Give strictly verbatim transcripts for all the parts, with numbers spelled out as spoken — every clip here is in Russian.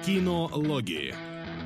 Кинологии.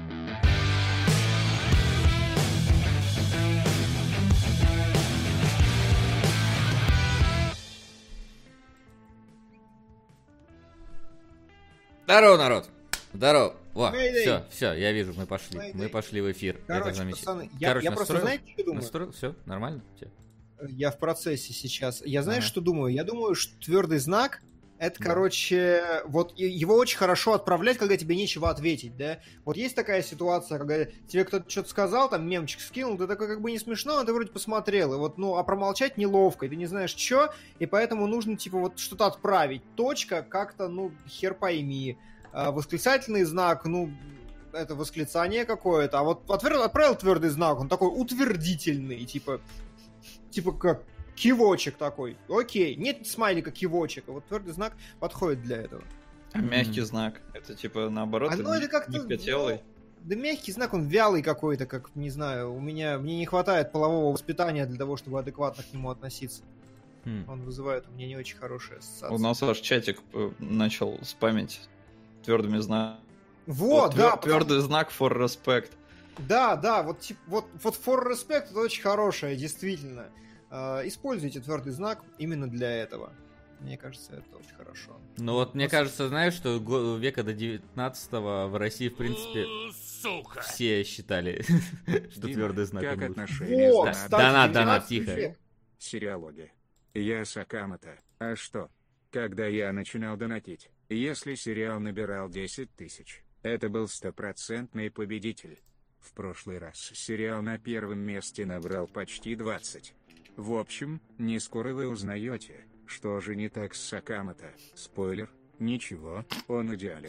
Здорово, народ! Здорово! Во, все, все, я вижу, мы пошли. Эй, мы эй. пошли в эфир. Короче, это замечательно. Пацаны, я, Короче, я просто, знаете, что думаю? Настроил? Все, нормально? Я в процессе сейчас. Я знаю, ага. что думаю? Я думаю, что твердый знак это, да. короче, вот его очень хорошо отправлять, когда тебе нечего ответить, да? Вот есть такая ситуация, когда тебе кто-то что-то сказал, там мемчик скинул, ты такой как бы не смешно, а ты вроде посмотрел, и вот, ну, а промолчать неловко, и ты не знаешь, что, и поэтому нужно, типа, вот что-то отправить. Точка как-то, ну, хер пойми. А, восклицательный знак, ну, это восклицание какое-то, а вот отправил твердый знак, он такой утвердительный, типа, типа как... Кивочек такой. Окей. Нет смайлика кивочек. А вот твердый знак подходит для этого. А mm-hmm. мягкий знак? Это типа наоборот? А, ну, это как-то... мягкотелый? Ну, да мягкий знак, он вялый какой-то, как, не знаю, у меня... Мне не хватает полового воспитания для того, чтобы адекватно к нему относиться. Mm. Он вызывает у меня не очень хорошие ассоциации. У нас аж чатик начал спамить твердыми знаками. Вот, вот, да. Твердый потому... знак for respect. Да, да, вот, типа, вот, вот for respect это очень хорошее, действительно. Используйте твердый знак именно для этого. Мне кажется, это очень хорошо. Ну вот, мне кажется, знаешь, что века до девятнадцатого в России, в принципе, Сука. все считали, что твердый знак. Как отношения? Донат, донат, тихо. Сериалоги. Я Сакамото. А что? Когда я начинал донатить, если сериал набирал десять тысяч, это был стопроцентный победитель. В прошлый раз сериал на первом месте набрал почти двадцать. В общем, не скоро вы узнаете, что же не так с Сакамото. Спойлер, ничего, он идеален.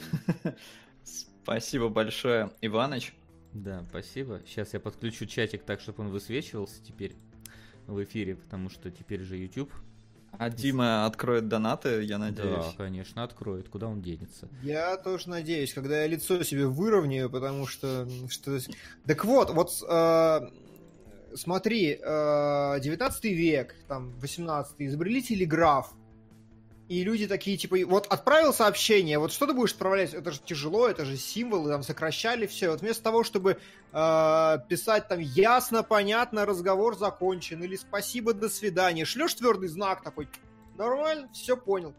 Спасибо большое, Иваныч. Да, спасибо. Сейчас я подключу чатик так, чтобы он высвечивался теперь в эфире, потому что теперь же YouTube. А Дима откроет донаты, я надеюсь. Да, конечно, откроет. Куда он денется? Я тоже надеюсь, когда я лицо себе выровняю, потому что... что... Так вот, вот... Э... Смотри, девятнадцатый век, там, восемнадцатый, изобрели телеграф, и люди такие, типа, вот отправил сообщение, вот что ты будешь отправлять, это же тяжело, это же символы, там, сокращали все, вот вместо того, чтобы э, писать там ясно, понятно, разговор закончен, или спасибо, до свидания, шлешь твердый знак такой, нормально, все понял.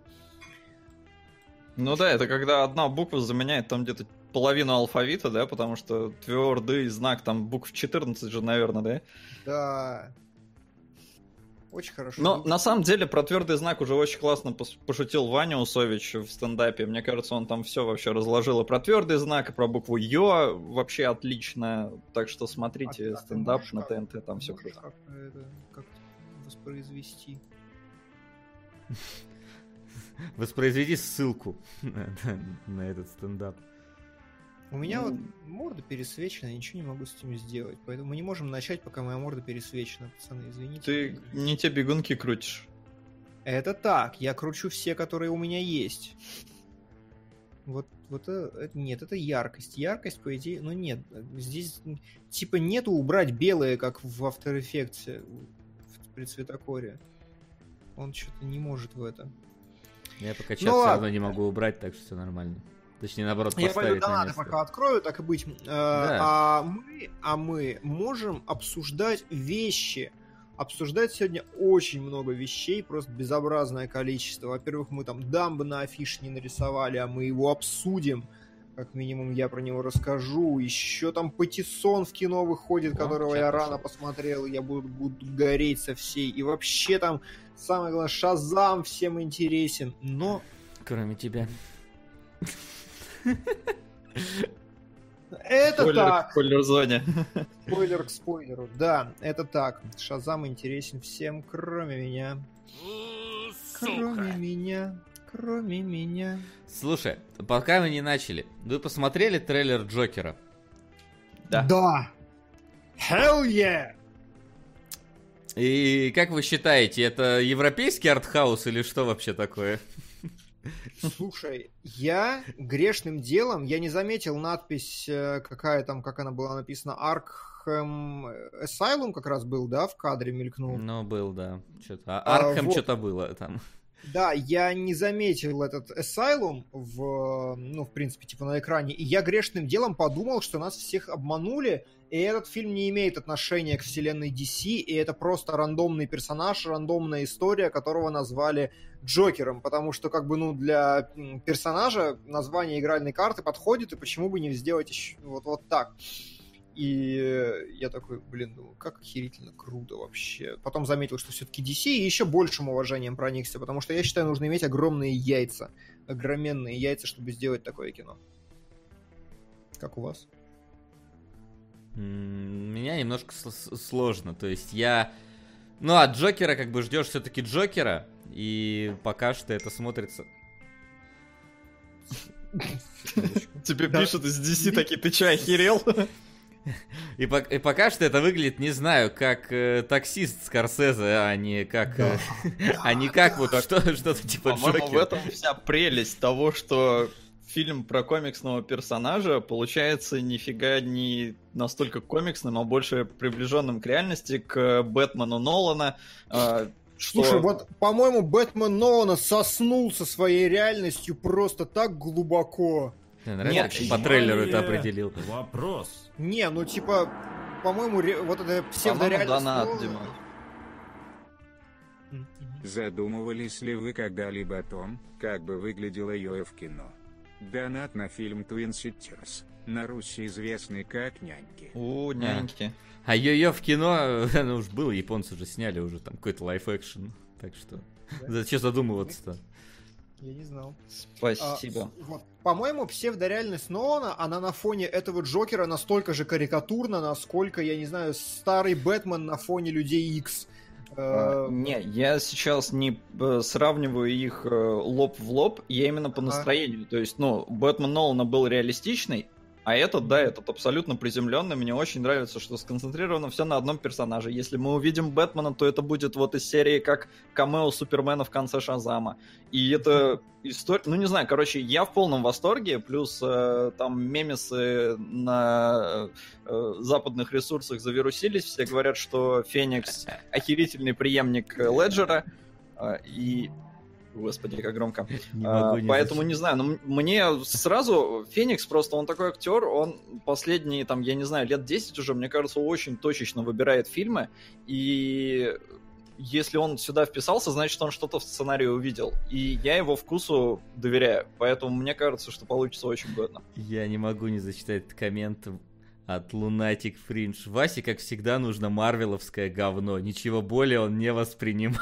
Ну да, это когда одна буква заменяет там где-то половину алфавита, да, потому что твердый знак, там букв четырнадцать же, наверное, да? Да. Очень хорошо. Но на самом деле про твердый знак уже очень классно пошутил Ваня Усович в стендапе. Мне кажется, он там все вообще разложил и про твердый знак, и про букву Ё вообще отлично. Так что смотрите а, стендап а на ТНТ, как, там все круто. Как это как воспроизвести? Воспроизведи ссылку на этот стендап. У меня ну, вот морда пересвечена, я ничего не могу с этим сделать. Поэтому мы не можем начать, пока моя морда пересвечена. Пацаны, извините. Ты не те бегунки крутишь. Это так, я кручу все, которые у меня есть. Вот, вот это, нет, это яркость. Яркость, по идее, ну нет. Здесь типа нету убрать белое, как в After Effects при цветокоре. Он что-то не может в это. Я пока чат ну, все равно не могу убрать, так что все нормально. Точнее, наоборот, я поставить пойду на место. Пока открою, так и быть. Да. А, мы, а мы можем обсуждать вещи. Обсуждать сегодня очень много вещей, просто безобразное количество. Во-первых, мы там дамбы на афише не нарисовали, а мы его обсудим. Как минимум, я про него расскажу. Еще там Патиссон в кино выходит, О, которого я рано посмотрел. Я буду, буду гореть со всей. И вообще там, самое главное, Шазам всем интересен. Но... Кроме тебя. Это спойлер так. К спойлер-зоне. Спойлер к спойлеру. Да, это так. Шазам интересен всем, кроме меня. Сука. Кроме меня. Кроме меня. Слушай, пока мы не начали, вы посмотрели трейлер Джокера? Да. Да. Hell yeah! И как вы считаете, это европейский артхаус или что вообще такое? Слушай, я грешным делом, я не заметил надпись, какая там, как она была написана, Arkham Asylum как раз был, да, в кадре мелькнул? Ну, был, да. Что-то. А Arkham а, вот. Что-то было там. Да, я не заметил этот Asylum в, ну, в принципе, типа на экране, и я грешным делом подумал, что нас всех обманули, и этот фильм не имеет отношения к вселенной ди си, и это просто рандомный персонаж, рандомная история, которого назвали Джокером, потому что, как бы, ну, для персонажа название игральной карты подходит, и почему бы не сделать еще вот, вот так. И я такой, блин, ну как охерительно круто вообще. Потом заметил, что все-таки ди си, и еще большим уважением проникся, потому что я считаю, нужно иметь огромные яйца, огроменные яйца, чтобы сделать такое кино. Как у вас? Меня немножко сложно, то есть я... Ну, от Джокера как бы ждешь все-таки Джокера, и пока что это смотрится... Тебе пишут из ди си такие, ты че, охерел? И, по- и пока что это выглядит, не знаю, как э, таксист Скорсезе, а не как, э, а не как вот что, что-то типа По-моему, Джокера. в этом вся прелесть того, что фильм про комиксного персонажа получается нифига не настолько комиксным, а больше приближенным к реальности, к Бэтмену Нолана. Э, что... Слушай, вот, по-моему, Бэтмен Нолана соснул со своей реальностью просто так глубоко. Мне нравится, как по трейлеру это определил. Вопрос. Не, ну типа, по-моему, ре... вот это псевдореальность донат, Нолана- Дима. Мгм. Задумывались ли вы когда-либо о том, как бы выглядело Йо-Йо в кино? Донат на фильм Twin Sisters, на Руси известный как «Няньки». У, няньки. А Йо-Йо в кино, оно уж было, японцы уже сняли уже там какой-то лайф-экшен. Так что, зачем задумываться-то? Я не знал. Спасибо. А, вот, по-моему, псевдореальность Нолана, она на фоне этого Джокера настолько же карикатурна, насколько, я не знаю, старый Бэтмен на фоне Людей Икс. А, не, я сейчас не э, сравниваю их э, лоб в лоб, я именно по Ага. настроению. То есть, ну, Бэтмен Нолана был реалистичный, а этот, да, этот абсолютно приземленный. Мне очень нравится, что сконцентрировано все на одном персонаже. Если мы увидим Бэтмена, то это будет вот из серии как камео Супермена в конце Шазама. И это история... Ну, не знаю, короче, я в полном восторге. Плюс э, там мемесы на э, западных ресурсах завирусились. Все говорят, что Феникс охерительный преемник Леджера. Э, и... Господи, как громко. Не А, могу не поэтому зачем. не знаю, но мне сразу Феникс просто, он такой актер, он последние, там, я не знаю, лет десять уже, мне кажется, очень точечно выбирает фильмы, и если он сюда вписался, значит, он что-то в сценарии увидел, и я его вкусу доверяю, поэтому мне кажется, что получится очень годно. Я не могу не зачитать коммент от Lunatic Fringe. Васе, как всегда, нужно марвеловское говно. Ничего более он не воспринимает.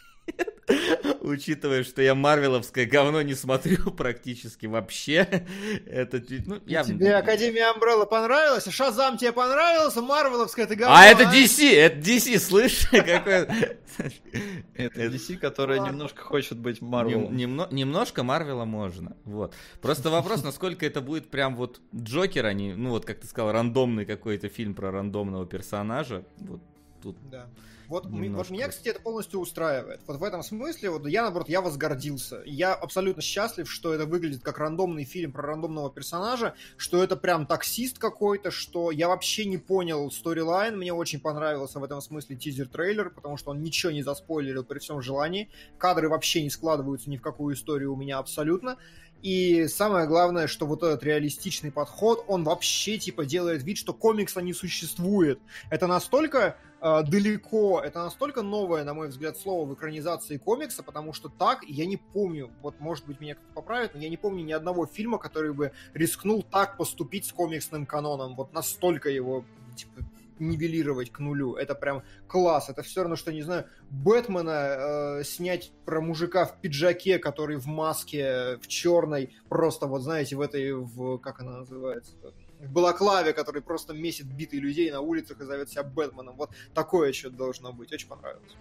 Учитывая, что я марвеловское говно не смотрю практически вообще, это чуть- ну, я... Тебе Академия Амбрелла понравилась? А Шазам тебе понравился? Марвеловская это говно, А это ди си, это ди си, слышишь? Какой... Это ди си, которая Ладно. немножко хочет быть Нем- Марвелом. немно- Немножко Марвела можно, вот. Просто вопрос, насколько это будет прям вот Джокер, а не, ну вот, как ты сказал, рандомный какой-то фильм про рандомного персонажа, вот тут... Да. Вот, м- вот Немножко. меня, кстати, это полностью устраивает. Вот в этом смысле, вот я, наоборот, я возгордился. Я абсолютно счастлив, что это выглядит как рандомный фильм про рандомного персонажа, что это прям таксист какой-то, что я вообще не понял сторилайн. Мне очень понравился в этом смысле тизер-трейлер, потому что он ничего не заспойлерил при всем желании. Кадры вообще не складываются ни в какую историю у меня абсолютно. И самое главное, что вот этот реалистичный подход, он вообще типа делает вид, что комикса не существует. Это настолько э, далеко, это настолько новое, на мой взгляд, слово в экранизации комикса, потому что так, я не помню, вот может быть меня кто-то поправит, но я не помню ни одного фильма, который бы рискнул так поступить с комиксным каноном, вот настолько его типа нивелировать к нулю. Это прям класс. Это все равно, что, не знаю, Бэтмена э, снять про мужика в пиджаке, который в маске, в черной, просто вот, знаете, в этой, в, как она называется, в балаклаве, который просто месит битых людей на улицах и зовет себя Бэтменом. Вот такое что-то должно быть. Очень понравилось.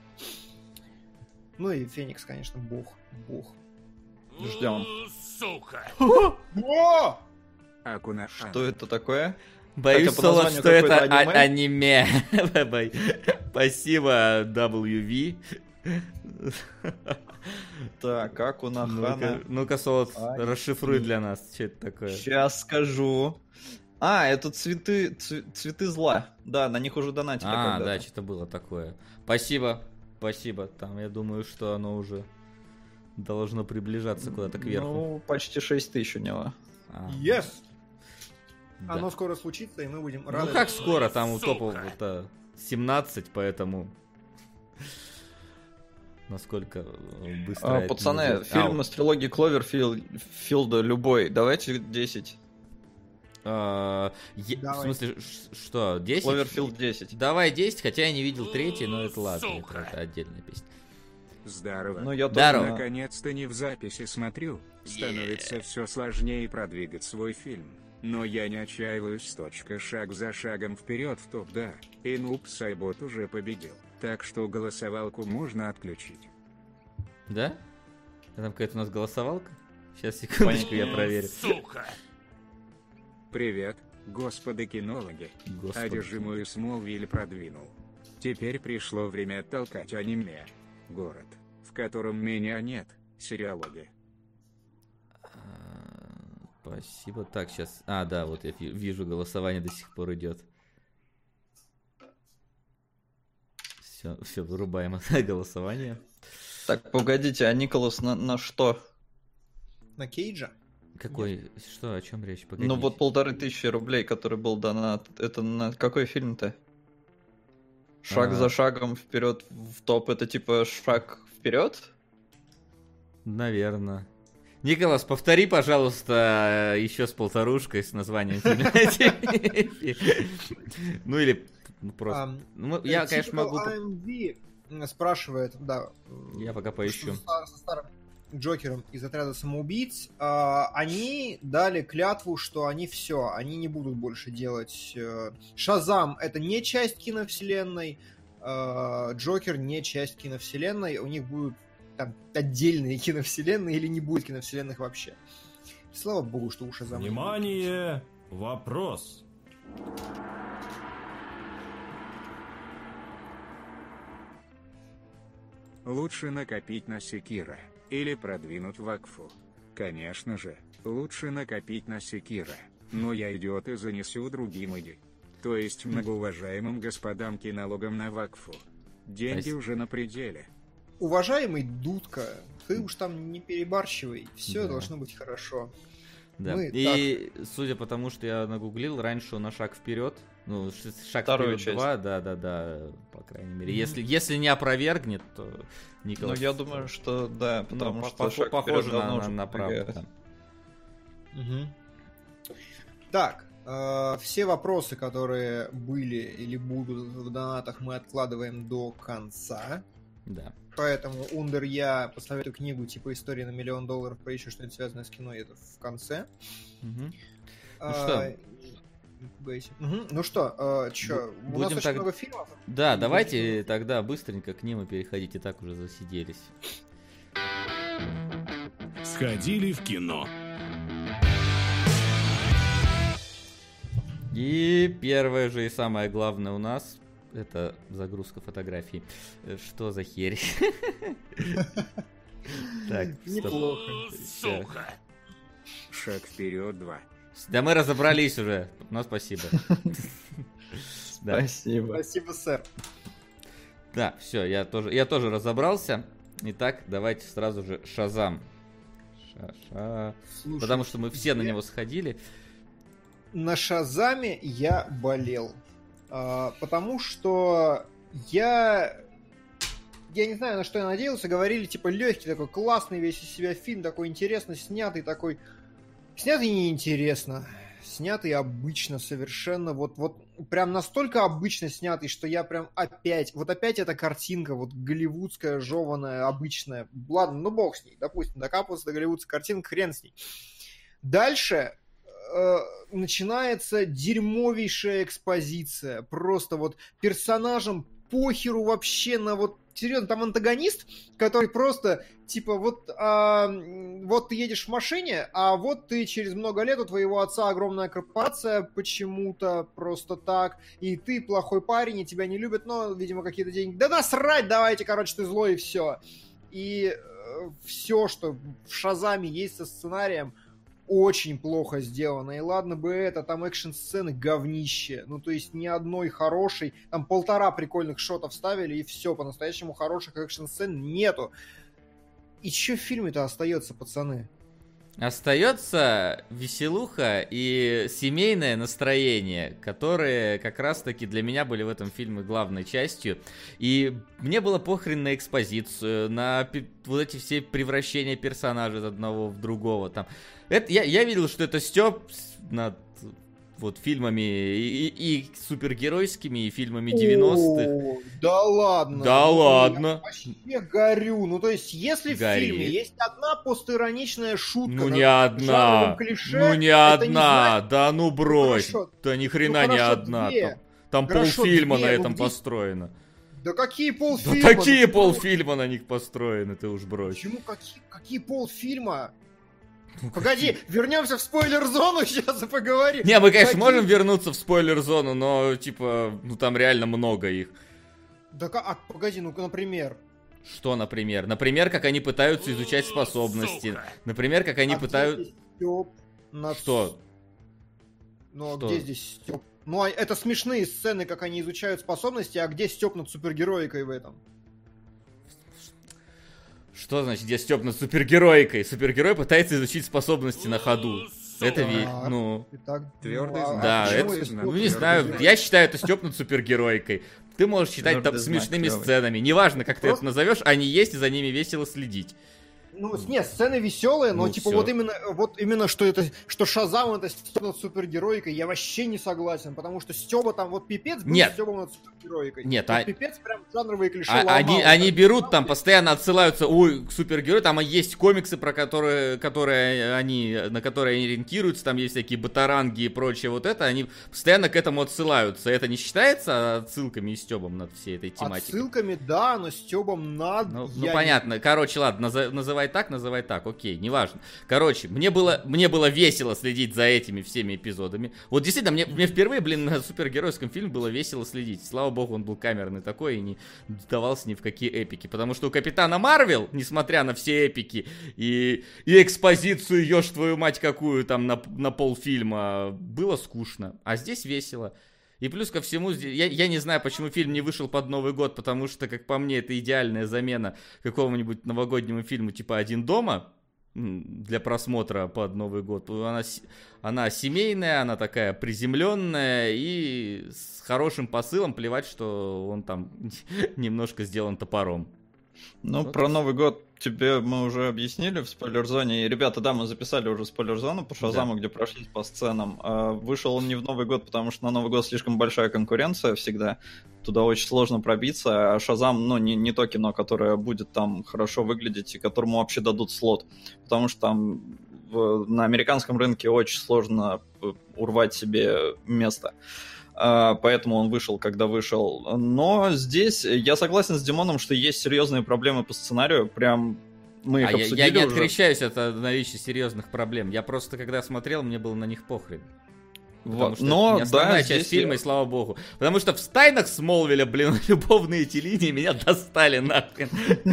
Ну и Феникс, конечно, бог. Бог. Ждем. Сука. О! Акуна. Что это такое? Боюсь, Хотя по Солод, названию что это какое-то а- аниме. аниме. Бой. Спасибо, дабл ю ви. Так, как у Ну-ка, Нахана? ну-ка, Солод, Ай, расшифруй и- для нас, что это такое. Сейчас скажу. А, это цветы, ц- цветы зла. Да, на них уже донатили А, когда-то. да, что-то было такое. Спасибо, спасибо. Там, я думаю, что оно уже должно приближаться куда-то кверху. Ну, почти шесть тысяч у него. А, Yes! да. Оно скоро случится, и мы будем Ну рады. как скоро, там у Сука. топов это семнадцать, поэтому... Насколько э, быстро... А, это пацаны, не идет. фильм Ау. из трилогии Кловерфилда любой. Давайте десять. А, е- В Давай. смысле, ш- что, десять? Кловерфилд десять. Давай десять, хотя я не видел третий, но это ладно, это, Сука. это отдельная песня. Здорово. Ну, я Здорово. тоже... Наконец-то не в записи смотрю. Становится все сложнее продвигать свой фильм. Но я не отчаиваюсь. Точка, шаг за шагом вперед в топ, да. И Нуб Сайбот уже победил. Так что голосовалку можно отключить. Да? А там какая-то у нас голосовалка? Сейчас, секундочку, я проверю. Сука. Привет, господа кинологи. Господи. Одержимую Смолвиль продвинул. Теперь пришло время толкать аниме. Город, в котором меня нет. Сериалоги. А, Спасибо. Так, сейчас... А, да, вот я ви- вижу, голосование до сих пор идет. Все, все, вырубаем это голосование. Так, погодите, а Николас на, на что? На Кейджа? Какой... Что, о чем речь? Погодите. Ну вот полторы тысячи рублей, который был донат. Это на какой фильм-то? Шаг А. за шагом вперед в топ. Это типа шаг вперед? Наверное. Николас, повтори, пожалуйста, еще с полторушкой с названием фильма. Ну или ну, просто... Ам, Ну, я, конечно, Typical могу... по- ай эм ви спрашивает, да. Я пока поищу. что Со, со старым Джокером из отряда самоубийц. а, они дали клятву, что они все, они не будут больше делать. э, Шазам — это не часть киновселенной. э, Джокер не часть киновселенной. У них будут там отдельные киновселенные или не будет киновселенных вообще. Слава богу, что у Шазама не будет. Внимание! Вопрос. Лучше накопить на Секира или продвинуть Вакфу. Конечно же, лучше накопить на Секира. Но я идиот и занесу другим иди. То есть многоуважаемым господам кинологам на Вакфу. Деньги Спасибо. уже на пределе. Уважаемый Дудка, ты уж там не перебарщивай. Все Да. должно быть хорошо. Да. Мы И судя по тому, что я нагуглил, раньше он на шаг вперед. Ну, ш- шаг Вторую вперед часть. два, да, да, да, по крайней мере. Мгм. Если, если не опровергнет, то Ну, Николас. я думаю, что да, ну, потому по- что по- шаг похоже вперед на, давно на, уже на правду. продвигает. да. Мгм. Так, э, все вопросы, которые были или будут в донатах, мы откладываем до конца. Да. Поэтому Ундер, я посоветую книгу типа «История на миллион долларов» про еще что-нибудь связанное с кино, и это в конце. Мгм. А, что? не пугайся. Мгм. Ну что, э, чё, Бу- у нас будем очень так- много фильмов. Да, Ну, давайте будем- тогда быстренько к ним и переходить, и так уже засиделись. Сходили в кино. И первое же и самое главное у нас — это загрузка фотографий. Э, Что за херь? Так, стоп. Неплохо. Всё. Сука. Шаг вперед два. Да мы разобрались уже, но спасибо. Да, Спасибо. Спасибо, сэр. да, все, я тоже, я тоже разобрался. Итак, давайте сразу же Шазам. Ша-ша. Слушай, Потому что мы все на я- него сходили. На Шазаме я болел. А, потому что я... Я не знаю, на что я надеялся. Говорили, типа, легкий такой, классный весь из себя фильм, такой интересно снятый, такой... Снятый неинтересно. Снятый обычно совершенно. Вот, вот прям настолько обычно снятый, что я прям опять... Вот опять эта картинка, вот голливудская, жеваная, обычная. Ладно, ну бог с ней. Допустим, докапываться до голливудской картинки, хрен с ней. Дальше э, начинается дерьмовейшая экспозиция. Просто вот персонажам похеру вообще на вот... Серьезно, там антагонист, который просто, типа, вот, а, вот ты едешь в машине, а вот ты через много лет, у твоего отца огромная корпорация почему-то просто так, и ты плохой парень, и тебя не любят, но, видимо, какие-то деньги. Да насрать, давайте, короче, ты злой, и все. И э, все, что в Шазаме есть со сценарием, очень плохо сделано. И ладно бы это, там экшн-сцены говнище. Ну, то есть ни одной хорошей. Там полтора прикольных шотов ставили, и все. По-настоящему хороших экшн-сцен нету. И что в фильме-то остается, пацаны? Остается веселуха и семейное настроение, которые как раз-таки для меня были в этом фильме главной частью. И мне было похрен на экспозицию, на вот эти все превращения персонажей от одного в другого. Там. Это, я, я видел, что это стёб над вот фильмами и, и, и супергеройскими, и фильмами девяностых. О, да ладно. Да ну, ладно. Я вообще горю. Ну, то есть, если Гори. в фильме есть одна постироничная шутка... Ну, над не одна. клише, Ну, не это не одна. значит... Да ну брось. Ну, да ни хрена ну, не хорошо, одна. две. Там, там Хорошо, полфильма две, на ну, этом где- построено. Да какие Да полфильма? такие Ну, полфильма на них построены, ты уж брось. Почему какие, какие полфильма? Погоди, вернемся в спойлер-зону сейчас и поговорим. Не, мы, конечно, Какие- можем вернуться в спойлер-зону, но, типа, ну там реально много их. Да ка- а, погоди, ну-ка, например. Что, например? Например, как они пытаются изучать способности. Сука. Например, как они а пытаются... где здесь стёб над- Что? Ну, а Что? где здесь стёб? Ну, а это смешные сцены, как они изучают способности, а где стёб над супергероикой в этом? Что значит, где стёб над супергероикой? Супергерой пытается изучить способности на ходу. Это ведь, Так. ну... Итак, Твёрдый знак. Да, почему это, стёб ну не над знаю, супергероикой? я считаю это стёб над супергеройкой. Ты можешь считать там Твёрдый знак смешными клёвый. сценами. Неважно, как ты Просто- это назовешь, они есть, и за ними весело следить. Ну, нет, сцены веселые, но Ну, типа всё. вот именно, вот именно что это, что Шазам это стёб над супергероикой, я вообще не согласен, потому что Стёба там вот пипец был Нет. стёбом над супергероикой. Нет, Вот а- пипец прям жанровые клише А- ломал. они, они берут там, постоянно отсылаются, ой, к супергерою, там есть комиксы, про которые, которые они, на которые они ориентируются, там есть всякие батаранги и прочее, вот это, они постоянно к этому отсылаются. Это не считается отсылками и стёбом над всей этой тематикой? Отсылками, да, но стёбом над... Ну, я ну, не- понятно, короче, ладно, наза- называй так, называй так, окей, неважно. Короче, мне было, мне было весело следить за этими всеми эпизодами. Вот действительно, мне, мне впервые, блин, на супергеройском фильме было весело следить. Слава богу, он был камерный такой и не давался ни в какие эпики. Потому что у Капитана Марвел, несмотря на все эпики и, и экспозицию, ешь твою мать какую там на, на полфильма, было скучно. А здесь весело. И плюс ко всему, здесь- я, я не знаю, почему фильм не вышел под Новый год, потому что, как по мне, это идеальная замена какому-нибудь новогоднему фильму типа «Один дома» м, для просмотра под Новый год. Она, с- она семейная, она такая приземленная и с хорошим посылом, плевать, что он там немножко сделан топором. Ну, Вот. про Новый год тебе мы уже объяснили в спойлер-зоне. И, ребята, да, мы записали уже спойлер-зону по Шазаму, где прошлись по сценам. А, вышел он не в Новый год, потому что на Новый год слишком большая конкуренция всегда. Туда очень сложно пробиться. А Шазам, ну, не, не то кино, которое будет там хорошо выглядеть и которому вообще дадут слот. Потому что там в- на американском рынке очень сложно э, урвать себе место. А, поэтому он вышел, когда вышел. Но здесь я согласен с Димоном, что есть серьезные проблемы по сценарию. Прям мы их А я, обсудили я не уже. открещаюсь от наличия серьезных проблем. Я просто, когда смотрел, мне было на них похрен. Потому Вот. что Но, это не основная да, часть здесь фильма, я- и слава богу. Потому что в «Тайнах Смолвиля», блин, любовные эти линии меня достали нахрен.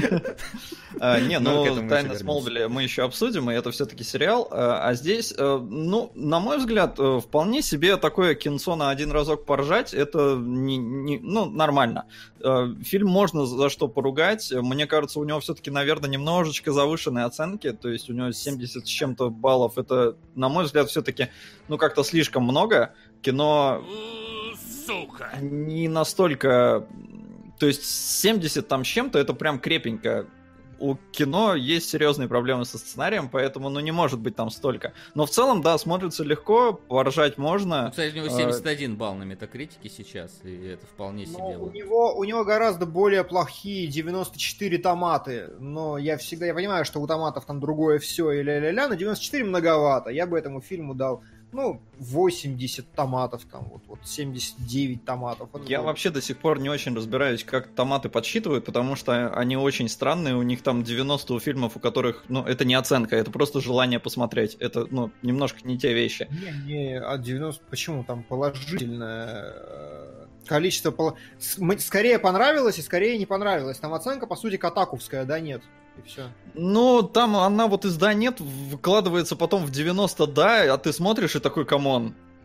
А, не, Но к ну, этому «Тайны еще Смолвиля» мы еще обсудим, и это все-таки сериал. А а здесь, э, ну, на мой взгляд, э, вполне себе такое кинцо на один разок поржать, это не, не- ну, нормально. Э, Фильм можно за что поругать. Мне кажется, у него все-таки, наверное, немножечко завышенные оценки, то есть у него семьдесят с чем-то баллов. Это, на мой взгляд, все-таки, ну, как-то слишком много. Кино Сука. не настолько... То есть семьдесят там с чем-то, это прям крепенько. У кино есть серьезные проблемы со сценарием, поэтому, ну, не может быть там столько. Но в целом, да, смотрится легко, поржать Ну, можно. кстати, у него А, семьдесят один балл на метакритике сейчас, и это вполне себе. Но у вот. него, у него гораздо более плохие девяносто четыре томаты, но я всегда, я понимаю, что у томатов там другое все и ля-ля-ля, но девяносто четыре многовато, я бы этому фильму дал, ну, восемьдесят томатов, там, вот, вот семьдесят девять томатов. Это Я было. вообще до сих пор не очень разбираюсь, как томаты подсчитывают, потому что они очень странные. У них там девяносто у фильмов, у которых, ну, это не оценка, это просто желание посмотреть. Это, ну, немножко не те вещи. Не, не, от девяноста, почему там положительное э, количество, пол- с- м- скорее понравилось и скорее не понравилось, там оценка, по сути, катаковская, да, нет, и все. Ну, там она вот из «да» нет выкладывается потом в девяносто «да», а ты смотришь и такой, камон.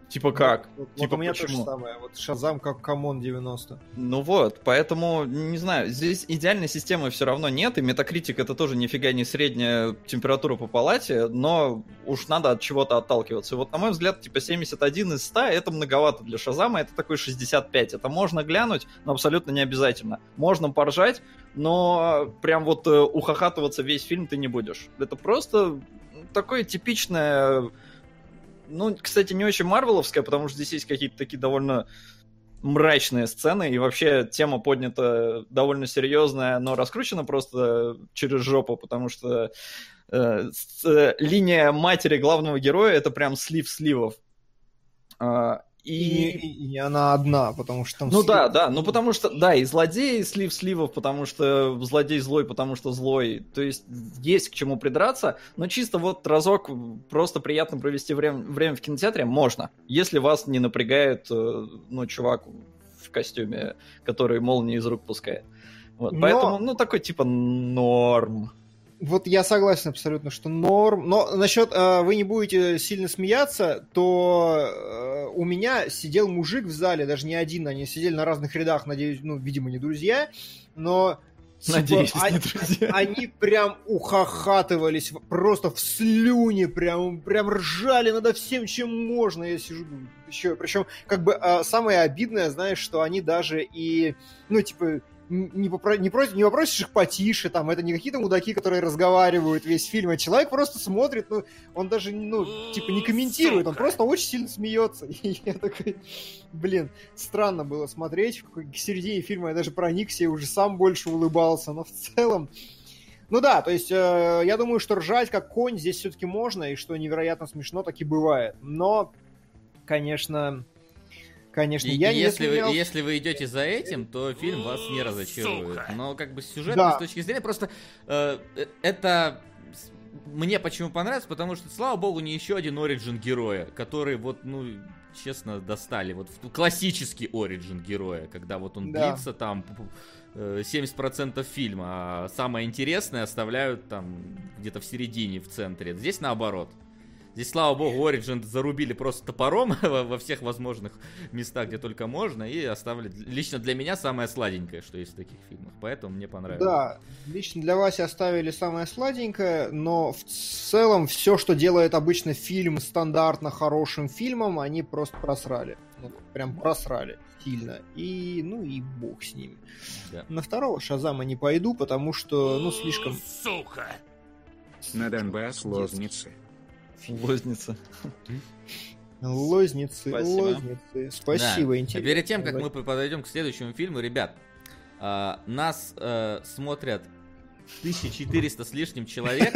Типа как? Вот, типа вот у меня почему? то же самое. Вот Шазам как Камон девяносто. Ну вот, поэтому, не знаю, здесь идеальной системы все равно нет, и Metacritic это тоже нифига не средняя температура по палате, но уж надо от чего-то отталкиваться. И вот, на мой взгляд, типа семьдесят один из ста это многовато для Шазама, это такой шестьдесят пять. Это можно глянуть, но абсолютно не обязательно. Можно поржать, но прям вот э, ухахатываться весь фильм ты не будешь. Это просто такое типичное... Ну, кстати, не очень марвеловская, потому что здесь есть какие-то такие довольно мрачные сцены, и вообще тема поднята довольно серьезная, но раскручена просто через жопу, потому что э, с, э, линия матери главного героя — это прям слив сливов. А, И, и... и, и она одна, потому что там... Ну слив- да, да, ну потому что, да, и злодей слив сливов, потому что злодей злой, потому что злой, то есть есть к чему придраться, но чисто вот разок просто приятно провести время, время в кинотеатре можно, если вас не напрягает, э, ну, чувак в костюме, который молнии из рук пускает. Вот, Но- поэтому, ну, такой типа норм. Вот я согласен абсолютно, что норм. Но насчет э, вы не будете сильно смеяться, то э, у меня сидел мужик в зале, даже не один, они сидели на разных рядах, надеюсь, ну, видимо, не друзья, но... типа, Надеюсь, они, не друзья. они прям ухахатывались, просто в слюне, прям, прям ржали над всем, чем можно. Я сижу, думаю, еще, причем, как бы, э, самое обидное, знаешь, что они даже и, ну, типа... Не, попро... не, просишь, не попросишь их потише, там, это не какие-то мудаки, которые разговаривают весь фильм, а человек просто смотрит, ну, он даже, ну, типа, не комментирует, он просто очень сильно смеется. И я такой, блин, странно было смотреть, к середине фильма я даже проникся и уже сам больше улыбался, но в целом... Ну да, то есть, э, я думаю, что ржать как конь здесь все-таки можно, и что невероятно смешно, так и бывает. Но, конечно... Конечно, И, я и не если, вы, сменял... и если вы идете за этим, то фильм вас не разочарует. Сука. Но как бы с сюжетной Да. с точки зрения, просто э, э, это с- мне почему понравилось, потому что, слава богу, не еще один оригин героя, который вот, ну, честно, достали. Вот в- классический оригин героя, когда вот он Да. длится там э, семьдесят процентов фильма, а самое интересное оставляют там где-то в середине, в центре. Здесь наоборот. Здесь, слава богу, Origin зарубили просто топором во, во всех возможных местах, где только можно, и оставили лично для меня самое сладенькое, что есть в таких фильмах. Поэтому мне понравилось. Да, лично для Васи оставили самое сладенькое, но в целом все, что делает обычно фильм стандартно хорошим фильмом, они просто просрали. Ну, прям просрали сильно. И, ну и бог с ними. Да. На второго Шазама не пойду, потому что, ну, слишком... Сука. На Донбасс лозницы. Лозница. Лозницы, Спасибо. лозницы. Спасибо, Да. интересно. Перед тем, как мы подойдем к следующему фильму, ребят, а, нас э, смотрят тысяча четыреста с лишним человек,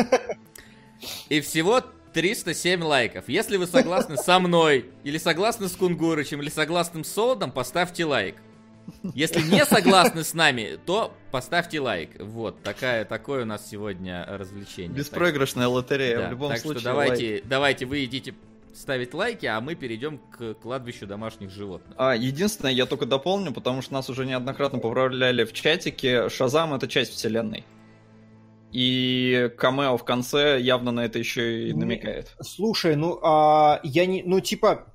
и всего триста семь лайков. Если вы согласны со мной, или согласны с Кунгурычем, или согласны с Солодом, поставьте лайк. Если не согласны с нами, то поставьте лайк. Вот, такая, такое у нас сегодня развлечение. Беспроигрышная лотерея, Да, в любом так случае. что давайте, давайте вы идите ставить лайки, а мы перейдем к кладбищу домашних животных. А, единственное, я только дополню, потому что нас уже неоднократно поправляли в чатике, Шазам — это часть вселенной. И камео в конце явно на это еще и Не- намекает. Слушай, ну, а, я не... Ну, типа...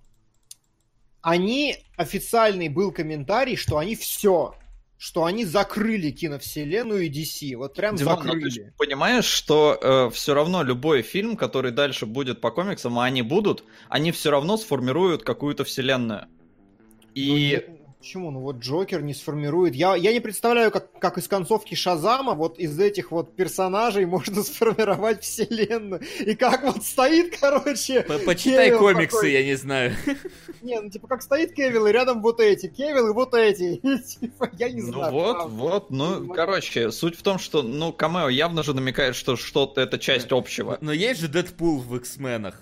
Они... Официальный был комментарий, что они все... Что они закрыли киновселенную и ди си. Вот прям Димон, ну ты закрыли. ж понимаешь, что э, все равно любой фильм, который дальше будет по комиксам, а они будут, они все равно сформируют какую-то вселенную. Ну, И... нет, почему? Ну вот Джокер не сформирует. Я, я не представляю, как, как из концовки Шазама вот из этих вот персонажей можно сформировать вселенную. И как вот стоит, короче... По- Почитай Кевилл комиксы, такой. я не знаю. Не, ну типа как стоит Кевилл, и рядом вот эти. Кевилл и вот эти. И, типа, я не Ну знаю. вот, правда. вот, ну, Ну, короче, суть в том, что, ну, камео явно же намекает, что что-то это часть общего. Но есть же Дэдпул в X-менах.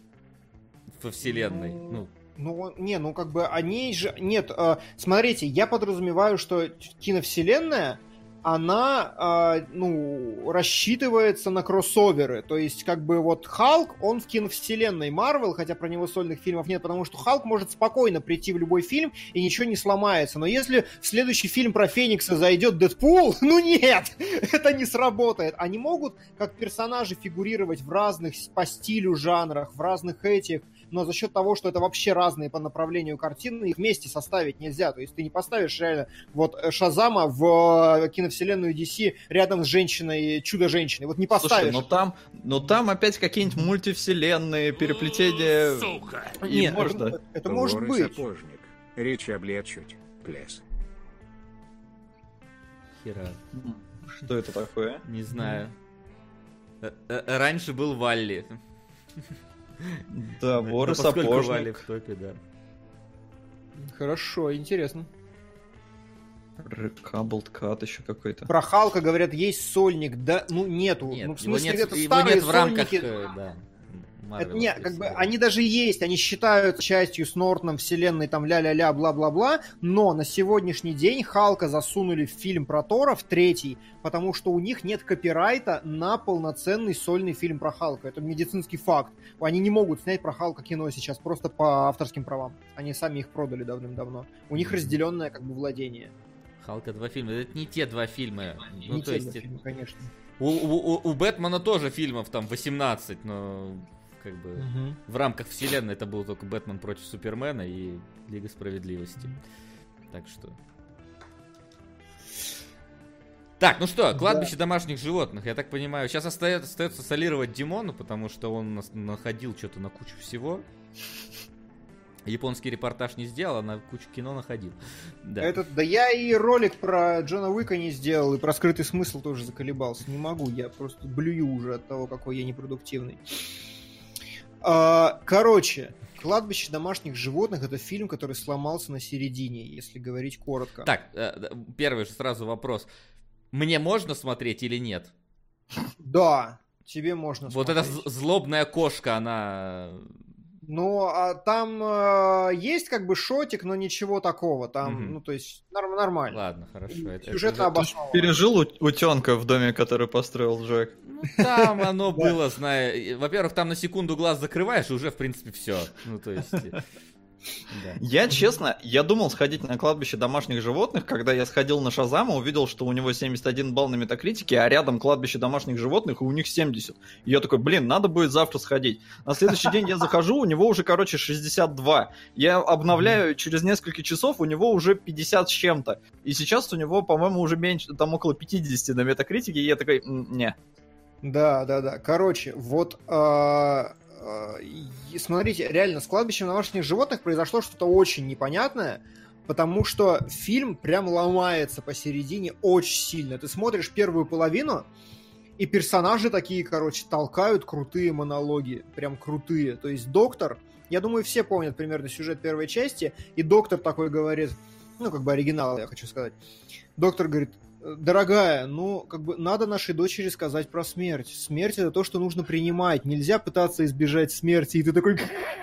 Во вселенной. Ну, Ну, Ну, он- не, ну как бы они же... Нет, э, смотрите, я подразумеваю, что киновселенная, она, э, ну, рассчитывается на кроссоверы. То есть, как бы вот Халк, он в киновселенной Марвел, хотя про него сольных фильмов нет, потому что Халк может спокойно прийти в любой фильм, и ничего не сломается. Но если в следующий фильм про Феникса зайдет Дэдпул, ну нет, это не сработает. Они могут как персонажи фигурировать в разных по стилю жанрах, в разных этих, но за счет того, что это вообще разные по направлению картины, их вместе составить нельзя. То есть ты не поставишь реально вот Шазама в киновселенную ди си рядом с женщиной, Чудо-женщиной. Вот не поставишь. Слушай, но там, но там опять какие-нибудь мультивселенные, переплетения. Сука! И Нет, можно. это, это может Вор и быть. сапожник. Речь облегчить. Пляс. Хера. Что это такое? Не знаю. Э, э, Раньше был Валли. Да, вор и Но поскольку Валли сапожник. в топе, да. Хорошо, интересно. Каблд кат еще какой-то. Про Халка говорят, есть сольник. Да, ну нету. Нет, ну, в его смысле, нет, это его старые нет в рамках, сольники. э, да. Это, Марвел, не, как бы, если- они даже есть, они считают частью с Нортоном вселенной, там, ля-ля-ля, бла-бла-бла, но на сегодняшний день Халка засунули в фильм про Тора, в третий, потому что у них нет копирайта на полноценный сольный фильм про Халка. Это медицинский факт. Они не могут снять про Халка кино сейчас, просто по авторским правам. Они сами их продали давным-давно. У них разделенное, как бы, владение. Халка два фильма. Это не те два фильма. Ну, Не то те есть, два фильма, конечно. у, у- у- у Бэтмена тоже фильмов там восемнадцать, но как бы Мгм. в рамках вселенной это был только Бэтмен против Супермена и Лига Справедливости. Так что... Так, ну что, кладбище домашних животных, я так понимаю, сейчас остается, остается солировать Димону, потому что он нас находил что-то на кучу всего. Японский репортаж не сделал, а на кучу кино находил. Да. Этот, да я и ролик про Джона Уика не сделал, и про скрытый смысл тоже заколебался. Не могу, я просто блюю уже от того, какой я непродуктивный. А, короче, «Кладбище домашних животных» — это фильм, который сломался на середине, если говорить коротко. Так, э, первый же сразу вопрос. Мне можно смотреть или нет? Да, тебе можно Вот смотреть. эта з- злобная кошка, она... Ну, а там э, есть как бы шотик, но ничего такого. Там, Мгм. ну, то есть, норм- нормально. Ладно, хорошо. это- Сюжетно это- обосновано. Пережил у- утенка в доме, который построил Джек. Ну, там оно было, зная... и, Во-первых, там на секунду глаз закрываешь, и уже, в принципе, все. Ну, то есть... э, да. Я, честно, я думал сходить на кладбище домашних животных, когда я сходил на Шазама, увидел, что у него семьдесят один балл на метакритике, а рядом кладбище домашних животных, и у них семьдесят. И я такой, блин, надо будет завтра сходить. На следующий день я захожу, у него уже, короче, шестьдесят два. Я обновляю, через несколько часов у него уже пятьдесят с чем-то. И сейчас у него, по-моему, уже меньше, там около пятьдесят на метакритике, и я такой, «М, не. Да, да, да. Короче, вот а, а, и смотрите, реально с кладбищем домашних животных произошло что-то очень непонятное, потому что фильм прям ломается посередине очень сильно. Ты смотришь первую половину, и персонажи такие, короче, толкают крутые монологи, прям крутые. То есть доктор, я думаю, все помнят примерно сюжет первой части, и доктор такой говорит, ну, как бы оригинал, я хочу сказать. Доктор говорит: дорогая, ну, как бы надо нашей дочери сказать про смерть. Смерть — это то, что нужно принимать. Нельзя пытаться избежать смерти. И ты такой...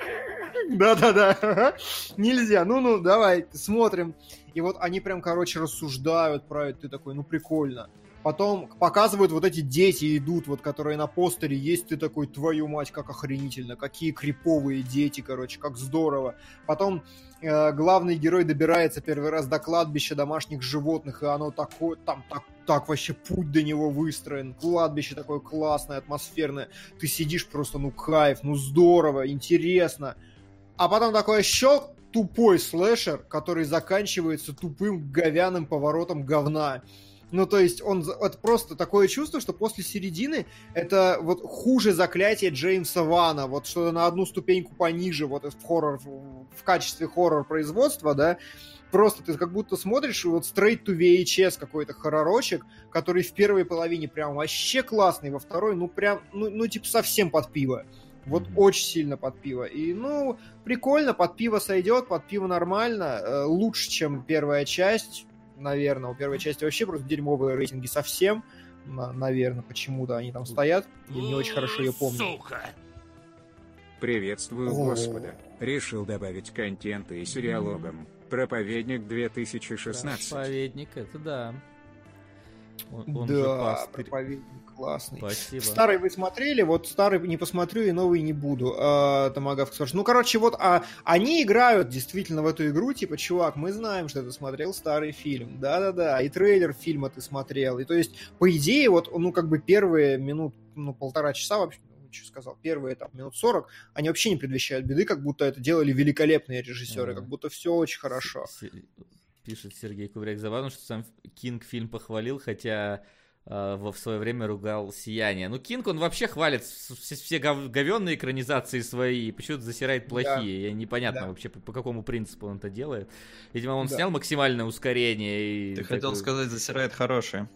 Да-да-да. Нельзя. Ну-ну, давай, смотрим. И вот они прям, короче, рассуждают про это. Ты такой, ну, прикольно. Потом показывают вот эти дети идут, вот которые на постере есть. Ты такой, твою мать, как охренительно. Какие криповые дети, короче, как здорово. Потом э, главный герой добирается первый раз до кладбища домашних животных, и оно такое, там так, так вообще путь до него выстроен. Кладбище такое классное, атмосферное. Ты сидишь просто, ну, кайф, ну, здорово, интересно. А потом такой щелк, тупой слэшер, который заканчивается тупым говяным поворотом говна. Ну, то есть, он, это просто такое чувство, что после середины это вот хуже заклятие Джеймса Вана, вот что на одну ступеньку пониже, вот в хоррор, в качестве хоррор-производства, да, просто ты как будто смотришь вот straight to ви эйч эс какой-то хорророчек, который в первой половине прям вообще классный, во второй, ну, прям, ну, ну типа, совсем под пиво. Вот mm-hmm. очень сильно под пиво. И, ну, прикольно, под пиво сойдет, под пиво нормально, э, лучше, чем первая часть. Наверное, у первой части вообще просто дерьмовые рейтинги совсем. На, наверное, почему-то они там стоят. Я не очень хорошо ее помню. Сука! Приветствую О. Господа. Решил добавить контента и сериалогам. Проповедник две тысячи шестнадцать. Проповедник, это да. Он, он да, же пастырь. проповедник классный. Спасибо. Старый вы смотрели, вот старый не посмотрю и новый не буду. А, Томагавк спрашивает. Ну, короче, вот а, они играют действительно в эту игру, типа, чувак, мы знаем, что ты смотрел старый фильм. Да-да-да, и трейлер фильма ты смотрел. И то есть, по идее, вот, ну, как бы первые минут, ну, полтора часа вообще, что сказал. Первые там минут сорок, они вообще не предвещают беды, как будто это делали великолепные режиссеры, А. как будто все очень хорошо. С- Пишет Сергей Кубряк. Забавно, что сам Кинг фильм похвалил, хотя э, во в свое время ругал «Сияние». Ну, Кинг, он вообще хвалит с- все, все гов- говенные экранизации свои, и почему-то засирает плохие. И непонятно Да. вообще, по, по какому принципу он это делает. Видимо, он Да. снял максимальное ускорение. И Ты такой- хотел сказать, засирает хорошие.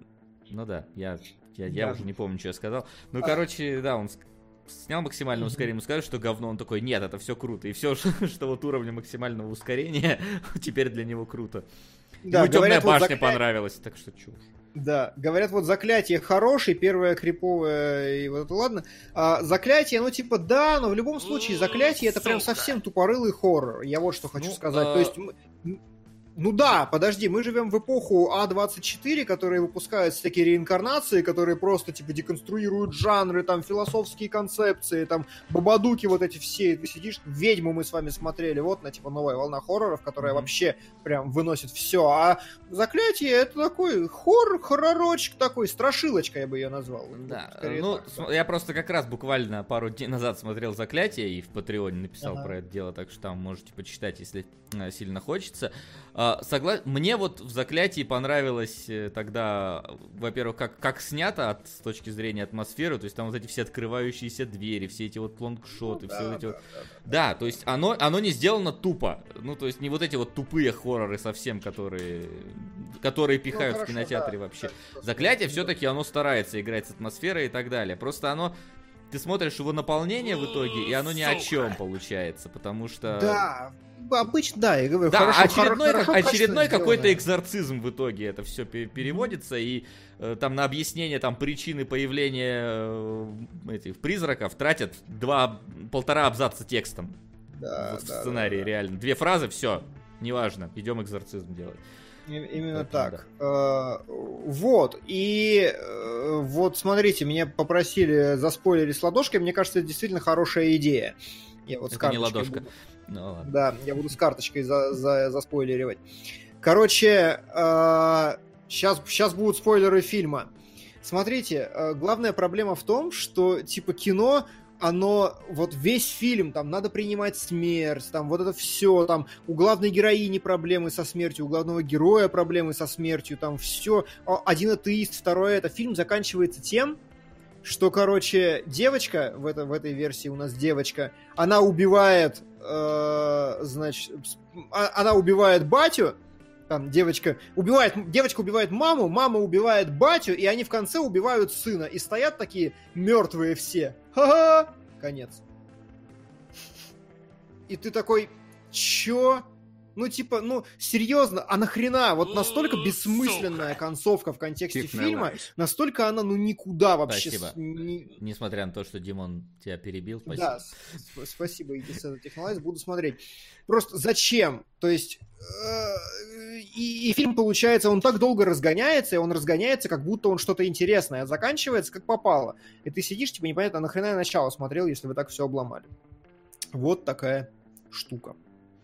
Ну да, я, я, я Да. уже не помню, что я сказал. Ну, А. короче, да, он с- снял максимальное Мгм. ускорение, ему сказали, что говно, он такой, нет, это все круто. И все, что вот уровня максимального ускорения, теперь для него круто. Да, Ему «Темная говорят, вот башня» закля- понравилась, так что чушь. Да, говорят, вот «Заклятие» хороший, первое криповое, и вот это ладно. А «Заклятие», ну типа да, но в любом случае «Заклятие» это прям Сука. совсем тупорылый хоррор. Я вот что хочу Ну, сказать. а- То есть, мы- ну да, подожди, мы живем в эпоху А двадцать четыре, которые выпускают всякие реинкарнации, которые просто типа деконструируют жанры, там философские концепции, там бабадуки вот эти все. И ты сидишь, «Ведьму» мы с вами смотрели, вот на типа новая волна хорроров, которая Мгм. вообще прям выносит все. А «Заклятие» это такой хоррор, хорророчек такой, страшилочка я бы ее назвал. Да, Скорее ну, так, см- да. я просто как раз буквально пару дней назад смотрел «Заклятие» и в Патреоне написал Ага. про это дело, так что там можете почитать, если э, сильно хочется. А, согла- Мне вот в «Заклятии» понравилось э, тогда, во-первых, как, как снято от, с точки зрения атмосферы, то есть там вот эти все открывающиеся двери, все эти вот лонгшоты, все Да, вот эти да, вот... да, да. Да, то есть оно, оно не сделано тупо. Ну, то есть не вот эти вот тупые хорроры совсем, которые, которые пихают Ну, в хорошо, кинотеатре да, вообще. да, «Заклятие» да. все-таки оно старается играть с атмосферой и так далее. Просто оно... Ты смотришь его наполнение в итоге, и оно ни о чем получается, потому что... Да, обычно, да, я говорю, Да, хорошо, очередной, хоро- как- хорошо, очередной качественно какой-то сделано. экзорцизм в итоге это все переводится, и э, там на объяснение там причины появления э, этих призраков тратят два, полтора абзаца текстом. Да, Вот в да, сценарии, да, да. реально. Две фразы, все, неважно, идем экзорцизм делать. И- Именно Поэтому так. Э, Вот. И э, вот смотрите, меня попросили заспойлерить с ладошкой. Мне кажется, это действительно хорошая идея. Я вот с Это не карточкой ладошка. буду- Ну ладно. Да, я буду с карточкой за, за, заспойлеривать. Короче, сейчас, сейчас будут спойлеры фильма. Смотрите, э, главная проблема в том, что типа кино, оно, вот весь фильм, там, надо принимать смерть, там, вот это все, там, у главной героини проблемы со смертью, у главного героя проблемы со смертью, там, все, один атеист, второй это. Фильм заканчивается тем, что, короче, девочка, в, это, в этой версии у нас девочка, она убивает, э, значит, с- а- она убивает батю, там девочка убивает, девочка убивает маму, мама убивает батю, и они в конце убивают сына. И стоят такие мертвые все. Ха-ха! Конец. И ты такой, чё? Ну, типа, ну, серьезно, а нахрена? Вот настолько О, бессмысленная сука. концовка в контексте Кик на фильма, лайс. настолько она, ну, никуда вообще... Спасибо. с- не- Несмотря на то, что Димон тебя перебил, спасибо. Да, с- спасибо, Едисена Технолайз, буду смотреть. Просто зачем? То есть, э, и, и фильм, получается, он так долго разгоняется, и он разгоняется, как будто он что-то интересное, а заканчивается как попало. И ты сидишь, типа, непонятно, а нахрена я начало смотрел, если вы так все обломали. Вот такая штука.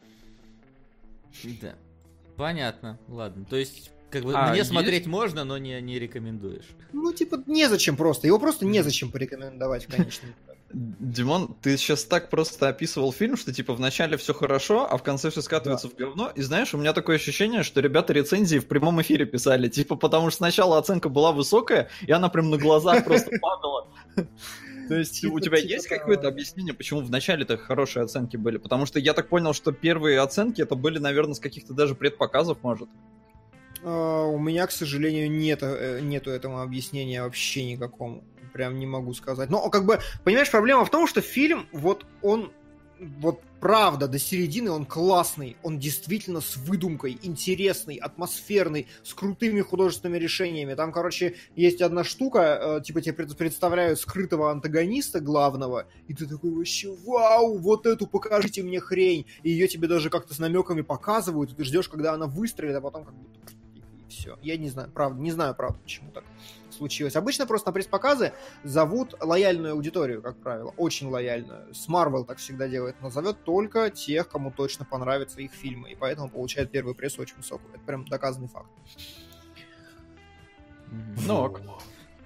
Да. Понятно, ладно. То есть, как бы, А, мне есть? смотреть можно, но не, не рекомендуешь. Ну, типа, незачем просто. Его просто незачем порекомендовать в конечном итоге. Димон, ты сейчас так просто описывал фильм, что типа в начале все хорошо, а в конце все скатывается в говно. И знаешь, у меня такое ощущение, что ребята рецензии в прямом эфире писали, типа потому что сначала оценка была высокая, и она прям на глазах просто падала. То есть Типа- у тебя типа есть того. какое-то объяснение, почему в начале-то хорошие оценки были? Потому что я так понял, что первые оценки это были, наверное, с каких-то даже предпоказов, может. А, У меня, к сожалению, нет, э, нету этому объяснения вообще никакому. Прям не могу сказать. Но, как бы, понимаешь, проблема в том, что фильм, вот он, вот правда, до середины он классный. Он действительно с выдумкой, интересный, атмосферный, с крутыми художественными решениями. Там, короче, есть одна штука, э, типа тебе пред- представляют скрытого антагониста главного, и ты такой вообще, вау, вот эту покажите мне хрень. И ее тебе даже как-то с намеками показывают, и ты ждешь, когда она выстрелит, а потом как будто... И, и все. Я не знаю, правда, не знаю, правда, почему так случилось. Обычно просто на пресс-показы зовут лояльную аудиторию, как правило, очень лояльную. С Marvel так всегда делает, но зовет только тех, кому точно понравятся их фильмы, и поэтому получает первый пресс очень высокую. Это прям доказанный факт. Мгм. Ну ок.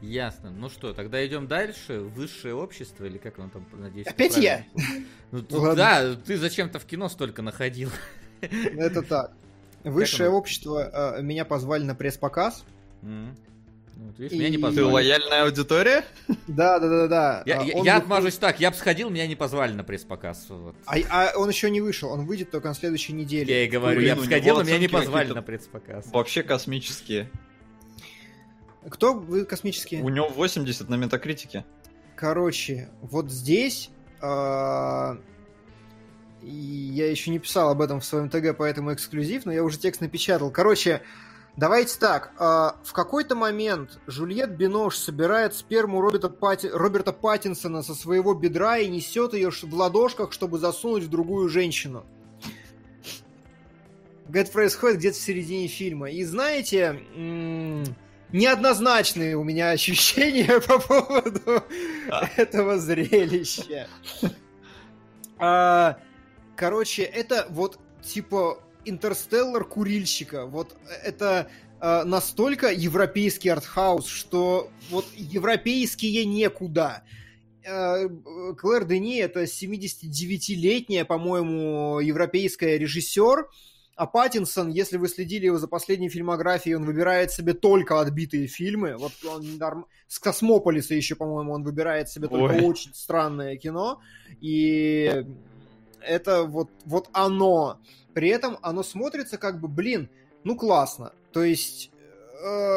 Ясно. Ну что, тогда идем дальше. Высшее общество, или как оно там, надеюсь... Опять я? Ну, Ладно. да, ты зачем-то в кино столько находил. Это так. Высшее оно? общество, э, меня позвали на пресс-показ. М. Ну, вот видишь, И- меня не Ты Ты позвали. лояльная аудитория? Да, да, да, да. Я, А, я- он я выходит- отмажусь так, я бы сходил, меня не позвали на пресс-показ. Вот. А, а он еще не вышел, он выйдет только на следующей неделе. Я и говорю, Блин, я у бы него сходил, но меня не оценки позвали какие-то на пресс-показ. Вообще космические. Кто вы космические? У него восемьдесят на метакритике. Короче, вот здесь а, и я еще не писал об этом в своем ТГ, поэтому эксклюзив, но я уже текст напечатал. Короче, давайте так. а, в какой-то момент Жюльет Бинош собирает сперму Роберта, Пати... Роберта Паттинсона со своего бедра и несет ее ш- в ладошках, чтобы засунуть в другую женщину. Это происходит где-то в середине фильма. И знаете, м- неоднозначные у меня ощущения по поводу этого зрелища. А, Короче, это вот типа интерстеллар курильщика. Вот это а, настолько европейский артхаус, что вот европейские некуда. А, Клэр Дени — это семидесятидевятилетняя, по-моему, европейская режиссер. А Паттинсон, если вы следили его за последней фильмографией, он выбирает себе только отбитые фильмы. Вот он норм- с «Космополиса» еще, по-моему, он выбирает себе только Ой. очень странное кино. И это вот, вот оно. При этом оно смотрится как бы, блин, ну классно. То есть... э,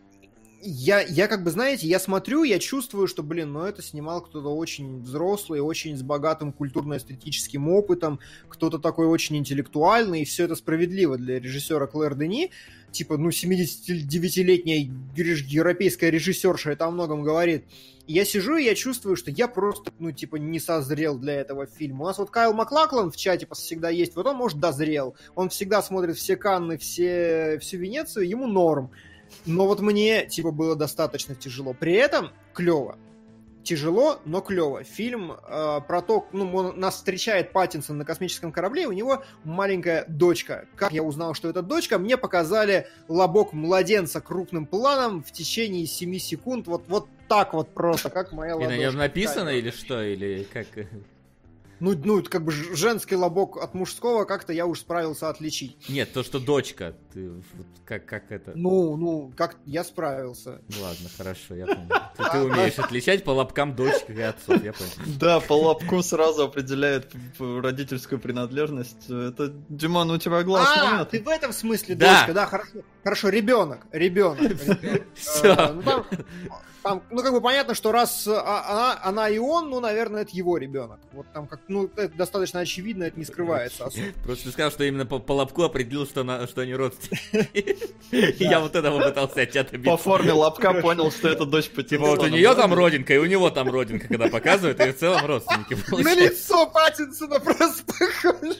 я, я как бы, знаете, я смотрю, я чувствую, что, блин, ну это снимал кто-то очень взрослый, очень с богатым культурно-эстетическим опытом, кто-то такой очень интеллектуальный, и все это справедливо для режиссера Клэр Дени. Типа, ну, семидесятидевятилетняя реж- европейская режиссерша, это о многом говорит. И я сижу, и я чувствую, что я просто, ну, типа, не созрел для этого фильма. У нас вот Кайл Маклаклан в чате всегда есть, вот он, может, дозрел. Он всегда смотрит все Канны, все, всю Венецию, ему норм. Но вот мне, типа, было достаточно тяжело. При этом клево. Тяжело, но клево. Фильм э, про то, ну, он, нас встречает Паттинсон на космическом корабле, у него маленькая дочка. Как я узнал, что это дочка? Мне показали лобок младенца крупным планом в течение семи секунд. Вот, вот так вот просто, как моя И ладошка. на нем написано Камера. или что? Или как? Ну, ну, как бы ж- женский лобок от мужского как-то я уж справился отличить. Нет, то, что дочка. Ты вот как, как это? Ну, ну, как я справился. Ну ладно, хорошо, я понял. Ты, ты умеешь отличать по лобкам дочек и отцов, я понял. Да, по лобку сразу определяет п- п- родительскую принадлежность. Это, Димон, у тебя глаз А, нет? ты в этом смысле Да. дочка, да, хорошо. Хорошо, ребенок, ребенок. Всё. Ну, там, там, ну, как бы понятно, что раз а, она, она и он, ну, наверное, это его ребенок. Вот там как, ну, это достаточно очевидно, это не скрывается особо. Просто ты сказал, что именно по, по лобку определил, что, на, что они родственники. И я вот этого пытался от тебя По добиться. форме лобка понял, что это дочь Типа Паттинсона. вот у нее там родинка, и у него там родинка, когда показывают, и в целом родственники На получаются. лицо Паттинсона просто похож.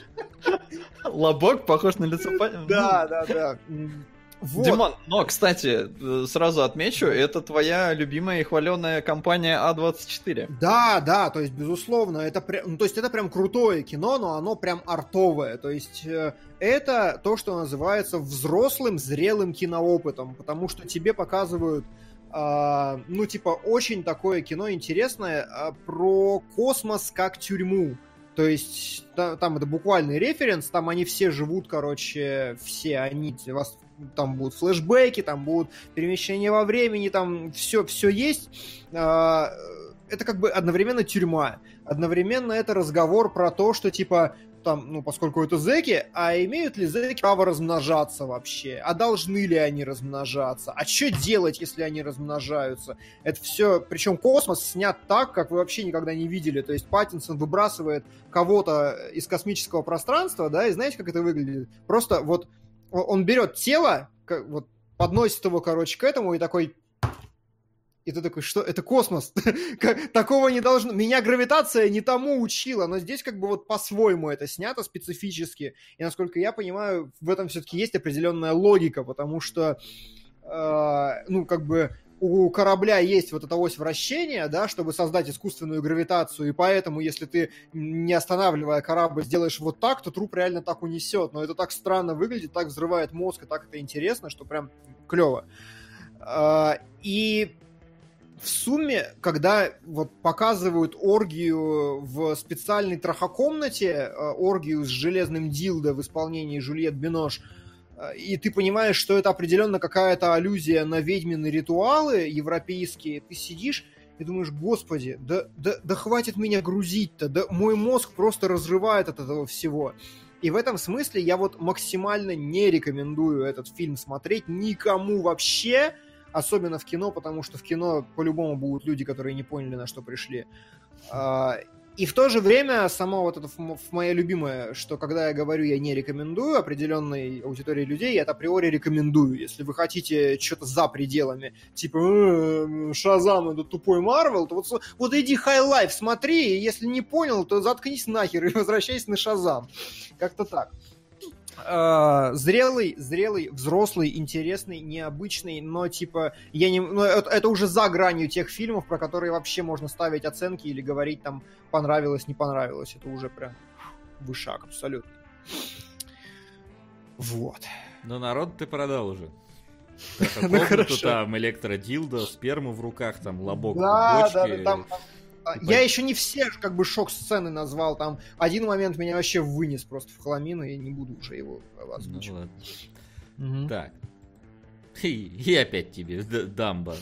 Лобок похож на лицо Паттинсона. Да, да, да. М, Вот. Димон, но, кстати, э, сразу отмечу, это твоя любимая и хваленая компания А двадцать четыре. Да, да, то есть, безусловно, это прям, ну, то есть это прям крутое кино, но оно прям артовое. То есть э, это то, что называется взрослым, зрелым киноопытом, потому что тебе показывают, а, ну, типа, очень такое кино интересное а, про космос как тюрьму. То есть та- там это буквальный референс, там они все живут, короче, все они, вас, там будут флешбеки, там будут перемещения во времени, там все, все есть. А, это как бы одновременно тюрьма, одновременно это разговор про то, что типа там, ну, поскольку это зэки, а имеют ли зэки право размножаться вообще? А должны ли они размножаться? А что делать, если они размножаются? Это все, причем космос снят так, как вы вообще никогда не видели. То есть Паттинсон выбрасывает кого-то из космического пространства, да, и знаете, как это выглядит? Просто вот он берет тело, как- вот подносит его, короче, к этому и такой... И ты такой, что? Это космос. Как- Такого не должно... Меня гравитация не тому учила, но здесь как бы вот по-своему это снято специфически. И насколько я понимаю, в этом все-таки есть определенная логика, потому что, э, ну, как бы у корабля есть вот эта ось вращения, да, чтобы создать искусственную гравитацию, и поэтому, если ты, не останавливая корабль, сделаешь вот так, то труп реально так унесет. Но это так странно выглядит, так взрывает мозг, и так это интересно, что прям клево. Э, и в сумме, когда вот показывают оргию в специальной трахокомнате, оргию с железным дилдо в исполнении Жюльет Бинош, и ты понимаешь, что это определенно какая-то аллюзия на ведьмины ритуалы европейские, ты сидишь и думаешь, господи, да, да, да хватит меня грузить-то, да мой мозг просто разрывает от этого всего. И в этом смысле я вот максимально не рекомендую этот фильм смотреть никому вообще, особенно в кино, потому что в кино по-любому будут люди, которые не поняли, на что пришли. И в то же время само вот это мое любимое, что когда я говорю, я не рекомендую определенной аудитории людей, я это априори рекомендую. Если вы хотите что-то за пределами, типа Шазам это тупой Марвел, то вот, вот иди High Life смотри, и если не понял, то заткнись нахер и возвращайся на Шазам. Как-то так. Зрелый, зрелый, взрослый, интересный, необычный, но типа я не, ну, это, это уже за гранью тех фильмов, про которые вообще можно ставить оценки или говорить там понравилось, не понравилось. Это уже прям вышаг абсолютно. Вот. Но народ ты продал уже. Ну хорошо. Там электродилдо, сперму в руках, там лобок да, бочки. Да, да, там... Я еще не все как бы шок-сцены назвал, там один момент меня вообще вынес просто в хламину, и не буду уже его озвучивать. Ну, ладно. Угу. Так. И, и опять тебе, Дамбо.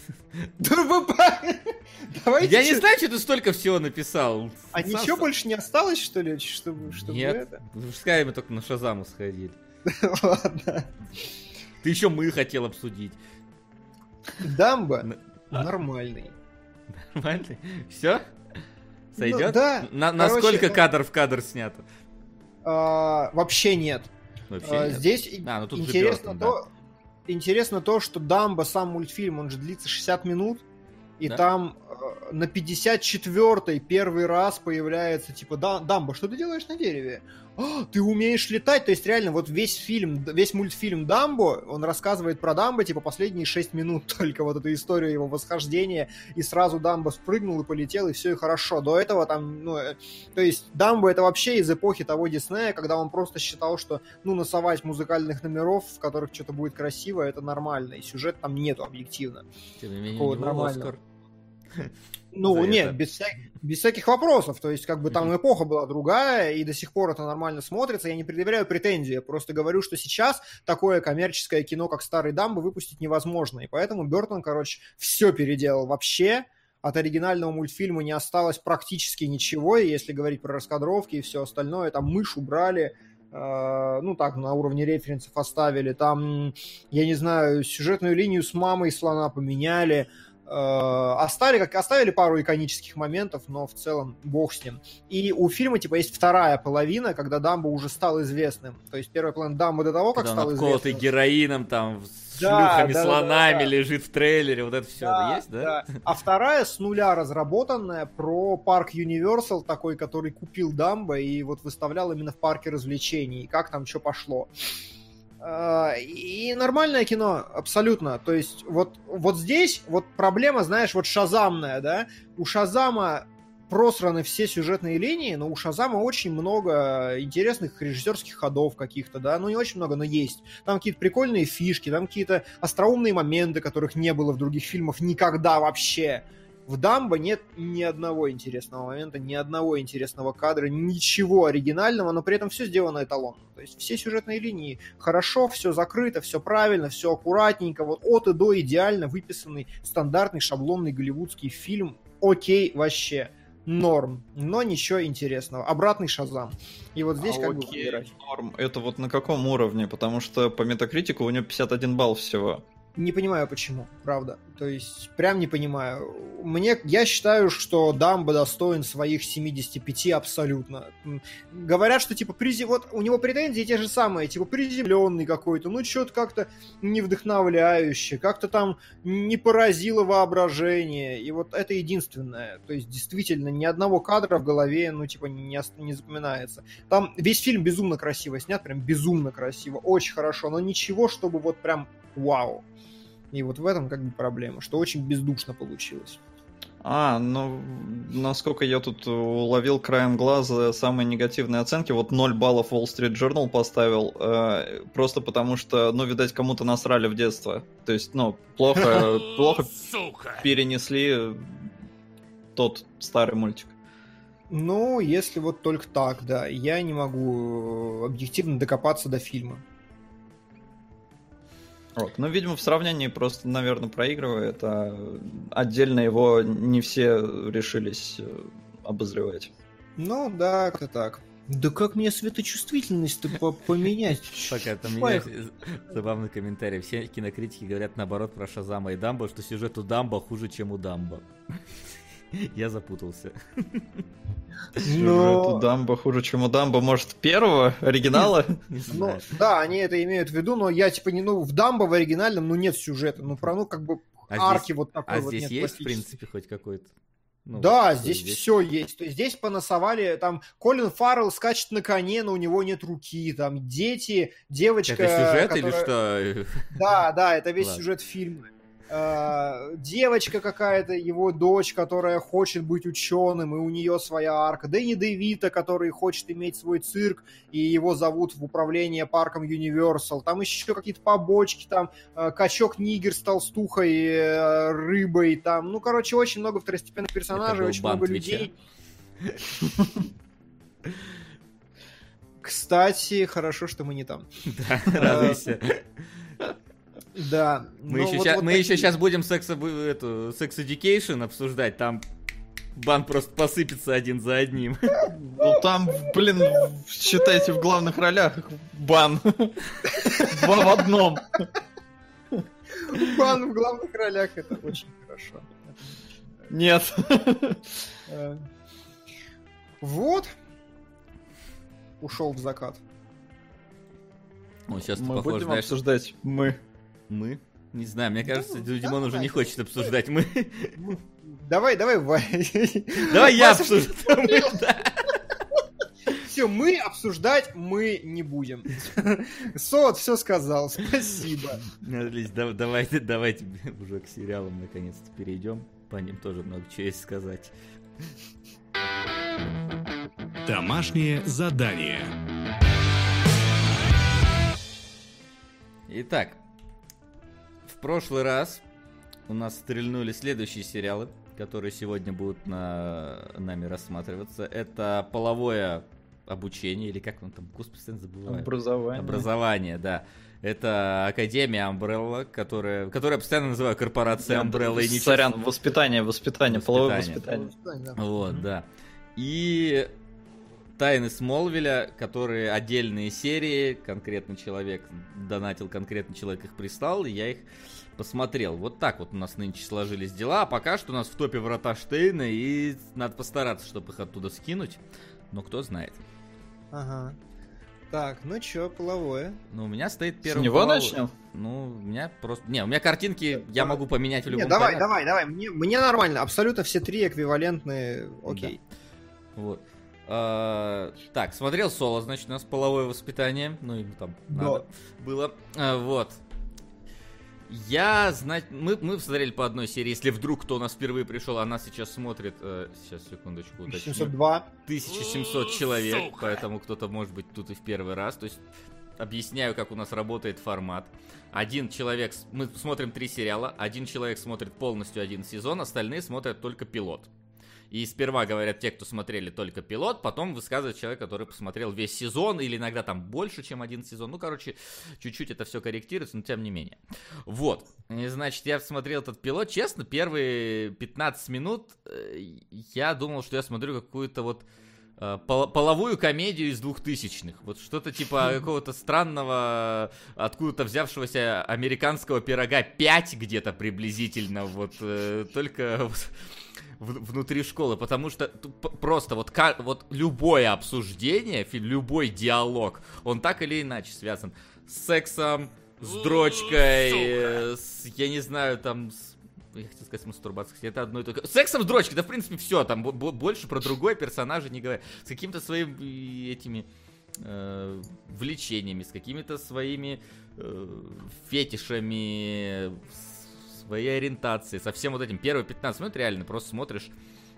Давайте. Я не знаю, что ты столько всего написал. А ничего больше не осталось, что ли? Чтобы Нет, пускай мы только на Шазаму сходили. Ладно. Ты еще мы хотел обсудить. Дамбо нормальный. Нормально? Все? Сойдет? Ну, да. На, на Короче, сколько кадр в кадр снято? А, вообще нет. Вообще а, нет. Здесь а, ну, тут интересно, Бёртон, то, да. интересно то, что Дамбо, сам мультфильм, он же длится шестьдесят минут, и да? там э, на пятьдесят четвёртой первый раз появляется, типа, Дамбо, что ты делаешь на дереве? О, ты умеешь летать? То есть реально вот весь фильм, весь мультфильм Дамбо, он рассказывает про Дамбо, типа, последние шесть минут только вот эту историю его восхождения, и сразу Дамбо спрыгнул и полетел, и все, и хорошо. До этого там, ну, э, то есть Дамбо это вообще из эпохи того Диснея, когда он просто считал, что, ну, насовать музыкальных номеров, в которых что-то будет красиво, это нормально, и сюжет там нету объективно. Тем не менее, нормально. Ну, нет, без, вся... без всяких вопросов. То есть, как бы там эпоха была другая, и до сих пор это нормально смотрится. Я не предъявляю претензий, я просто говорю, что сейчас такое коммерческое кино, как «Старый Дамбо», выпустить невозможно. И поэтому Бёртон, короче, все переделал вообще. От оригинального мультфильма не осталось практически ничего. И если говорить про раскадровки и все остальное, там мышь убрали, э, ну так, на уровне референсов оставили. Там, я не знаю, сюжетную линию с мамой слона поменяли. Оставили, как, оставили пару иконических моментов, но в целом бог с ним. И у фильма типа есть вторая половина, когда Дамбо уже стал известным. То есть первая половина Дамбо до того, как когда стал известным. Когда он героином, там, с да, шлюхами, да, слонами да, да. лежит в трейлере, вот это все да, это есть, да? да? А вторая с нуля разработанная про парк Universal, такой, который купил Дамбо и вот выставлял именно в парке развлечений, и как там что пошло. И нормальное кино, абсолютно. То есть вот, вот здесь вот проблема, знаешь, вот шазамная, да? У Шазама просраны все сюжетные линии, но у Шазама очень много интересных режиссерских ходов каких-то, да? Ну, не очень много, но есть. Там какие-то прикольные фишки, там какие-то остроумные моменты, которых не было в других фильмах никогда вообще. В Дамбо нет ни одного интересного момента, ни одного интересного кадра, ничего оригинального, но при этом все сделано эталонно. То есть все сюжетные линии хорошо, все закрыто, все правильно, все аккуратненько. Вот от и до идеально выписанный стандартный шаблонный голливудский фильм. Окей, вообще. Норм, но ничего интересного. Обратный Шазам. И вот здесь а как окей, бы выбирать. Норм. Это вот на каком уровне? Потому что по Метакритику у него пятьдесят один балл всего. Не понимаю, почему, правда. То есть, прям не понимаю. Мне, я считаю, что Дамбо достоин своих семидесяти пяти абсолютно. Говорят, что, типа, призи... вот у него претензии те же самые, типа, приземленный какой-то, ну, что-то как-то не вдохновляющее, как-то там не поразило воображение. И вот это единственное. То есть, действительно, ни одного кадра в голове, ну, типа, не, не запоминается. Там весь фильм безумно красиво снят, прям безумно красиво, очень хорошо, но ничего, чтобы вот прям вау. И вот в этом как бы проблема, что очень бездушно получилось. А, ну, насколько я тут уловил краем глаза самые негативные оценки, вот ноль баллов Wall Street Journal поставил, э, просто потому что, ну, видать, кому-то насрали в детство. То есть, ну, плохо, плохо Сука! перенесли тот старый мультик. Ну, если вот только так, да. Я не могу объективно докопаться до фильма. Вот. Ну, видимо, в сравнении просто, наверное, проигрывает, а отдельно его не все решились обозревать. Ну, да, как-то так. Да как мне светочувствительность-то по- поменять? Пока там у меня забавный комментарий. Все кинокритики говорят наоборот про Шазама и Дамбо, что сюжет у Дамбо хуже, чем у Дамбо. Я запутался. Но- Сюжет у Дамбо хуже, чем у Дамбо. Может, первого оригинала? Не Ну, знаю. да, они это имеют в виду, но я типа не, ну, в Дамбо в оригинальном, ну, нет сюжета. Ну, про, ну, как бы, А арки здесь- вот такой А вот здесь нет есть, в классической. принципе, хоть какой-то? Ну, Да, что здесь все есть. То есть здесь понасовали, там Колин Фаррелл скачет на коне, но у него нет руки, там дети, девочка... Это сюжет или которая- что? Да, да, это весь Ладно. сюжет фильма. Э, Девочка какая-то, его дочь, которая хочет быть ученым, и у нее своя арка. Дэнни Девито, который хочет иметь свой цирк, и его зовут в управление парком Universal. Там еще какие-то побочки, там э, качок-нигер с толстухой, э, рыбой, там, ну, короче, очень много второстепенных персонажей, был очень бан много Твича. людей. Кстати, хорошо, что мы не там. Да, радуйся. Да. Мы ну, еще вот- ща- вот мы еще такие. сейчас будем секс эту Sex Education обсуждать, там бан просто посыпется один за одним. Ну там, блин, считайте, в главных ролях бан. Два в одном. Бан в главных ролях, это очень хорошо. Это мне очень Нет. нравится. Э, Вот. Ушел в закат. О, сейчас ты Мы похож, будем знаешь, обсуждать мы. мы? Не знаю, мне кажется, Ну, Димон уже не давай. хочет обсуждать мы. Давай, давай, Вай. Давай я Вася, обсужу. Все, мы обсуждать мы не будем. Сот все сказал, спасибо. Отлично, да- давайте, давайте уже к сериалам наконец-то перейдем. По ним тоже много чего есть сказать. Домашнее задание. Итак, в прошлый раз у нас стрельнули следующие сериалы, которые сегодня будут на нами рассматриваться. Это половое обучение, или как он там, господи, постоянно забываю. Образование. Образование, да. Это Академия Umbrella, которая, которую я постоянно называю корпорацией Umbrella. И не Сорян, чувствую- воспитание, воспитание, половое Воспитание. воспитание. Вот, да. И Тайны Смолвиля, которые отдельные серии, конкретный человек донатил, конкретный человек их прислал, и я их посмотрел. Вот так вот у нас нынче сложились дела. А пока что у нас в топе Врата Штейна, и надо постараться, чтобы их оттуда скинуть. Но кто знает. Ага. Так, ну чё, половое? Ну, у меня стоит С первый него половой. начнем? Ну, у меня просто... Не, у меня картинки я могу поменять в Не, любом давай, порядке. давай, давай, мне, мне нормально, абсолютно все три эквивалентные, окей. Вот. А, так, смотрел Соло, значит, у нас половое воспитание. Ну, ему там Да. надо было. А, вот. Я, знать, мы, мы смотрели по одной серии. Если вдруг кто у нас впервые пришел, она сейчас смотрит. э, сейчас, секундочку, уточню. семьсот два. тысяча семьсот человек, Сука. поэтому кто-то может быть тут и в первый раз. То есть объясняю, как у нас работает формат. Один человек, с- мы смотрим три сериала, один человек смотрит полностью один сезон, остальные смотрят только пилот. И сперва говорят те, кто смотрели только пилот, потом высказывает человек, который посмотрел весь сезон, или иногда там больше, чем один сезон. Ну, короче, чуть-чуть это все корректируется, но тем не менее. Вот. И, значит, я смотрел этот пилот. Честно, первые пятнадцать минут э, я думал, что я смотрю какую-то вот э, пол- половую комедию из двухтысячных. Вот что-то типа какого-то странного, откуда-то взявшегося американского пирога пять где-то приблизительно. Вот э, только... вот в- внутри школы, потому что т- п- просто вот, ка- вот любое обсуждение, фи- любой диалог, он так или иначе связан с сексом, с дрочкой, э, с, я не знаю, там, с, я хотел сказать, с мастурбацией, кстати, это одно и только. С сексом, с дрочкой, да, в принципе, все, там бо- бо- больше про другой персонажа не говоря, с какими-то своими этими э, влечениями, с какими-то своими э, фетишами, с- своей ориентацией, со всем вот этим. Первые пятнадцать минут реально просто смотришь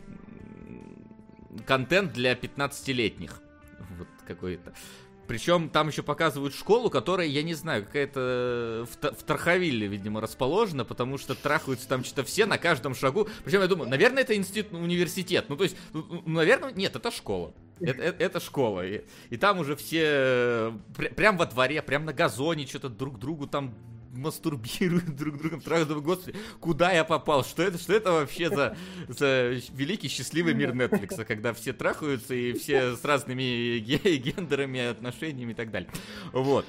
контент для пятнадцатилетних. Вот какой-то. Причем там еще показывают школу, которая, я не знаю, какая-то в, в Тархавилле, видимо, расположена, потому что трахаются там что-то все на каждом шагу. Причем я думаю, наверное, это институт, университет. Ну, то есть, ну, наверное, нет, это школа. Это, это, это школа. И, и там уже все пр- прям во дворе, прям на газоне что-то друг другу там мастурбируют, друг другом трахают. Господи, куда я попал? Что это, что это вообще за, за великий счастливый мир Netflix, когда все трахаются и все с разными ге- гендерами, отношениями и так далее. Вот.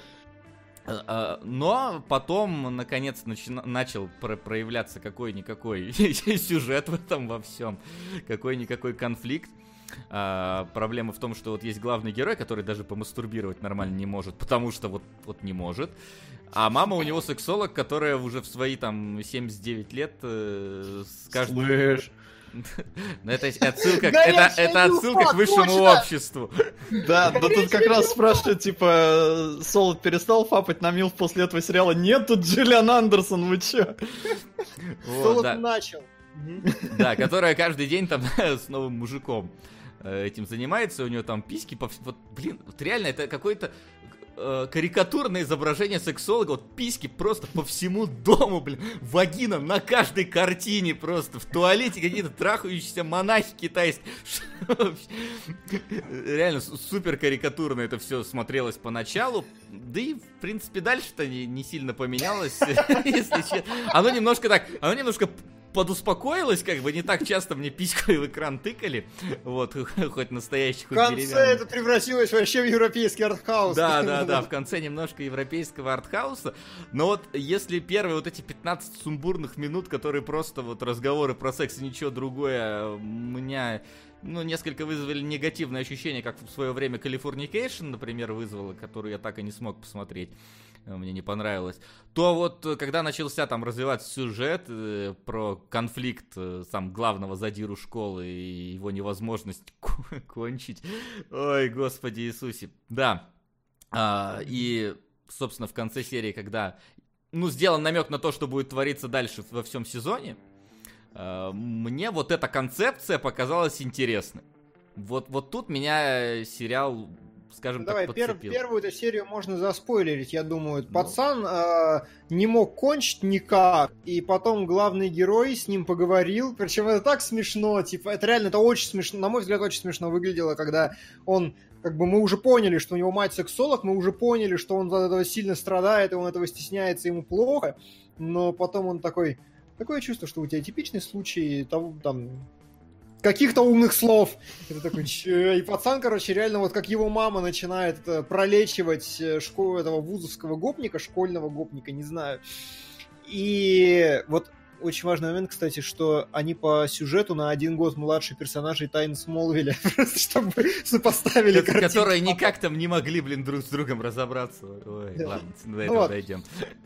Но потом, наконец, начи- начал про- проявляться какой-никакой сюжет в этом во всем. Какой-никакой конфликт. А, проблема в том, что вот есть главный герой, который даже помастурбировать нормально не может, потому что вот, вот не может. А мама у него сексолог, которая уже в свои там семьдесят девять лет э, скажет... Слышь. Ну, это отсылка, это, это отсылка к высшему обществу. Да, да тут как раз спрашивают, типа, Солод перестал фапать на милф после этого сериала? Нет, тут Джиллиан Андерсон, вы чё? Солод начал. Да, которая каждый день там с новым мужиком этим занимается, у нее там письки, по... вот, блин, вот реально это какое-то э, карикатурное изображение сексолога, вот письки просто по всему дому, блин, вагина на каждой картине просто, в туалете какие-то трахающиеся монахи китайские, реально супер карикатурно это все смотрелось поначалу, да и в принципе дальше-то не, не сильно поменялось, если честно, оно немножко так, оно немножко подуспокоилась, как бы не так часто мне письку в экран тыкали, вот, хоть настоящий, хоть деревянный. В конце это превратилось вообще в европейский артхаус. Да, да, да, в конце немножко европейского артхауса, но вот если первые вот эти пятнадцать сумбурных минут, которые просто вот разговоры про секс и ничего другое, у меня... Ну, несколько вызвали негативное ощущение, как в свое время Californication, например, вызвало, которую я так и не смог посмотреть. Мне не понравилось. То вот, когда начался там развиваться сюжет э, про конфликт э, сам главного задиру школы и его невозможность кончить. Ой, Господи Иисусе. Да. А, и, собственно, в конце серии, когда, ну, сделан намек на то, что будет твориться дальше во всем сезоне, э, мне вот эта концепция показалась интересной. Вот, вот тут меня сериал... скажем Давай, так, пер, первую эту серию можно заспойлерить, я думаю. Пацан э, не мог кончить никак, и потом главный герой с ним поговорил, причем это так смешно, типа, это реально, это очень смешно, на мой взгляд, очень смешно выглядело, когда он, как бы, мы уже поняли, что у него мать сексолог, мы уже поняли, что он от этого сильно страдает, и он этого стесняется, ему плохо, но потом он такой, такое чувство, что у тебя типичный случай того, там... каких-то умных слов. Это такой, че? И пацан, короче, реально вот как его мама начинает это, пролечивать школу этого вузовского гопника, школьного гопника, не знаю. И вот очень важный момент, кстати, что они по сюжету на один год младше персонажей Тайн Смолвиля, просто чтобы сопоставили картинки. Которые никак там не могли, блин, друг с другом разобраться. Ой, да. Ладно, до этого вот. Дойдем.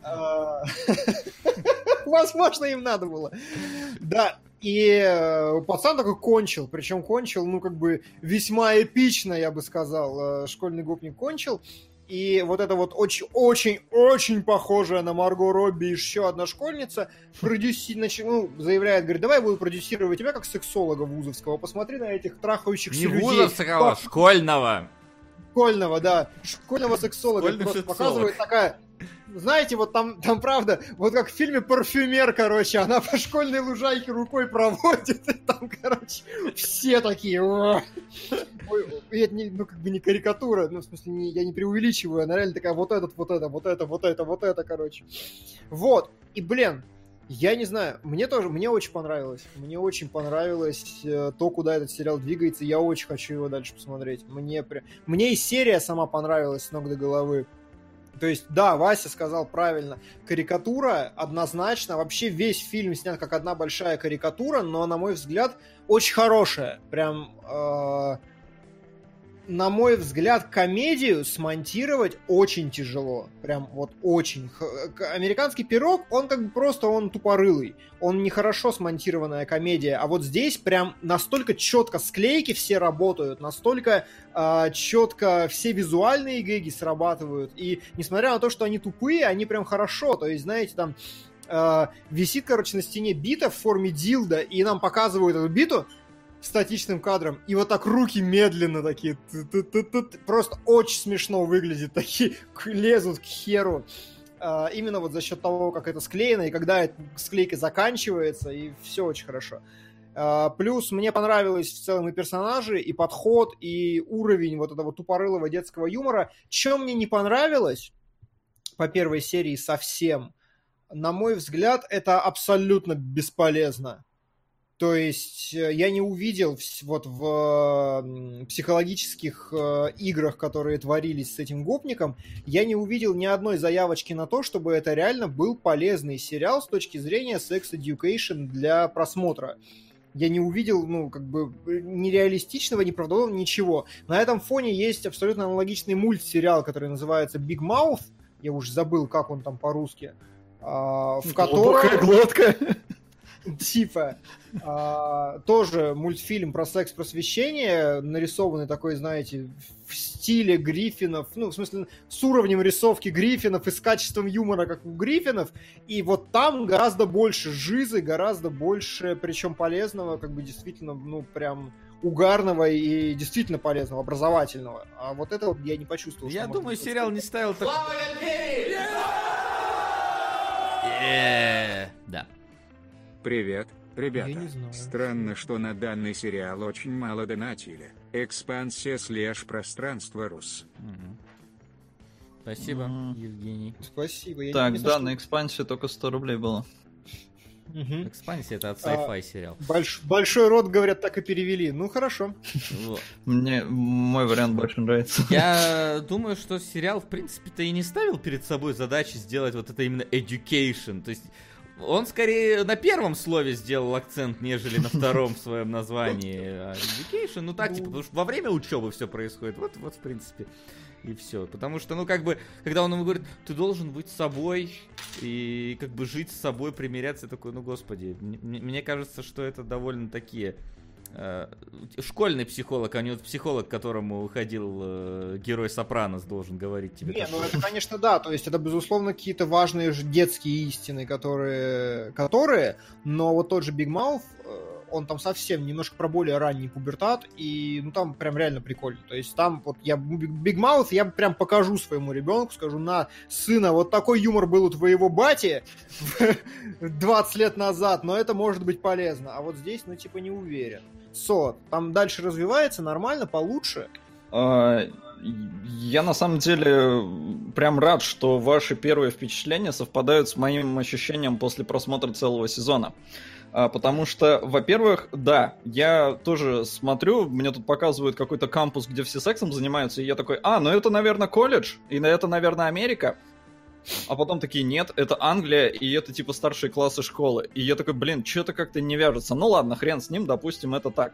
Возможно, им надо было. Да, и пацан такой кончил, причем кончил, ну, как бы, весьма эпично, я бы сказал. Школьный гопник кончил. И вот это вот очень-очень-очень похожая на Марго Робби еще одна школьница продюси... ну, заявляет, говорит, давай я буду продюсировать тебя как сексолога вузовского, посмотри на этих трахающихся Не людей. Не вузовского, а школьного. Школьного, да. Школьного сексолога. Школьный просто сексолог. Показывает такая... Знаете, вот там, там правда, вот как в фильме «Парфюмер», короче, она по школьной лужайке рукой проводит, и там, короче, все такие... Ой, это не, ну, как бы не карикатура, ну, в смысле, не, я не преувеличиваю, она реально такая, вот этот, вот это, вот это, вот это, вот это, короче. Вот, и, блин, я не знаю, мне тоже, мне очень понравилось, мне очень понравилось э, то, куда этот сериал двигается, я очень хочу его дальше посмотреть. Мне, мне и серия сама понравилась с ног до головы. То есть, да, Вася сказал правильно, карикатура однозначно, вообще весь фильм снят как одна большая карикатура, но, на мой взгляд, очень хорошая. Прям, э, на мой взгляд, комедию смонтировать очень тяжело. Прям вот очень. Американский пирог, он как бы просто, он тупорылый. Он нехорошо смонтированная комедия. А вот здесь прям настолько четко склейки все работают, настолько э, четко все визуальные гэги срабатывают. И несмотря на то, что они тупые, они прям хорошо. То есть, знаете, там э, висит, короче, на стене бита в форме дилда, и нам показывают эту биту статичным кадром, и вот так руки медленно такие, просто очень смешно выглядит, такие лезут к херу. Uh, именно вот за счет того, как это склеено, и когда эта склейка заканчивается, и все очень хорошо. Uh, плюс мне понравилось в целом и персонажи, и подход, и уровень вот этого тупорылого детского юмора. Чем мне не понравилось по первой серии совсем, на мой взгляд, это абсолютно бесполезно. То есть я не увидел вот в психологических играх, которые творились с этим гопником, я не увидел ни одной заявочки на то, чтобы это реально был полезный сериал с точки зрения Sex Education для просмотра. Я не увидел, ну, как бы, нереалистичного, неправдоподобного, ничего. На этом фоне есть абсолютно аналогичный мультсериал, который называется Big Mouth, я уже забыл, как он там по-русски, в котором... Глубокая глотка. Типа, а, тоже мультфильм про секс-просвещение, нарисованный такой, знаете, в стиле Гриффинов, ну, в смысле, с уровнем рисовки Гриффинов и с качеством юмора, как у Гриффинов, и вот там гораздо больше жизы, гораздо больше, причем полезного, как бы действительно, ну, прям угарного и действительно полезного, образовательного. А вот это вот я не почувствовал. Я думаю, сериал не ставил так... Э, Да. Привет, ребята. Я не знаю. Странно, что на данный сериал очень мало донатили. Экспансия слэш пространство Рус. Мгм. Спасибо, Мгм. Евгений. Спасибо. Я Так, не да, знаю, на экспансии только сто рублей было. что- Мгм. Экспансия — это от sci-fi сериал. Больш- Большой рот, говорят, так и перевели. Ну, хорошо. Вот. Мне мой вариант больше нравится. Я думаю, что сериал, в принципе-то, и не ставил перед собой задачи сделать вот это именно education. То есть он скорее на первом слове сделал акцент, нежели на втором в своем названии. А education, ну так, типа, потому что во время учебы все происходит. Вот, вот, в принципе, и все. Потому что, ну, как бы, когда он ему говорит, ты должен быть собой и как бы жить с собой, примиряться, я такой, ну, господи, мне, мне кажется, что это довольно такие... э, школьный психолог, а не вот психолог, к которому ходил э, герой Сопранос, должен говорить тебе. Не, такое. ну это, конечно, да, то есть это, безусловно, какие-то важные же детские истины, которые, которые, но вот тот же Big Mouth, э, он там совсем немножко про более ранний пубертат, и, ну, там прям реально прикольно, то есть там вот я, Big Mouth, я прям покажу своему ребенку, скажу, на, сына, вот такой юмор был у твоего бати двадцать лет назад, но это может быть полезно, а вот здесь, ну, типа, не уверен. Сот, там дальше развивается нормально, получше. А, Я на самом деле прям рад, что ваши первые впечатления совпадают с моим ощущением после просмотра целого сезона. А, Потому что, во-первых, да, я тоже смотрю, мне тут показывают какой-то кампус, где все сексом занимаются, и я такой, а, ну это, наверное, колледж, и это, наверное, Америка. А потом такие, нет, это Англия, и это типа старшие классы школы. И я такой, блин, что-то как-то не вяжется. Ну ладно, хрен с ним, допустим, это так.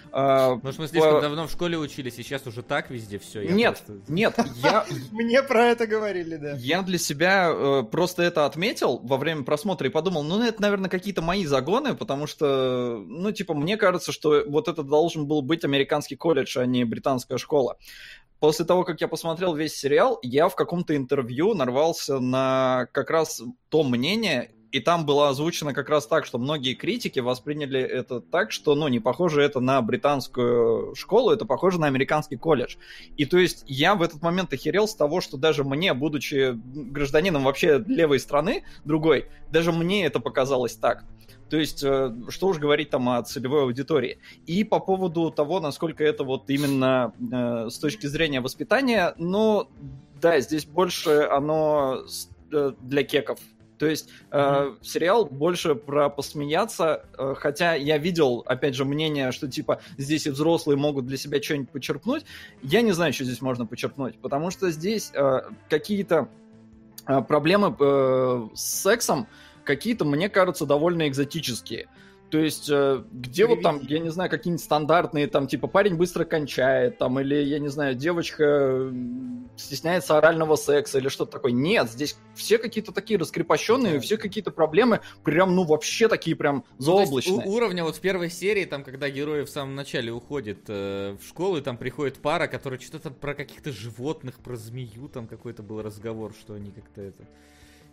А, Может, мы слишком по- давно в школе учились, и сейчас уже так везде все. Нет, нет, я, Мне про это говорили, да. я для себя э, просто это отметил во время просмотра и подумал, ну, это, наверное, какие-то мои загоны, потому что, ну, типа, мне кажется, что вот это должен был быть американский колледж, а не британская школа. После того, как я посмотрел весь сериал, я в каком-то интервью нарвался на как раз то мнение, и там было озвучено как раз так, что многие критики восприняли это так, что, ну, не похоже это на британскую школу, это похоже на американский колледж. И то есть я в этот момент охерел с того, что даже мне, будучи гражданином вообще левой страны, другой, даже мне это показалось так. То есть, что уж говорить там о целевой аудитории. И по поводу того, насколько это вот именно э, с точки зрения воспитания, ну, да, здесь больше оно с, э, для кеков. То есть э, mm-hmm. сериал больше про посмеяться, э, хотя я видел, опять же, мнение, что типа здесь и взрослые могут для себя что-нибудь почерпнуть. Я не знаю, что здесь можно почерпнуть, потому что здесь э, какие-то э, проблемы э, с сексом, какие-то, мне кажутся, довольно экзотические. То есть, э, где вот там, я не знаю, какие-нибудь стандартные, там, типа, парень быстро кончает, там, или, я не знаю, девочка стесняется орального секса, или что-то такое. Нет, здесь все какие-то такие раскрепощенные, все какие-то проблемы, прям, ну, вообще такие прям заоблачные. Ну, у- уровня вот в первой серии, там, когда герои в самом начале уходят э, в школу, и там приходит пара, которая что-то про каких-то животных, про змею, там какой-то был разговор, что они как-то это...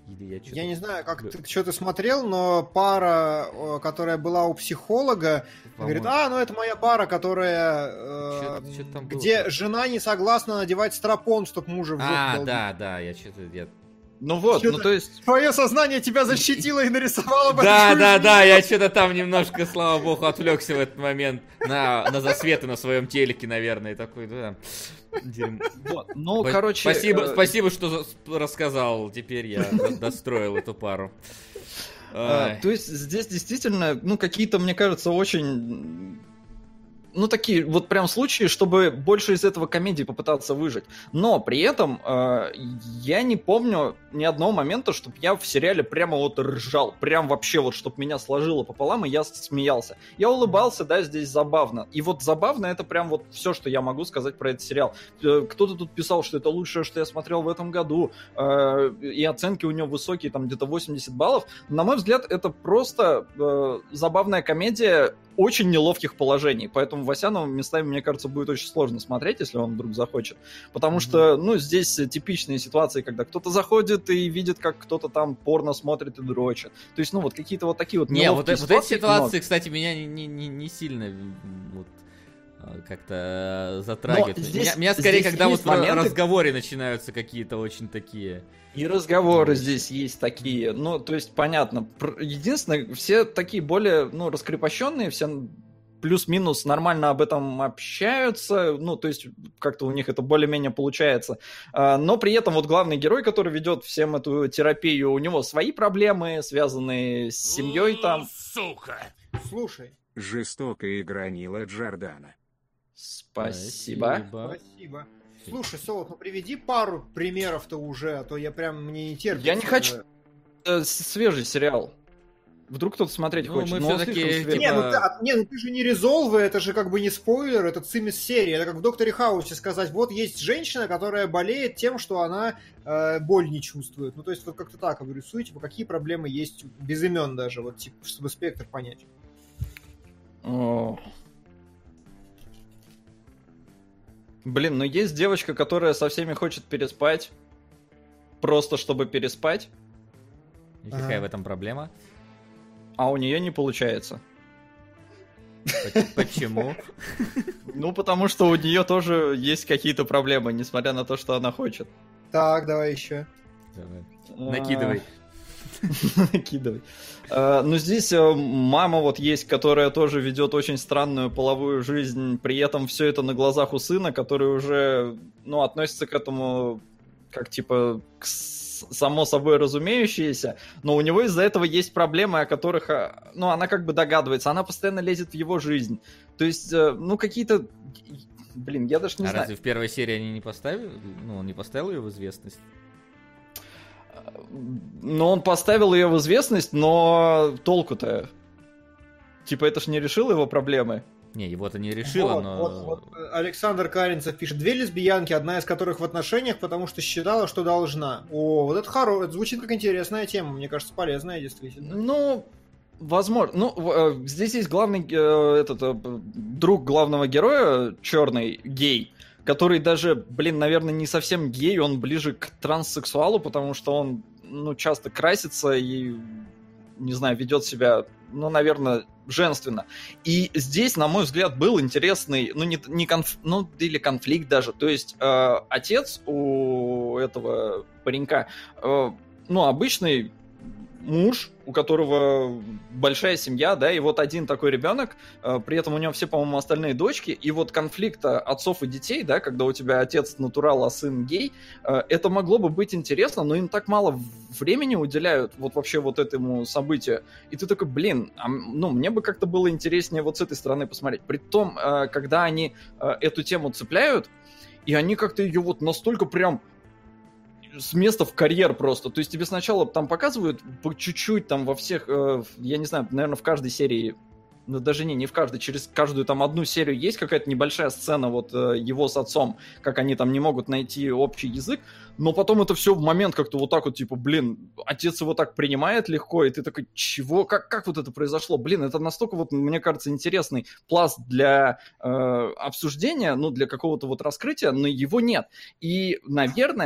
Или я, Я не знаю, как ты, что ты смотрел, но пара, э, которая была у психолога, говорит, а, ну это моя пара, которая, э, Чё-то- чё-то там было. где жена не согласна надевать страпон, чтоб мужа в жопу А, долбить. да, да, я что-то... Я... Ну вот, Чё-то- ну то есть... Твое сознание тебя защитило и нарисовало Да, большую да, жизнь. да, я что-то там немножко, слава богу, отвлекся в этот момент на, на засветы на своем телеке, наверное, и такой, да. Дерьмо. Вот, ну, Спа- короче... Спасибо, э, спасибо, что за- рассказал. Теперь я до- достроил эту пару. А, Ай. то есть здесь действительно, ну, какие-то, мне кажется, очень... Ну, такие вот прям случаи, чтобы больше из этого комедии попытаться выжить. Но при этом э, я не помню ни одного момента, чтобы я в сериале прямо вот ржал. Прям вообще вот, чтобы меня сложило пополам, и я смеялся. Я улыбался, да, здесь забавно. И вот забавно это прям вот все, что я могу сказать про этот сериал. Э, Кто-то тут писал, что это лучшее, что я смотрел в этом году. Э, и оценки у него высокие, там где-то восемьдесят баллов. На мой взгляд, это просто э, забавная комедия очень неловких положений. Поэтому Васяну местами, мне кажется, будет очень сложно смотреть, если он вдруг захочет. Потому mm-hmm. что, ну, здесь типичные ситуации, когда кто-то заходит и видит, как кто-то там порно смотрит и дрочит. То есть, ну, вот какие-то вот такие вот Не, вот, неловкие э- вот эти ситуации, ситуации, но- кстати, меня не, не, не, не сильно м, вот, а, как-то затрагивают. Но здесь- Меня, меня скорее, здесь когда вот есть в моменты- разговоре начинаются какие-то очень такие... И разговоры здесь есть такие. Ну, то есть, понятно. Пр- Единственное, все такие более, ну, раскрепощенные, все плюс-минус нормально об этом общаются, ну, то есть как-то у них это более-менее получается. А, но при этом вот главный герой, который ведет всем эту терапию, у него свои проблемы, связанные с семьей там. Сука! Слушай, Жестокая игра Нила Джордана. Спасибо. спасибо. Слушай, Солод, ну приведи пару примеров-то уже, а то я прям, мне не терпится. Я не хочу. Э, с- Свежий сериал. Вдруг кто-то смотреть Ну, хочет. мы но он всё-таки, слишком свежий. типа- Не, ну ты, а- не, ну ты же не резолвы, это же как бы не спойлер, это цимис серии. Это как в Докторе Хаусе сказать, вот есть женщина, которая болеет тем, что она э, боль не чувствует. Ну то есть вот как-то так обрисуй, типа какие проблемы есть без имен даже, вот типа, чтобы спектр понять. О. Блин, ну есть девочка, которая со всеми хочет переспать. Просто чтобы переспать, И какая Ага. в этом проблема? а у нее не получается. Поч- Почему? Ну, потому что у нее тоже есть какие-то проблемы, несмотря на то, что она хочет. Так, давай еще. Давай. Накидывай. Накидывай. А, Ну, здесь э, мама вот есть, которая тоже ведет очень странную половую жизнь, при этом все это на глазах у сына, который уже, ну, относится к этому как, типа, к с- само собой разумеющееся, но у него из-за этого есть проблемы, о которых, а, ну, она как бы догадывается, она постоянно лезет в его жизнь. То есть, э, ну, какие-то... Блин, я даже не А знаю. разве в первой серии они не поставили? Ну, он не поставил ее в известность? Ну, он поставил ее в известность, но толку-то? Типа, это ж не решило его проблемы. Не, его-то не решило, Вот, но... вот, вот, э, Александр Каринцев пишет, две лесбиянки, одна из которых в отношениях, потому что считала, что должна. О, вот это хорошо, это звучит как интересная тема, мне кажется, полезная действительно. Ну, возможно. Ну, в- э, здесь есть главный э, этот э, друг главного героя, черный гей, который даже, блин, наверное, не совсем гей, он ближе к транссексуалу, потому что он, ну, часто красится и, не знаю, ведет себя, ну, наверное, женственно. И здесь, на мой взгляд, был интересный, ну, не, не конф, ну, или конфликт даже. То есть э, отец у этого паренька, э, ну, обычный муж, у которого большая семья, да, и вот один такой ребенок, э, при этом у него все, по-моему, остальные дочки, и вот конфликт отцов и детей, да, когда у тебя отец натурал, а сын гей, э, это могло бы быть интересно, но им так мало времени уделяют вот вообще вот этому событию, и ты такой, блин, а, ну, мне бы как-то было интереснее вот с этой стороны посмотреть. Притом, э, когда они э, эту тему цепляют, и они как-то ее вот настолько прям с места в карьер просто. То есть тебе сначала там показывают по чуть-чуть там во всех, э, я не знаю, наверное, в каждой серии, ну даже не, не в каждой, через каждую там одну серию есть какая-то небольшая сцена вот э, его с отцом, как они там не могут найти общий язык, но потом это все в момент как-то вот так вот, типа, блин, отец его так принимает легко, и ты такой, чего, как, как вот это произошло? Блин, это настолько вот, мне кажется, интересный пласт для э, обсуждения, ну, для какого-то вот раскрытия, но его нет. И, наверное,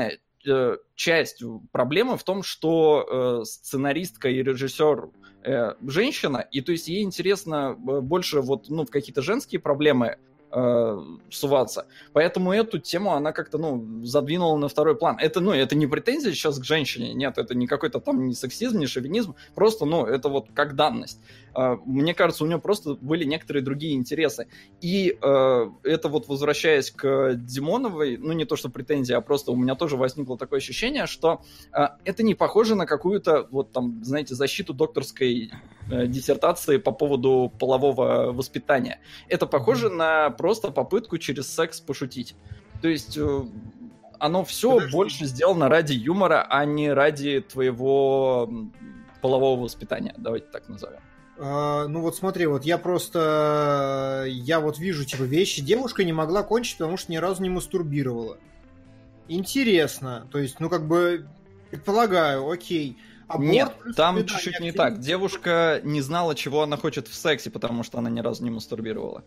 э, часть проблемы в том, что э, сценаристка и режиссер э, женщина, и то есть ей интересно больше вот, ну, в какие-то женские проблемы э, суваться. Поэтому эту тему она как-то, ну, задвинула на второй план. Это, ну, это не претензия сейчас к женщине, нет, это не какой-то там не сексизм, не шовинизм, просто, ну, это вот как данность. Э, мне кажется, у нее просто были некоторые другие интересы. И э, это вот возвращаясь к Димоновой, ну, не то что претензия, а просто у меня тоже возникло такое ощущение, что э, это не похоже на какую-то, вот там, знаете, защиту докторской э, диссертации по поводу полового воспитания. Это похоже на просто попытку через секс пошутить. То есть э, оно все Подожди. больше сделано ради юмора, а не ради твоего полового воспитания. Давайте так назовем. А, ну вот смотри, вот я просто... Я вот вижу, типа, вещи. Девушка не могла кончить, потому что ни разу не мастурбировала. Интересно. То есть, ну как бы... Предполагаю, окей. Аборт Нет, плюс там свидание. чуть-чуть не Ты- так. Девушка не знала, чего она хочет в сексе, потому что она ни разу не мастурбировала.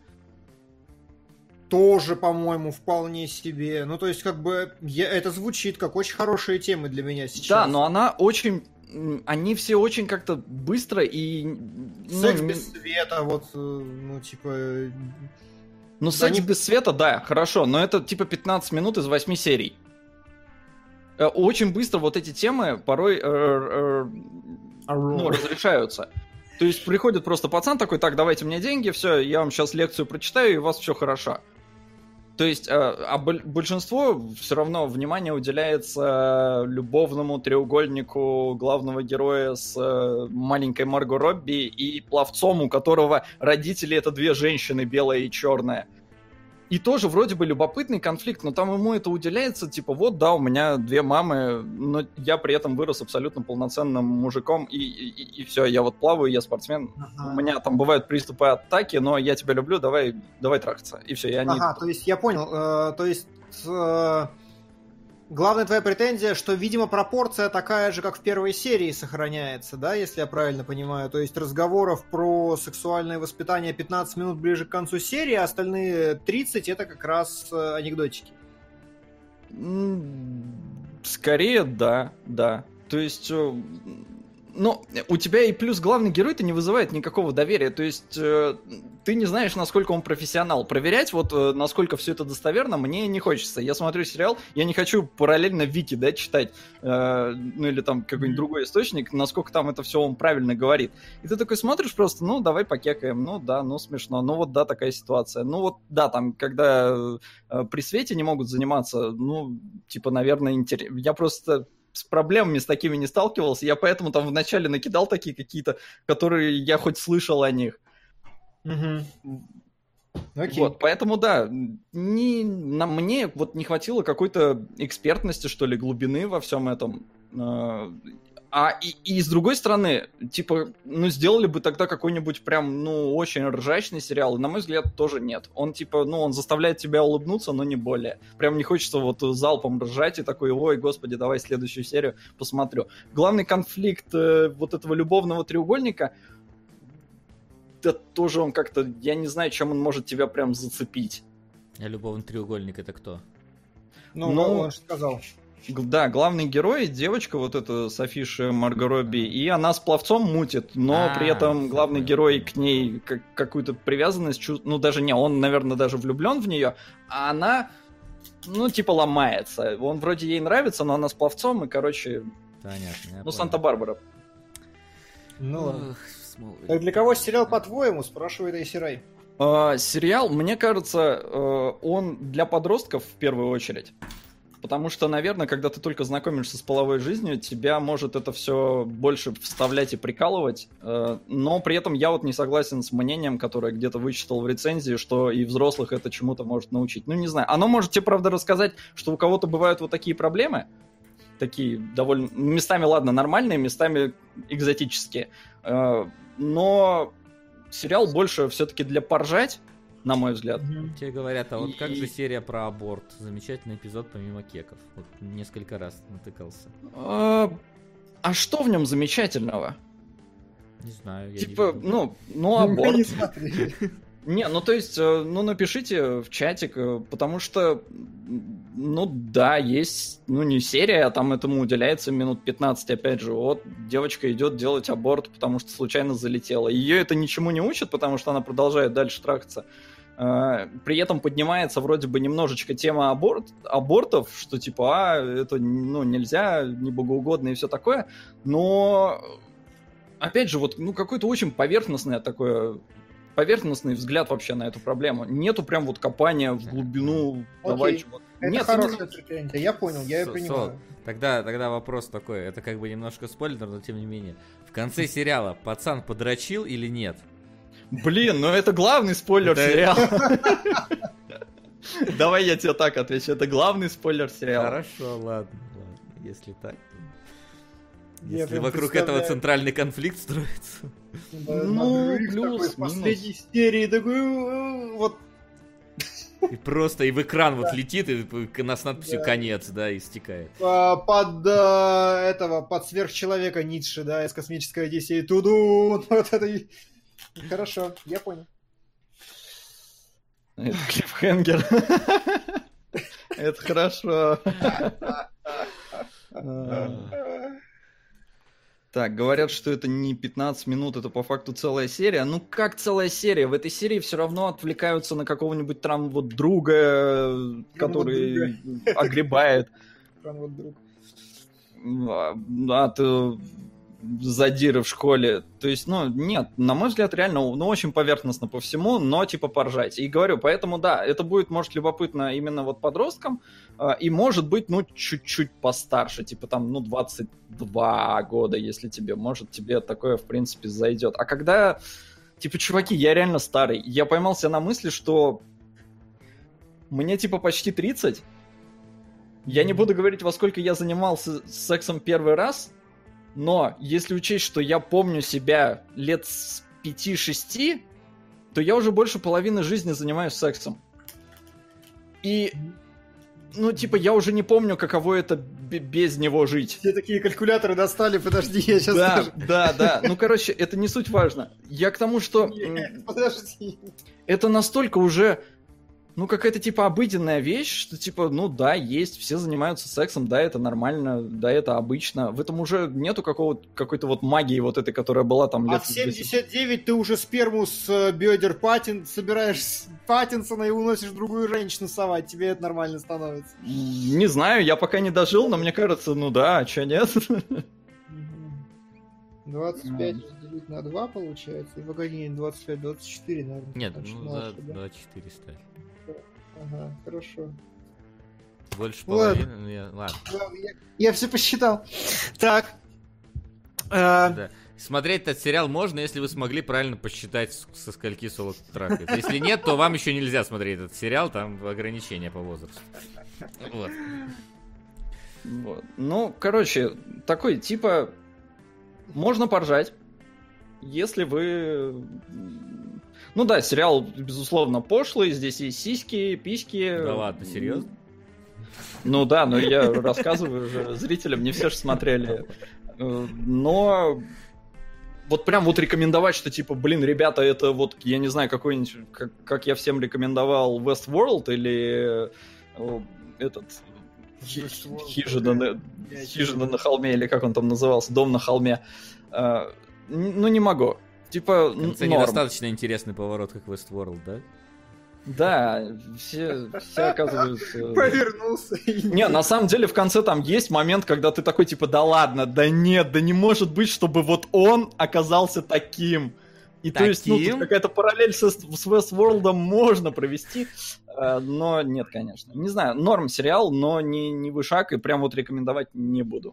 Тоже, по-моему, вполне себе. Ну, то есть, как бы, я, это звучит как очень хорошие темы для меня сейчас. Да, но она очень... м, Они все очень как-то быстро и... ну, Секс не- без света, вот, э, ну, типа... Ну, секс Они- без света, да, хорошо, но это типа пятнадцать минут из восьми серий. Э, Очень быстро вот эти темы порой э, э, ну, разрешаются. То есть приходит просто пацан такой, так, давайте мне деньги, все, я вам сейчас лекцию прочитаю, и у вас все хорошо. То есть, э, а боль- большинство все равно внимание уделяется любовному треугольнику главного героя с э, маленькой Марго Робби и пловцом, у которого родители это две женщины, белая и черная. И тоже вроде бы любопытный конфликт, но там ему это уделяется, типа, вот, да, у меня две мамы, но я при этом вырос абсолютно полноценным мужиком, и, и, и все, я вот плаваю, я спортсмен, Ага. у меня там бывают приступы атаки, но я тебя люблю, давай, давай трахаться, и все, и они... Ага, то есть я понял. э, то есть э, главная твоя претензия, что, видимо, пропорция такая же, как в первой серии сохраняется, да, если я правильно понимаю. То есть разговоров про сексуальное воспитание пятнадцать минут ближе к концу серии, а остальные тридцать это как раз э, анекдотики. М, Скорее, да, да. То есть, э, ну, у тебя и плюс главный герой-то не вызывает никакого доверия. То есть, э, ты не знаешь, насколько он профессионал. Проверять, вот, э, насколько все это достоверно, мне не хочется. Я смотрю сериал, я не хочу параллельно Вики, да, читать, э, ну, или там какой-нибудь другой источник, насколько там это все он правильно говорит. И ты такой смотришь просто, ну, давай покекаем, ну, да, ну, смешно, ну, вот, да, такая ситуация. Ну, вот, да, там, когда э, при свете не могут заниматься, ну, типа, наверное, интересно. Я просто с проблемами с такими не сталкивался, я поэтому там вначале накидал такие какие-то, которые я хоть слышал о них. Угу. Окей. Вот, поэтому, да, не, на мне вот не хватило какой-то экспертности, что ли, глубины во всем этом. Э, А и, и с другой стороны, типа, ну, сделали бы тогда какой-нибудь прям, ну, очень ржачный сериал, и, на мой взгляд, тоже нет. Он, типа, ну, он заставляет тебя улыбнуться, но не более. Прям не хочется вот залпом ржать и такой, ой, господи, давай следующую серию посмотрю. Главный конфликт э, вот этого любовного треугольника, да тоже он как-то, я не знаю, чем он может тебя прям зацепить. А любовный треугольник это кто? Ну, ну, он же сказал. Г- Да, главный герой, девочка вот эта с афиши Марго Робби, и она с пловцом мутит, но А, при этом главный всё герой понятно. к ней как- какую-то привязанность чувствует, ну даже не, он, наверное, даже влюблен в нее, а она, ну типа ломается. Он вроде ей нравится, но она с пловцом, и, короче, Понятно. я ну понял. Санта-Барбара. Ну ладно. Ох, Смолвиль. Так для кого сериал, по-твоему, спрашивает Айсирай? А, сериал, мне кажется, э, он для подростков в первую очередь. Потому что, наверное, когда ты только знакомишься с половой жизнью, тебя может это все больше вставлять и прикалывать. Э, Но при этом я вот не согласен с мнением, которое где-то вычитал в рецензии, что и взрослых это чему-то может научить. Ну, не знаю. Оно может тебе, правда, рассказать, что у кого-то бывают вот такие проблемы. Такие довольно... Местами, ладно, нормальные, местами экзотические. Э, Но сериал больше все-таки для поржать, на мой взгляд. Тебе говорят, а вот как И- же серия про аборт? Замечательный эпизод помимо кеков. Вот несколько раз натыкался. А, а что в нем замечательного? Не знаю, я Типа, не видел. ну, ну, Мы аборт. не смотрели. Не, ну то есть, э, ну напишите в чатик, э, потому что м, Ну да, есть, ну не серия, а там этому уделяется минут пятнадцать, опять же. Вот девочка идет делать аборт, потому что случайно залетела. Ее это ничему не учит, потому что она продолжает дальше трахаться. При этом поднимается вроде бы немножечко тема аборт, абортов, что типа, а, это ну, нельзя, не богоугодно и все такое. Но, опять же, вот ну, какое-то очень поверхностное такое... поверхностный взгляд вообще на эту проблему. Нету прям вот копания в глубину. Окей. Давай, чувак. Это Нет, хорошая именно- претензия, я понял, я ее Со- принимаю. Сол, Тогда, тогда вопрос такой, это как бы немножко спойлер, но тем не менее. В конце сериала пацан подрочил или нет? Блин, ну это главный спойлер Это- сериала. Давай я тебе так отвечу. Это главный спойлер сериала. Хорошо, ладно, ладно. Если так, то... Я Если прям вокруг этого представляю. центральный конфликт строится. Да, Ну, надрыв плюс, такой, последней серии такой, э, вот И просто и в экран вот летит, и нас с надписью Да. «Конец», да, и стекает. а, под а, этого, под сверхчеловека Ницше, да, из космической Одиссеи. Туду, вот это и- Хорошо, я понял. Это клиффхенгер. Это хорошо. Так, говорят, что это не пятнадцать минут, это по факту целая серия. Ну как целая серия? В этой серии все равно отвлекаются на какого-нибудь там вот друга, который огребает Прям вот друг. от э, задиры в школе. То есть, ну, нет, на мой взгляд, реально, ну, очень поверхностно по всему, но типа поржать. И говорю, поэтому, да, это будет, может, любопытно именно вот подросткам, э, и может быть, ну, чуть-чуть постарше, типа там, ну, двадцать два года, если тебе, может, тебе такое, в принципе, зайдет. А когда, типа, чуваки, я реально старый, я поймался на мысли, что мне, типа, почти тридцать, я не буду говорить, во сколько я занимался сексом первый раз, но если учесть, что я помню себя лет с пяти-шести, то я уже больше половины жизни занимаюсь сексом. И, ну, типа, я уже не помню, каково это б- без него жить. Все такие калькуляторы достали, подожди, я сейчас Да, скажу. да, да. Ну, короче, это не суть важно. Я к тому, что м, Нет, подожди. это настолько уже, ну, какая-то, типа, обыденная вещь, что, типа, ну, да, есть, все занимаются сексом, да, это нормально, да, это обычно. В этом уже нету какого какой-то вот магии вот этой, которая была там А лет... в семьдесят девять ты уже сперму с э, бедер Паттин собираешь с Паттинсона и уносишь другую женщину совать, тебе это нормально становится. Не знаю, я пока не дожил, но мне кажется, ну да, а чё нет? двадцать пять разделить на два получается, и погоди, двадцать пять, двадцать четыре, наверное. Нет, значит, ну за младше, да? двадцать четыре ставь. Ага, хорошо. Больше Ладно. половины, ну, я- ладно. Ладно, Я, я все посчитал. Так. Э, Да. Смотреть этот сериал можно, если вы смогли правильно посчитать, с- со скольки соло трахает. Если нет, то вам еще нельзя смотреть этот сериал, там ограничения по возрасту. Вот. Вот. Ну, короче, такой, типа, можно поржать, если вы... Ну да, сериал, безусловно, пошлый, здесь есть сиськи, письки. Да ладно, серьезно? Ну да, но я рассказываю уже зрителям, не все же смотрели. Э, Но вот прям вот рекомендовать, что типа, блин, ребята, это вот, я не знаю, какой-нибудь, как, как я всем рекомендовал Westworld или э, этот хи- Westworld, хижина, на, Я хижина чё- на холме, или как он там назывался, дом на холме. Э, н- Ну не могу. Типа, В конце н- норм. недостаточно интересный поворот, как Westworld, да? Да, все, все оказываются... Повернулся. и- Не, на самом деле в конце там есть момент, когда ты такой типа, да ладно, да нет, да не может быть, чтобы вот он оказался таким. И то есть, ну, Таким? тут какая-то параллель со, с Westworld можно провести, э, но нет, конечно. Не знаю, норм сериал, но не, не вышаг, и прям вот рекомендовать не буду.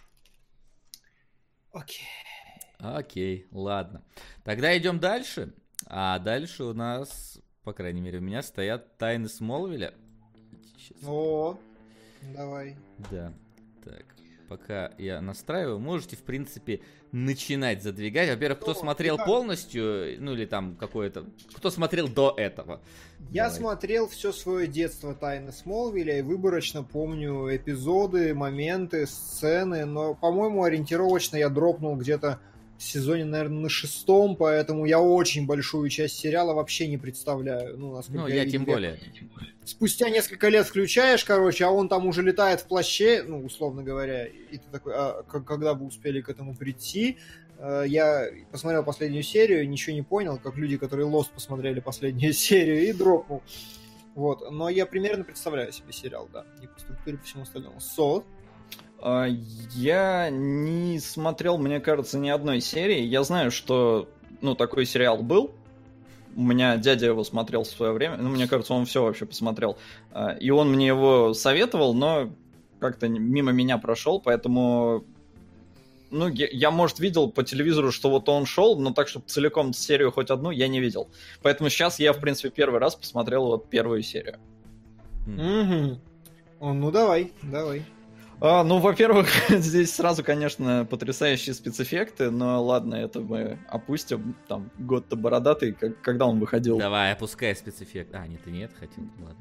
Окей. Окей, ладно. Тогда идем дальше. А дальше у нас, по крайней мере, у меня стоят Тайны Смолвиля. Сейчас. О, давай. Да. Так, пока я настраиваю, можете, в принципе, начинать задвигать. Во-первых, кто О, смотрел да. полностью, ну или там какое-то... Кто смотрел до этого? Я Давай. смотрел все свое детство Тайны Смолвиля и выборочно помню эпизоды, моменты, сцены, но, по-моему, ориентировочно я дропнул где-то сезоне, наверное, на шестом, поэтому я очень большую часть сериала вообще не представляю. Ну, насколько Ну, я видел. тем более. Спустя несколько лет включаешь, короче, а он там уже летает в плаще, ну, условно говоря, и ты такой, а к- когда вы успели к этому прийти? Э, Я посмотрел последнюю серию, ничего не понял, как люди, которые Lost посмотрели последнюю серию, и дропнул. Вот, но я примерно представляю себе сериал, да, и по структуре, по всему остальному. Со, А, Я не смотрел, мне кажется, ни одной серии. Я знаю, что, ну, такой сериал был. У меня дядя его смотрел в свое время. Ну, мне кажется, он все вообще посмотрел. А, И он мне его советовал, но как-то мимо меня прошел, поэтому... Ну, я, я, может, видел по телевизору, что вот он шел, но так, чтобы целиком серию хоть одну, я не видел. Поэтому сейчас я, в принципе, первый раз посмотрел вот первую серию. Угу. Ну, давай, давай. А, ну, во-первых, здесь сразу, конечно, потрясающие спецэффекты, но ладно, это мы опустим. Там год-то бородатый, как, когда он выходил. Давай, опускай спецэффект. А, нет, ты нет, хотел, ладно.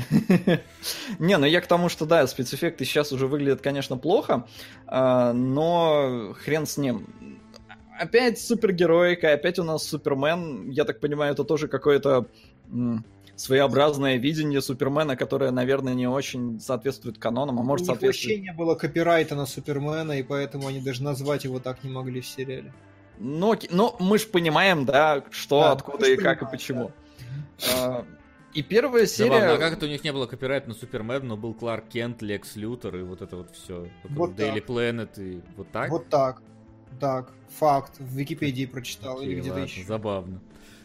Не, ну я к тому, что да, спецэффекты сейчас уже выглядят, конечно, плохо, а, но хрен с ним. Опять супергероика, опять у нас Супермен. Я так понимаю, это тоже какое-то м, своеобразное видение Супермена, которое, наверное, не очень соответствует канонам, а может У них соответствует... вообще не было копирайта на Супермена, и поэтому они даже назвать его так не могли в сериале. Но, но мы же понимаем, да, что, Да, откуда мы и ж как, и понимаем, почему. А, И первая серия... Забавно, а как это у них не было копирайта на Супермен, но был Кларк Кент, Лекс Лютер и вот это вот все. Вот Daily так. Planet и вот так? Вот так. Так, факт. В Википедии прочитал Окей, или где-то ладно, еще. забавно.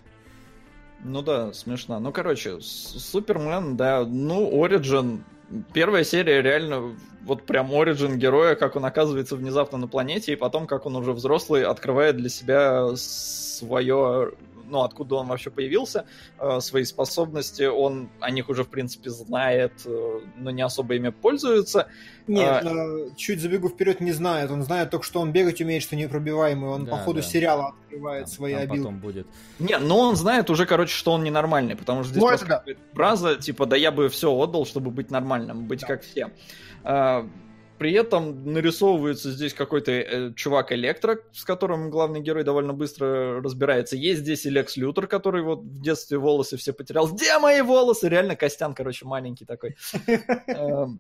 Ну да, смешно. Ну, короче, С- Супермен, да, ну, Ориджин. Первая серия реально, вот прям Ориджин героя, как он оказывается внезапно на планете, и потом, как он уже взрослый, открывает для себя свое, ну, откуда он вообще появился, э, свои способности, он о них уже, в принципе, знает, э, но не особо ими пользуется. Нет, А- э, чуть забегу вперед, не знает. Он знает только, что он бегать умеет, что непробиваемый. Он Да, по ходу да. сериала открывает Там- свои там обилки. потом будет. Не, но он знает уже, короче, что он ненормальный, потому что здесь Ну, просто это да. какая-то фраза, типа, да я бы все отдал, чтобы быть нормальным, быть Да. как все. А, при этом нарисовывается здесь какой-то э, чувак Электро, с которым главный герой довольно быстро разбирается. Есть здесь и Лекс Лютер, который вот в детстве волосы все потерял. Где мои волосы? Реально Костян, короче, маленький такой. Эм,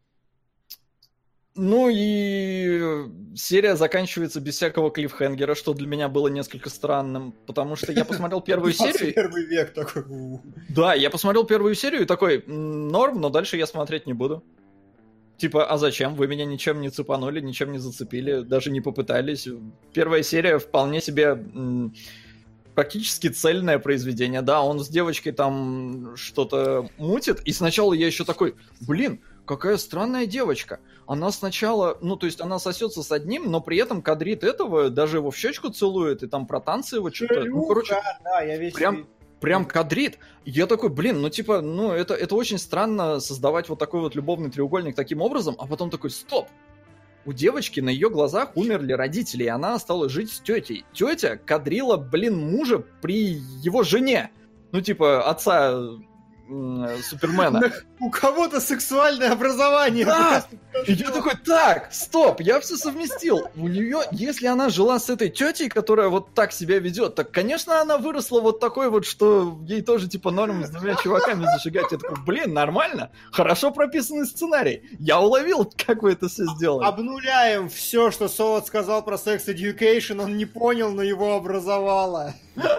Ну и серия заканчивается без всякого клиффхенгера, что для меня было несколько странным, потому что я посмотрел первую серию. Первый век такой. у. Да, я посмотрел первую серию и такой, «М, норм, но дальше я смотреть не буду. Типа, а зачем? Вы меня ничем не цепанули, ничем не зацепили, даже не попытались. Первая серия вполне себе м, практически цельное произведение. Да, он с девочкой там что-то мутит, и сначала я еще такой, блин, какая странная девочка. Она сначала, ну, то есть она сосется с одним, но при этом кадрит этого, даже его в щечку целует, и там про танцы его что-то... Ну, короче, Да, да, я весь... прям- прям кадрит. Я такой, блин, ну типа, ну это, это очень странно создавать вот такой вот любовный треугольник таким образом, а потом такой, стоп, у девочки на ее глазах умерли родители, и она осталась жить с тетей. Тетя кадрила, блин, мужа при его жене. Ну типа, отца м, Супермена. У кого-то сексуальное образование. Да! Просто И я такой, так, стоп, я все совместил. У нее, если она жила с этой тетей, которая вот так себя ведет, так, конечно, она выросла вот такой вот, что ей тоже, типа, норм с двумя чуваками зажигать. Я такой, блин, нормально, хорошо прописанный сценарий. Я уловил, как вы это все сделали. Обнуляем все, что Солод сказал про Sex Education. Он не понял, но его образовало.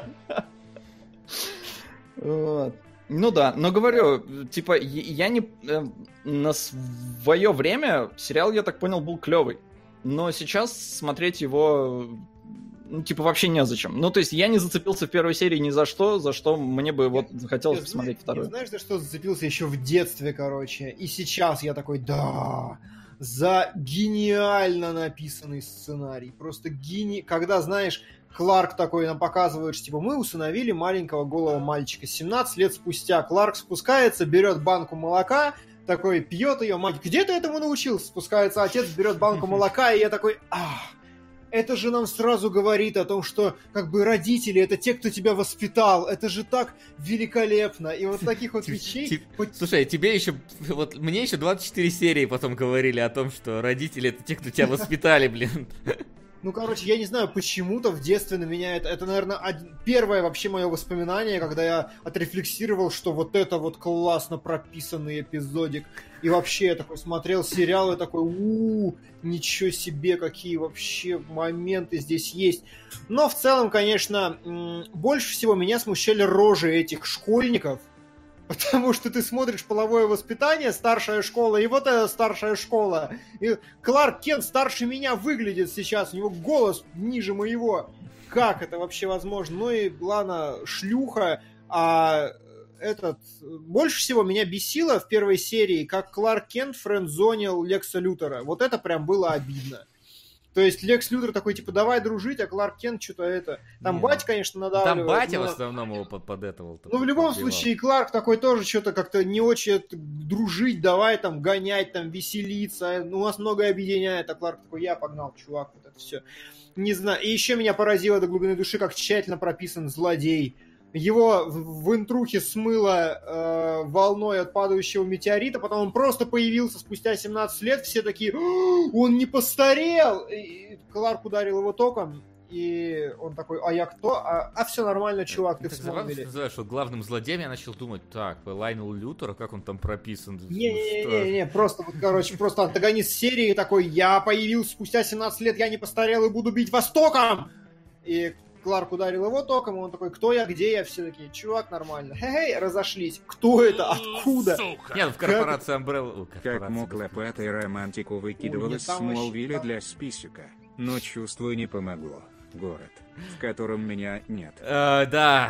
Вот. Ну да, но говорю, типа, я я не... э, на свое время сериал, я так понял, был клевый. Но сейчас смотреть его, ну, типа, вообще незачем. Ну, то есть я не зацепился в первой серии ни за что, за что мне бы вот захотелось Я посмотреть знаю- вторую. я знаешь, за что зацепился еще в детстве, короче. И сейчас я такой, да, за гениально написанный сценарий. Просто гений... Когда, знаешь, Кларк такой нам показывает, что типа мы усыновили маленького голого мальчика. семнадцать лет спустя Кларк спускается, берет банку молока, такой пьет ее, мать, где ты этому научился? Спускается отец, берет банку молока, и я такой, ах, это же нам сразу говорит о том, что как бы родители это те, кто тебя воспитал. Это же так великолепно. И вот таких вот вещей... Тип- хоть- Слушай, тебе еще, вот мне еще двадцать четыре серии потом говорили о том, что родители это те, кто тебя воспитали, блин. Ну, короче, я не знаю, почему-то в детстве на меня это, это наверное, один, первое вообще мое воспоминание, когда я отрефлексировал, что вот это вот классно прописанный эпизодик. И вообще я такой смотрел сериал и такой, у-у-у, ничего себе, какие вообще моменты здесь есть. Но в целом, конечно, больше всего меня смущали рожи этих школьников. Потому что ты смотришь половое воспитание, старшая школа, и вот эта старшая школа. И Кларк Кент старше меня выглядит сейчас, у него голос ниже моего. Как это вообще возможно? Ну и, ладно, шлюха, а этот... Больше всего меня бесило в первой серии, как Кларк Кент френдзонил Лекса Лютера. Вот это прям было обидно. То есть Лекс Лютер такой, типа, давай дружить, а Кларк Кент что-то это... Там не, батя, конечно, надавливает. Там батя но... в основном его под, под этого... Ну, в любом подбивал. Случае, Кларк такой тоже что-то как-то не очень дружить, давай там гонять, там веселиться. Ну, у нас многое объединяет, а Кларк такой, я погнал, чувак, вот это все. Не знаю. И еще меня поразило до глубины души, как тщательно прописан злодей. Его в интрухе смыло э, волной от падающего метеорита, потом он просто появился спустя семнадцать лет, все такие, он не постарел! И Кларк ударил его током, и он такой, а я кто? А, а все нормально, чувак, ты в Смолвиле. Ты знаешь, вот главным злодеем я начал думать, так, Лайнел Лютер, как он там прописан? Не-не-не, просто, вот, короче, просто антагонист серии такой, я появился спустя семнадцать лет, я не постарел и буду бить вас током! И Кларк ударил его током, и он такой, кто я, где я? Все такие, чувак, нормально. Хе-хей, разошлись. Кто это? Откуда? Нет, в корпорации Umbrella... Как мог лопатой романтику выкидывал из Смолвиля для списика. Но чувствую, не помогло. Город, в котором меня нет. Да...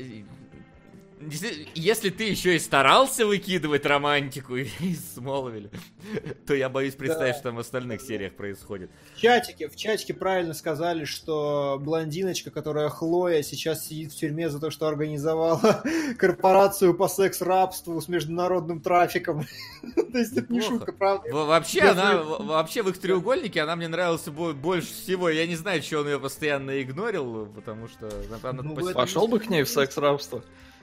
Если ты еще и старался выкидывать романтику из Смолвиля, то я боюсь представить, да. Что там в остальных сериях происходит. В чатике, в чатике правильно сказали, что блондиночка, которая Хлоя, сейчас сидит в тюрьме за то, что организовала корпорацию по секс-рабству с международным трафиком. То есть это не шутка, правда? Вообще, она, вообще в их треугольнике она мне нравилась больше всего. Я не знаю, что он ее постоянно игнорил, потому что... Пошел бы к ней в секс-рабство.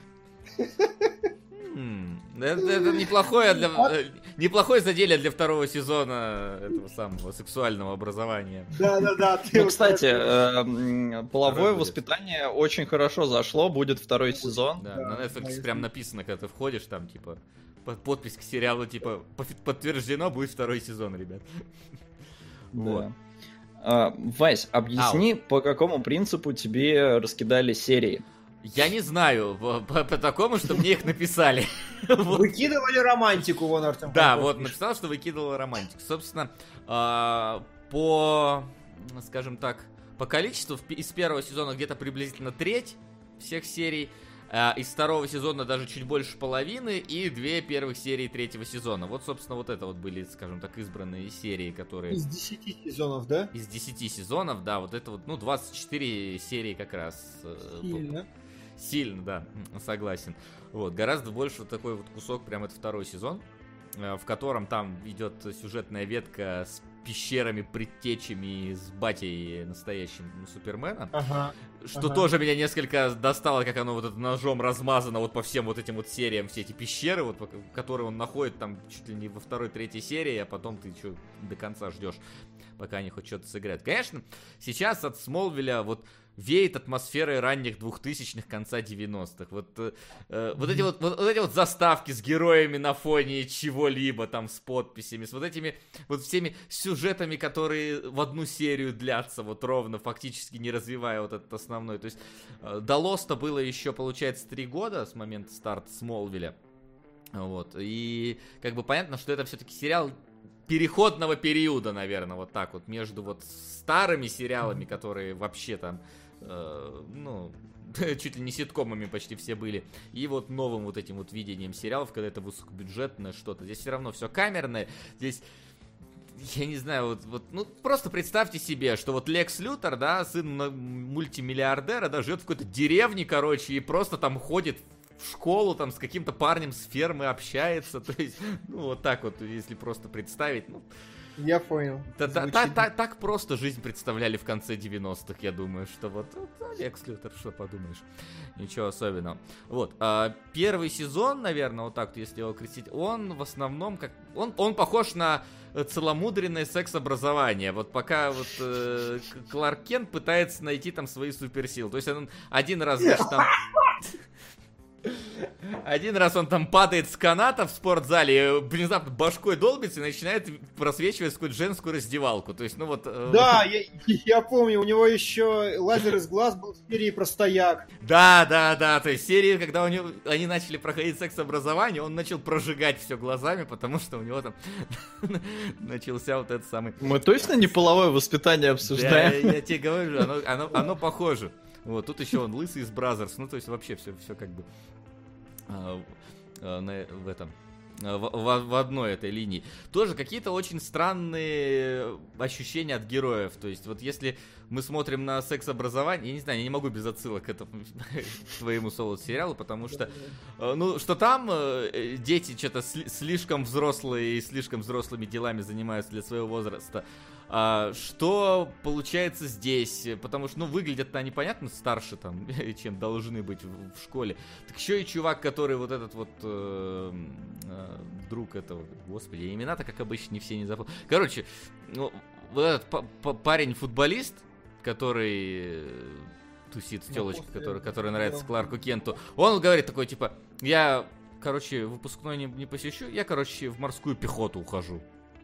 Это, это неплохое, для, неплохое заделье для второго сезона этого самого сексуального образования. Да-да-да. Ну, кстати, э, половое Раз воспитание будет. Очень хорошо зашло, будет второй сезон. Да, да, на Netflix прям написано, когда ты входишь, там, типа, подпись к сериалу, типа, подтверждено, будет второй сезон, ребят. Да. Вот. А, Вась, объясни, Ау. По какому принципу тебе раскидали серии? Я не знаю, по, по, по такому, что мне их написали. Выкидывали романтику, вон Артем. Да, вот, написал, что выкидывал романтику. Собственно, по, скажем так, по количеству из первого сезона где-то приблизительно треть всех серий, из второго сезона даже чуть больше половины и две первых серии третьего сезона. Вот, собственно, вот это вот были, скажем так, избранные серии, которые... Из десяти сезонов, да? Из десяти сезонов, да, вот это вот, ну, двадцать четыре серии как раз. Сильно. Сильно, да, согласен. Вот, гораздо больше вот такой вот кусок, прям это второй сезон, в котором там идет сюжетная ветка с пещерами, предтечами и с батей настоящим Супермена. Ага, что ага. тоже меня несколько достало, как оно вот это ножом размазано вот по всем вот этим вот сериям, все эти пещеры, вот, которые он находит там чуть ли не во второй, третьей серии, а потом ты что, до конца ждешь, пока они хоть что-то сыграют. Конечно, сейчас от Смолвиля вот веет атмосферой ранних двухтысячных, конца девяностых. Вот, э, вот, эти вот, вот, вот эти вот заставки с героями на фоне чего-либо, там, с подписями, с вот этими вот всеми сюжетами, которые в одну серию длятся, вот ровно, фактически не развивая вот этот основной. То есть э, до Лоста было еще, получается, три года с момента старта Смолвиля. Вот. И как бы понятно, что это все-таки сериал переходного периода, наверное, вот так вот, между вот старыми сериалами, которые вообще там, э, ну, чуть ли не ситкомами почти все были, и вот новым вот этим вот видением сериалов, когда это высокобюджетное что-то. Здесь все равно все камерное, здесь, я не знаю, вот, вот, ну, просто представьте себе, что вот Лекс Лютер, да, сын мультимиллиардера, да, живет в какой-то деревне, короче, и просто там ходит в школу там с каким-то парнем с фермы общается, то есть, ну, вот так вот, если просто представить, ну, Я понял. Та- та- та- та- Так просто жизнь представляли в конце девяностых, я думаю, что вот, вот Лекс Лютер, что подумаешь. Ничего особенного. Вот. а, Первый сезон, наверное, вот так, вот, если его крестить, он в основном как... Он, он похож на целомудренное секс-образование. Вот пока вот э, Кларк Кент пытается найти там свои суперсилы. То есть он один раз, значит, там... Один раз он там падает с каната в спортзале, внезапно башкой долбится и начинает просвечивать какую-то женскую раздевалку. То есть, ну вот... э, Да, я, я помню, у него еще лазер из глаз был в серии про стояк. Да, да, да, то есть серии, когда у него, они начали проходить секс-образование, он начал прожигать все глазами, потому что у него там начался вот этот самый... Мы точно не половое воспитание Да, обсуждаем? я, я тебе говорю, оно, оно, оно похоже. Вот, тут еще он лысый из Бразерс, ну то есть вообще все, все как бы а, а, на, в этом... В, в, в одной этой линии. Тоже какие-то очень странные ощущения от героев. То есть, вот если мы смотрим на секс-образование, я не знаю, я не могу без отсылок к этому к твоему соло-сериалу, потому что, ну, что там э, дети что-то сли- слишком взрослые и слишком взрослыми делами занимаются для своего возраста. А что получается здесь? Потому что, ну, выглядят они, понятно, старше там, чем должны быть в, в школе. Так еще и чувак, который вот этот вот э, э, друг этого, господи, имена-то, как обычно, не все не запомнил. Короче, ну, вот этот п- п- парень-футболист, который тусит с телочкой, который, который нравится Кларку Кенту, он говорит такой, типа, я, короче, выпускной не, не посещу, я, короче, в морскую пехоту ухожу.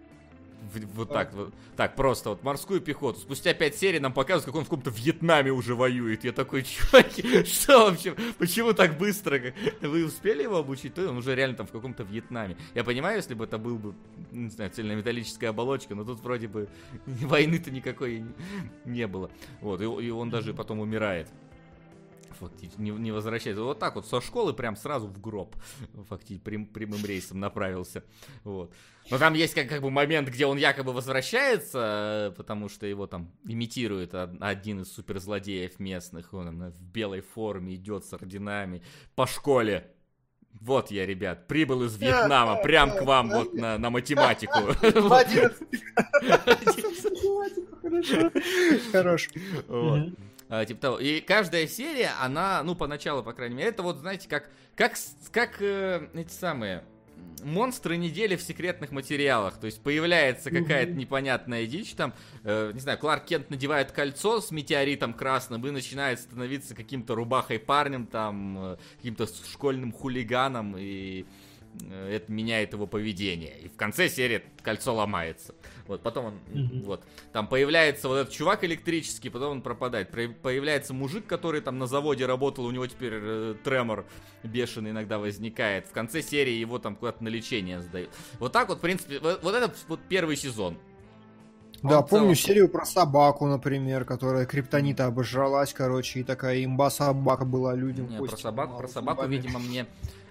Вот так, вот так, просто вот морскую пехоту. Спустя пять серий нам показывают, как он в каком-то Вьетнаме уже воюет. Я такой, чуваки, что вообще, почему так быстро? Вы успели его обучить? То он уже реально там в каком-то Вьетнаме. Я понимаю, если бы это был бы, не знаю, цельнометаллическая оболочка, но тут вроде бы войны-то никакой не было. Вот, и, и он даже потом умирает. Фактически не, не возвращается. Вот так вот со школы прям сразу в гроб фактически прям, прямым рейсом направился. Вот. Но там есть как, как бы момент, где он якобы возвращается, потому что его там имитирует один из суперзлодеев местных. Он в белой форме идет с орденами по школе. Вот я, ребят, прибыл из Вьетнама прям к вам вот на, на математику. Хорошо. А, типа того. И каждая серия, она, ну, поначалу, по крайней мере, это вот, знаете, как, как, как э, эти самые монстры недели в секретных материалах. То есть появляется какая-то непонятная дичь, там, э, не знаю, Кларк Кент надевает кольцо с метеоритом красным и начинает становиться каким-то рубахой парнем, там, э, каким-то школьным хулиганом, и э, это меняет его поведение. И в конце серии кольцо ломается. Вот, потом он, mm-hmm. вот, там появляется вот этот чувак электрический, потом он пропадает. Появляется мужик, который там на заводе работал, у него теперь э, тремор бешеный иногда возникает. В конце серии его там куда-то на лечение сдают. Вот так вот, в принципе, вот, вот это вот первый сезон. Да, он помню целом... серию про собаку, например, которая криптонита обожралась, короче, и такая имба собака была людям. Не, про собаку, про собаку, видимо, мне...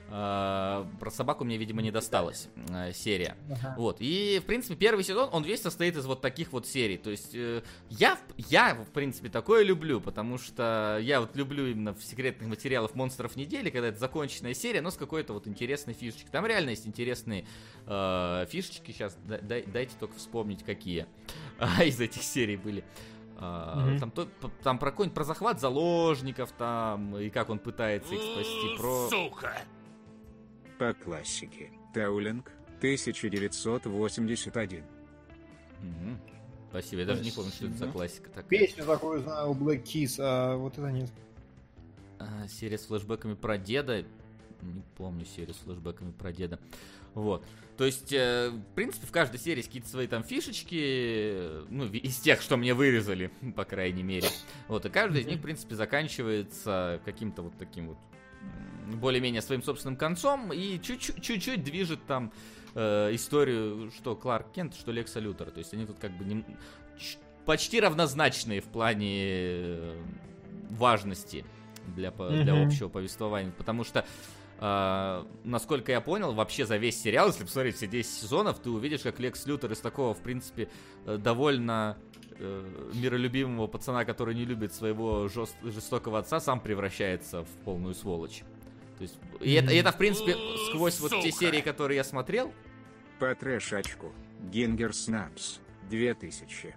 Uh, про собаку мне, видимо, не досталась uh, серия. Ага. Вот. И, в принципе, первый сезон, он весь состоит из вот таких вот серий. То есть, uh, я, я, в принципе, такое люблю, потому что я вот люблю именно в секретных материалах монстров недели, когда это законченная серия, но с какой-то вот интересной фишечкой. Там реально есть интересные uh, фишечки. Сейчас дай, дайте только вспомнить, какие uh, из этих серий были. Uh, mm-hmm. Там, то, там про какой-нибудь про захват заложников, там, и как он пытается их спасти. Про... Сука! По классике. Таулинг, тысяча девятьсот восемьдесят один. Угу. Спасибо, я даже не помню, что это за классика такая. Песню такую знаю у Black Keys, а вот это нет. А, серия с флешбэками про деда. Не помню серию с флешбэками про деда. Вот. То есть, э, в принципе, в каждой серии есть какие-то свои там фишечки, ну, из тех, что мне вырезали, по крайней мере. Вот, и каждая из них, в принципе, заканчивается каким-то вот таким вот более-менее своим собственным концом и чуть-чуть, чуть-чуть движет там э, историю, что Кларк Кент, что Лекса Лютера. То есть они тут как бы не, почти равнозначные в плане э, важности для, mm-hmm. для общего повествования. Потому что, э, насколько я понял, вообще за весь сериал, если посмотреть все десять сезонов, ты увидишь, как Лекс Лютер из такого, в принципе, э, довольно... миролюбимого пацана, который не любит своего жест... жестокого отца, сам превращается в полную сволочь. То есть, и это, и это, в принципе, сквозь вот те серии, которые я смотрел. По трэшачку. Гингер Снапс, две тысячи.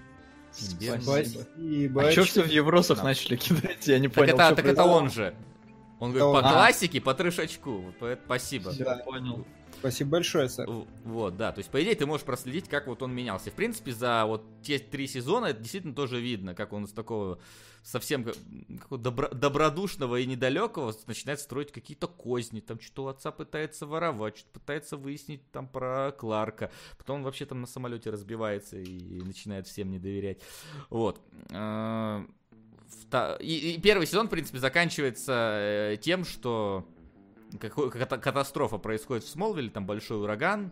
Спасибо. А чё все в Евросов начали кидать? Я не Так понял. это, что так это произошло. он же. Он говорит, Да по он. классике, по трешачку. Вот поэт- Спасибо. Да. Понял. Спасибо большое, сэр. В- Вот, да, то есть, по идее, ты можешь проследить, как вот он менялся. В принципе, за вот те три сезона это действительно тоже видно, как он из такого совсем как- какого добро- добродушного и недалекого начинает строить какие-то козни, там что-то у отца пытается воровать, что-то пытается выяснить там про Кларка, потом он вообще там на самолете разбивается и начинает всем не доверять. Вот. А, вта- И, и первый сезон, в принципе, заканчивается э, тем, что какой- ката- катастрофа происходит в Смолвилле, там большой ураган,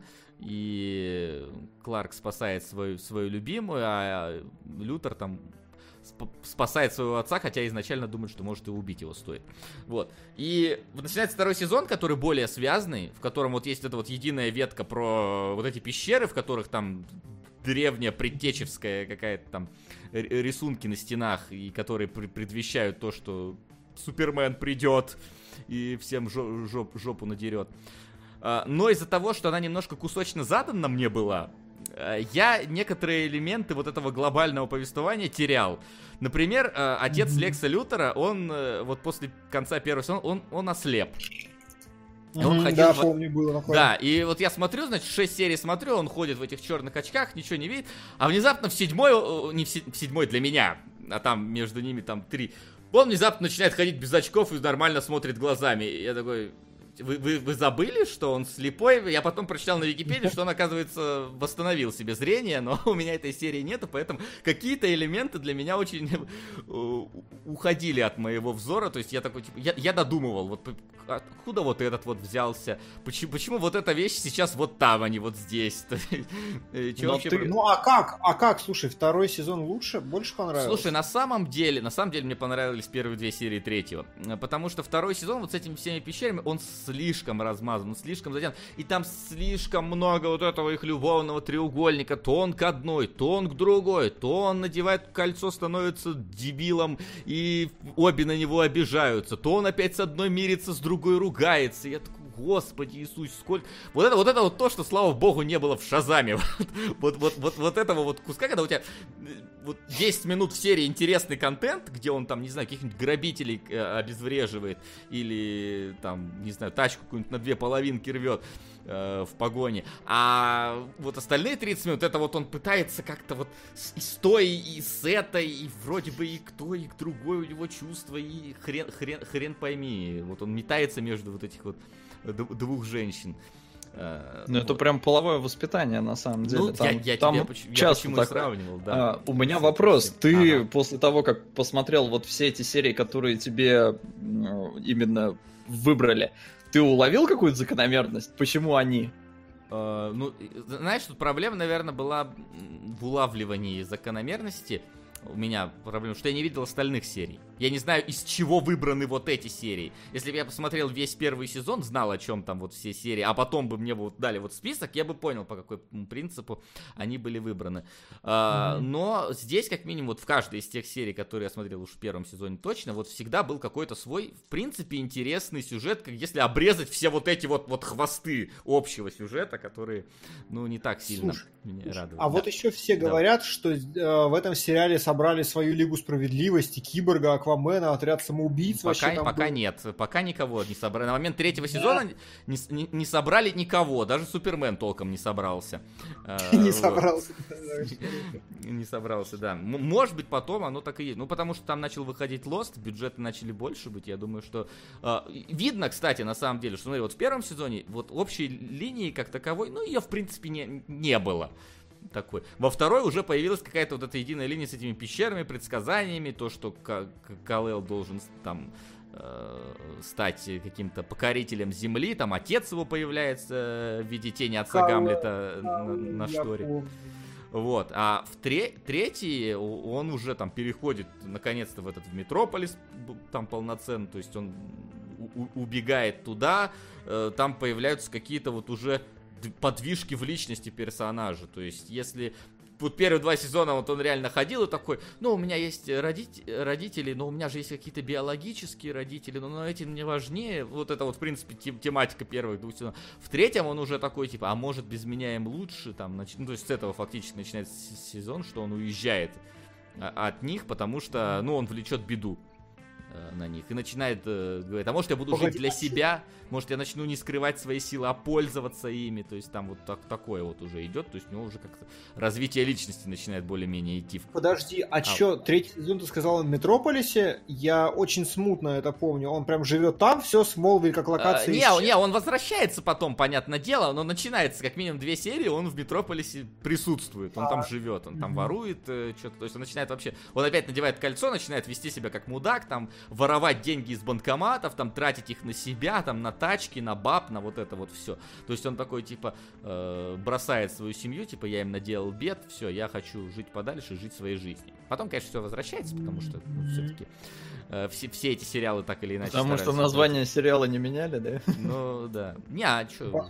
и Кларк спасает свою, свою любимую, а Лютер там сп- спасает своего отца, хотя изначально думает, что может и убить его стоит. Вот. И вот начинается второй сезон, который более связанный, в котором вот есть эта вот единая ветка про вот эти пещеры, в которых там древняя предтечевская какая-то там р- рисунки на стенах, и которые пр- предвещают то, что Супермен придет и всем жо- жоп- жопу надерет. А, Но из-за того, что она немножко кусочно задана мне была, а, я некоторые элементы вот этого глобального повествования терял. Например, а, отец Лекса Лютера, он э, вот после конца первого сезона, он, он ослеп. Он Мгм, ходил да, в- помню, было такое. Да, и вот я смотрю, значит, шесть серий смотрю, он ходит в этих черных очках, ничего не видит, а внезапно в седьмой, о, не в, се- в седьмой для меня, а там между ними там три, он внезапно начинает ходить без очков и нормально смотрит глазами. И я такой, вы, вы, вы забыли, что он слепой? Я потом прочитал на Википедии, что он, оказывается, восстановил себе зрение, но у меня этой серии нету, поэтому какие-то элементы для меня очень э, уходили от моего взора. То есть я такой, типа, я, я додумывал, вот откуда вот этот вот взялся, почему, почему вот эта вещь сейчас вот там, а не вот здесь? Э, чё Но вообще ты- про- Ну а как? А как? Слушай, второй сезон лучше? Больше понравился? Слушай, на самом деле, на самом деле мне понравились первые две серии третьего. Потому что второй сезон вот с этими всеми пещерами, он слишком размазан, он слишком затянут. И там слишком много вот этого их любовного треугольника. То он к одной, то он к другой, то он надевает кольцо, становится дебилом, и обе на него обижаются. То он опять с одной мирится, с другой ругается. Я такой, Господи Иисус, сколько... Вот это, вот это вот то, что, слава богу, не было в Шазаме. Вот, вот, вот, вот этого вот куска, когда у тебя вот десять минут в серии интересный контент, где он там, не знаю, каких-нибудь грабителей э, обезвреживает, или там, не знаю, тачку какую-нибудь на две половинки рвет э, в погоне. А вот остальные тридцать минут, это вот он пытается как-то вот с, и с той, и с этой, и вроде бы и к той, и к другой у него чувства, и хрен, хрен, хрен пойми. Вот он метается между вот этих вот д- двух женщин. Э, Ну, это вот. прям половое воспитание, на самом деле. Ну, там, я, я там тебе поч- я часто почему и такое. сравнивал, да. А, у меня С вопрос. этим. Ты Ага. после того, как посмотрел вот все эти серии, которые тебе ну, именно выбрали, ты уловил какую-то закономерность? Почему они? Э, ну, и, знаешь, тут проблема, наверное, была м, в улавливании закономерности. У меня проблема, что я не видел остальных серий. Я не знаю, из чего выбраны вот эти серии. Если бы я посмотрел весь первый сезон, знал, о чем там вот все серии, а потом бы мне вот дали вот список, я бы понял, по какому принципу они были выбраны. А, но здесь, как минимум, вот в каждой из тех серий, которые я смотрел уж в первом сезоне точно, вот всегда был какой-то свой, в принципе, интересный сюжет, как если обрезать все вот эти вот, вот хвосты общего сюжета, которые, ну, не так сильно Слушай, меня Слушай, радуют. а Да. вот еще все Да. говорят, что э, в этом сериале собрали свою Лигу Справедливости, Киборга, Аквамена, отряд самоубийц. Пока, вообще там пока был. нет, пока никого не собрали. На момент третьего сезона не, с- не- не собрали никого, даже Супермен толком не собрался. Э, Не вот. собрался. Не собрался, да. М- Может быть, потом оно так и есть. Ну, потому что там начал выходить Lost, бюджеты начали больше быть. Я думаю, что... э, видно, кстати, на самом деле, что, смотри, вот в первом сезоне вот общей линии как таковой, ну, ее, в принципе, не, не было. Такой. Во второй уже появилась какая-то вот эта единая линия с этими пещерами, предсказаниями, то, что К- К- Кал-El должен там э, стать каким-то покорителем земли, там отец его появляется в виде тени отца Кал-El, Гамлета на, на Я шторе. помню. Вот, а в тре- третий он уже там переходит наконец-то в этот в Метрополис б- там полноценно, то есть он у- у- убегает туда, э, там появляются какие-то вот уже д- подвижки в личности персонажа, то есть если вот первые два сезона вот он реально ходил и такой, ну, у меня есть родители, родители, но у меня же есть какие-то биологические родители, но, но эти мне важнее. Вот это вот, в принципе, тем, тематика первых двух сезонов. В третьем он уже такой, типа, а может, без меня им лучше, там, нач... ну, то есть с этого фактически начинается сезон, что он уезжает от них, потому что, ну, он влечет беду на них. И начинает э, говорить, а может я буду Погоди, жить для а себя, может я начну не скрывать свои силы, а пользоваться ими. То есть там вот так, такое вот уже идет. То есть у него уже как-то развитие личности начинает более-менее идти. Подожди, а, А. чё, третий сезон ты сказал в Метрополисе? Я очень смутно это помню. Он прям живет там, все, Смолвиль как локация. А, не, исчез. не, он возвращается потом, понятное дело, но начинается как минимум две серии, он в Метрополисе присутствует, он А. там живет, он там Мгм. ворует э, что-то, то есть он начинает вообще, он опять надевает кольцо, начинает вести себя как мудак, там воровать деньги из банкоматов, там тратить их на себя, там на тачки, на баб, на вот это вот все. То есть он такой типа э, бросает свою семью, типа я им наделал бед, все, я хочу жить подальше, жить своей жизнью. Потом, конечно, все возвращается, потому что ну, все-таки э, все, все эти сериалы так или иначе. Потому что стараются название сериала не меняли, да? ну, да. Не, а чё?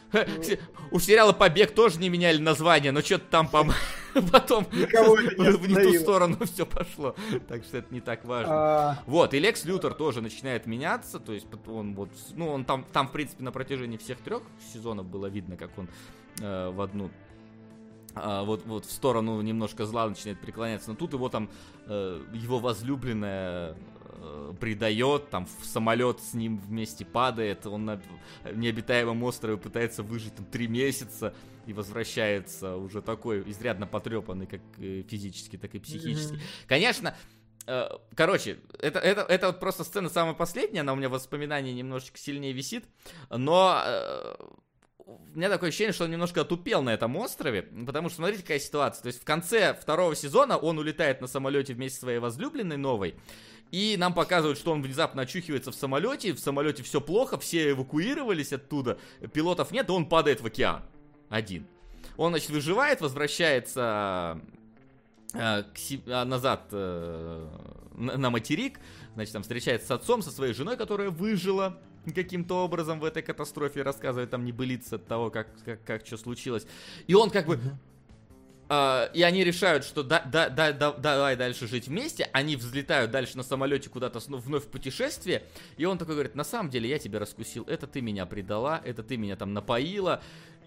У сериала «Побег» тоже не меняли название, но что-то там пом- потом Никого это не в не ту остановило. сторону все пошло. Так что это не так важно. А, Вот, и Лекс Лютер тоже начинает меняться, то есть он вот, ну, он там, там в принципе, на протяжении всех трех сезонов было видно, как он э, в одну а, вот, вот в сторону немножко зла начинает преклоняться. Но тут его там, э, его возлюбленная э, предает, там в самолет с ним вместе падает, он на необитаемом острове пытается выжить там три месяца и возвращается уже такой изрядно потрепанный, как э, физически, так и психически. Мгм. Конечно, э, короче, это, это, это вот просто сцена самая последняя, она у меня в воспоминании немножечко сильнее висит, но... э, у меня такое ощущение, что он немножко отупел на этом острове, потому что смотрите, какая ситуация. То есть в конце второго сезона он улетает на самолете вместе со своей возлюбленной новой, и нам показывают, что он внезапно очухивается в самолете, в самолете все плохо, все эвакуировались оттуда, пилотов нет, и он падает в океан один. Он, значит, выживает, возвращается э, к си- а, назад э, на, на материк, значит, там встречается с отцом, со своей женой, которая выжила каким-то образом в этой катастрофе, рассказывает там небылицы от того, как, как, как что случилось. И он как бы... Uh, и они решают, что да, да, да, да, давай дальше жить вместе. Они взлетают дальше на самолете куда-то вновь в путешествие. И он такой говорит, на самом деле я тебя раскусил. Это ты меня предала, это ты меня там напоила.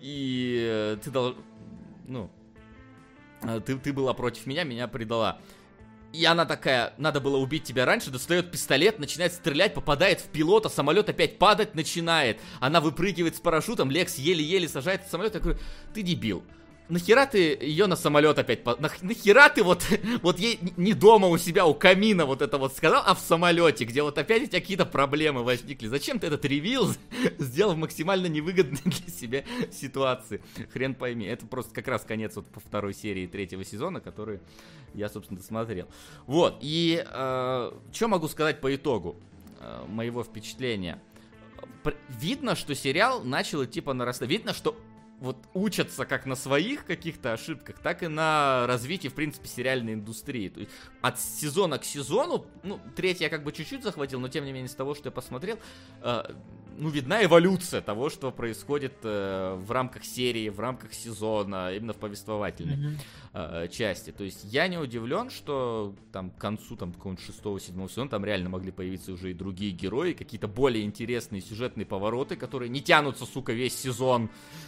И ты дол... ну, ты, ты была против меня, меня предала. И она такая, надо было убить тебя раньше, достает пистолет, начинает стрелять, попадает в пилота, самолет опять падать начинает. Она выпрыгивает с парашютом, Лекс еле-еле сажает в самолет. Я говорю, ты дебил. Нахера ты ее на самолет опять... По... Нах... Нахера ты вот, вот ей не дома у себя, у камина вот это вот сказал, а в самолете, где вот опять у тебя какие-то проблемы возникли. Зачем ты этот ревил сделал в максимально невыгодной для себя ситуации? Хрен пойми. Это просто как раз конец вот по второй серии третьего сезона, который я, собственно, досмотрел. Вот. И э, что могу сказать по итогу э, моего впечатления? Видно, что сериал начал идти по нарастанию. Видно, что вот учатся как на своих каких-то ошибках, так и на развитии, в принципе, сериальной индустрии. То есть от сезона к сезону, ну, третий я как бы чуть-чуть захватил, но тем не менее, из того, что я посмотрел, э, ну, видна эволюция того, что происходит э, в рамках серии, в рамках сезона, именно в повествовательной mm-hmm. э, части. То есть я не удивлен, что там к концу там какого-нибудь шестого-седьмого сезона там реально могли появиться уже и другие герои, какие-то более интересные сюжетные повороты, которые не тянутся, сука, весь сезон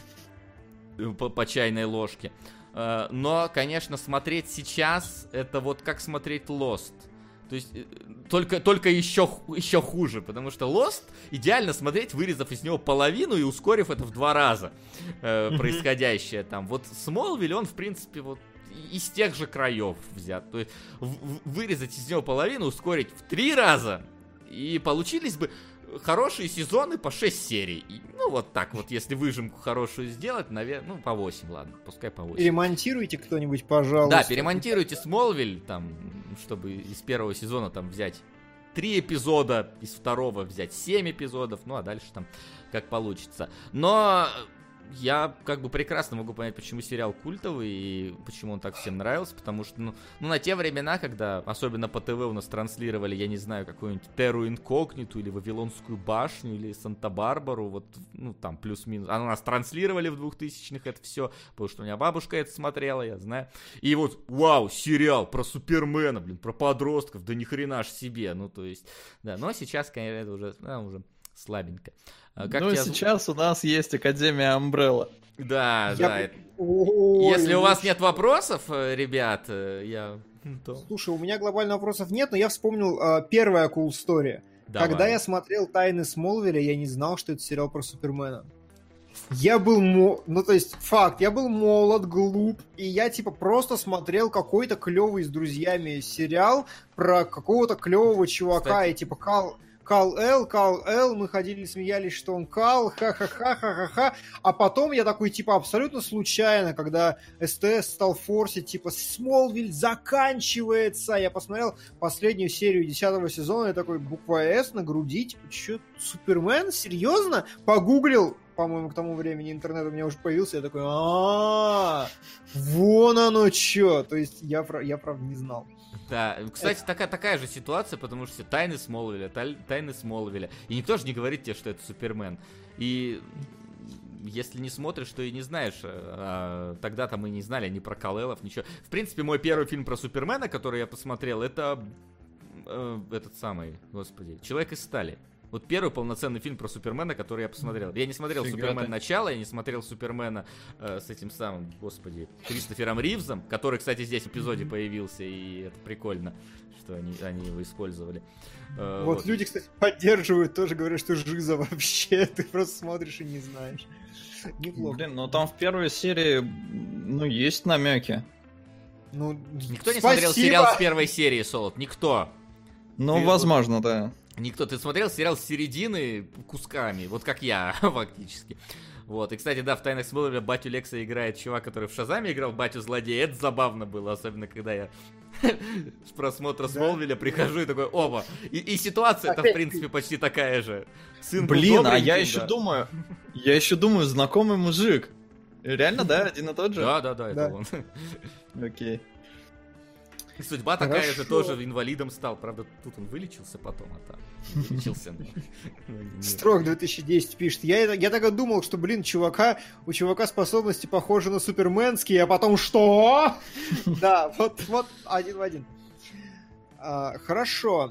По, по чайной ложке. Но, конечно, смотреть сейчас это вот как смотреть Lost. То есть только, только еще, еще хуже, потому что Lost идеально смотреть, вырезав из него половину и ускорив это в два раза э, происходящее там. Вот Smallville, он, в принципе, вот из тех же краев взят. То есть в, вырезать из него половину, ускорить в три раза, и получились бы хорошие сезоны по шесть серий. И, ну, вот так вот, если выжимку хорошую сделать, наверное, ну, по восемь, ладно, пускай по восемь. Перемонтируйте кто-нибудь, пожалуйста. Да, перемонтируйте Смолвиль, там, чтобы из первого сезона там взять три эпизода, из второго взять семь эпизодов, ну, а дальше там как получится. Но я как бы прекрасно могу понять, почему сериал культовый и почему он так всем нравился, потому что, ну, ну на те времена, когда, особенно по ТВ у нас транслировали, я не знаю, какую-нибудь Терру Инкогниту или Вавилонскую башню или Санта-Барбару, вот, ну, там, плюс-минус, а у нас транслировали в двухтысячных это все, потому что у меня бабушка это смотрела, я знаю, и вот, вау, сериал про Супермена, блин, про подростков, да ни хрена ж себе, ну, то есть, да, но сейчас, конечно, это уже, да, уже слабенько. А как ну, тебя... сейчас у нас есть Академия Umbrella. Да, Я... да. Ой, Если у ну вас что? нет вопросов, ребят, я... То... Слушай, у меня глобальных вопросов нет, но я вспомнил э, первая cool story. Давай. Когда я смотрел «Тайны Смолвиля», я не знал, что это сериал про Супермена. Я был, мо... ну то есть, факт, я был молод, глуп, и я типа просто смотрел какой-то клевый с друзьями сериал про какого-то клевого чувака, Кстати. и типа Кал... Кал Эл, Кал Эл, мы ходили, смеялись, что он Кал, ха-ха-ха-ха-ха-ха, а потом я такой, типа, абсолютно случайно, когда СТС стал форсить, типа, Смолвиль заканчивается, я посмотрел последнюю серию десятого сезона, я такой, буква С на груди, типа, чё, Супермен, серьезно? Погуглил, по-моему, к тому времени интернет у меня уже появился, я такой, а вон оно чё, то есть я, я правда, не знал. Да, кстати, это... такая, такая же ситуация, потому что Тайны Смолвиля, Тайны Смолвиля. И никто же не говорит тебе, что это Супермен. И если не смотришь, то и не знаешь. А, тогда-то мы не знали ни про Кал-Элов, ничего. В принципе, мой первый фильм про Супермена, который я посмотрел, это э, этот самый, господи, Человек из стали. Вот первый полноценный фильм про Супермена, который я посмотрел. Я не смотрел Фига Супермен ты. начало, я не смотрел Супермена э, с этим самым, господи, Кристофером Ривзом, который, кстати, здесь в эпизоде появился, и это прикольно, что они, они его использовали. Э, вот, вот люди, кстати, поддерживают, тоже говорят, что жиза вообще, ты просто смотришь и не знаешь. Неплохо. Блин, ну там в первой серии, ну, есть намеки. Ну, Никто не спасибо. смотрел сериал с первой серии, Солод? Никто. Ну, Ты- возможно, да. Никто. Ты смотрел сериал с середины кусками, вот как я, фактически. Вот, и, кстати, да, в «Тайнах Смолвиля» батю Лекса играет чувак, который в «Шазаме» играл батю злодея. Это забавно было, особенно когда я с просмотра Смолвиля прихожу и такой, оба. И, и ситуация-то, в принципе, почти такая же. Сын был Блин, а добреньким, я еще да. думаю, я еще думаю, знакомый мужик. Реально, да, один и тот же? Да, да, да, это Да. он. Окей. И судьба такая Хорошо. же, тоже инвалидом стал. Правда, тут он вылечился потом, а там не вылечился. но- но не- Строк две тысячи десять пишет. Я, это- я так и думал, что, блин, чувака, у чувака способности похожи на суперменские, а потом что? Да, вот, вот один в один. А, Хорошо.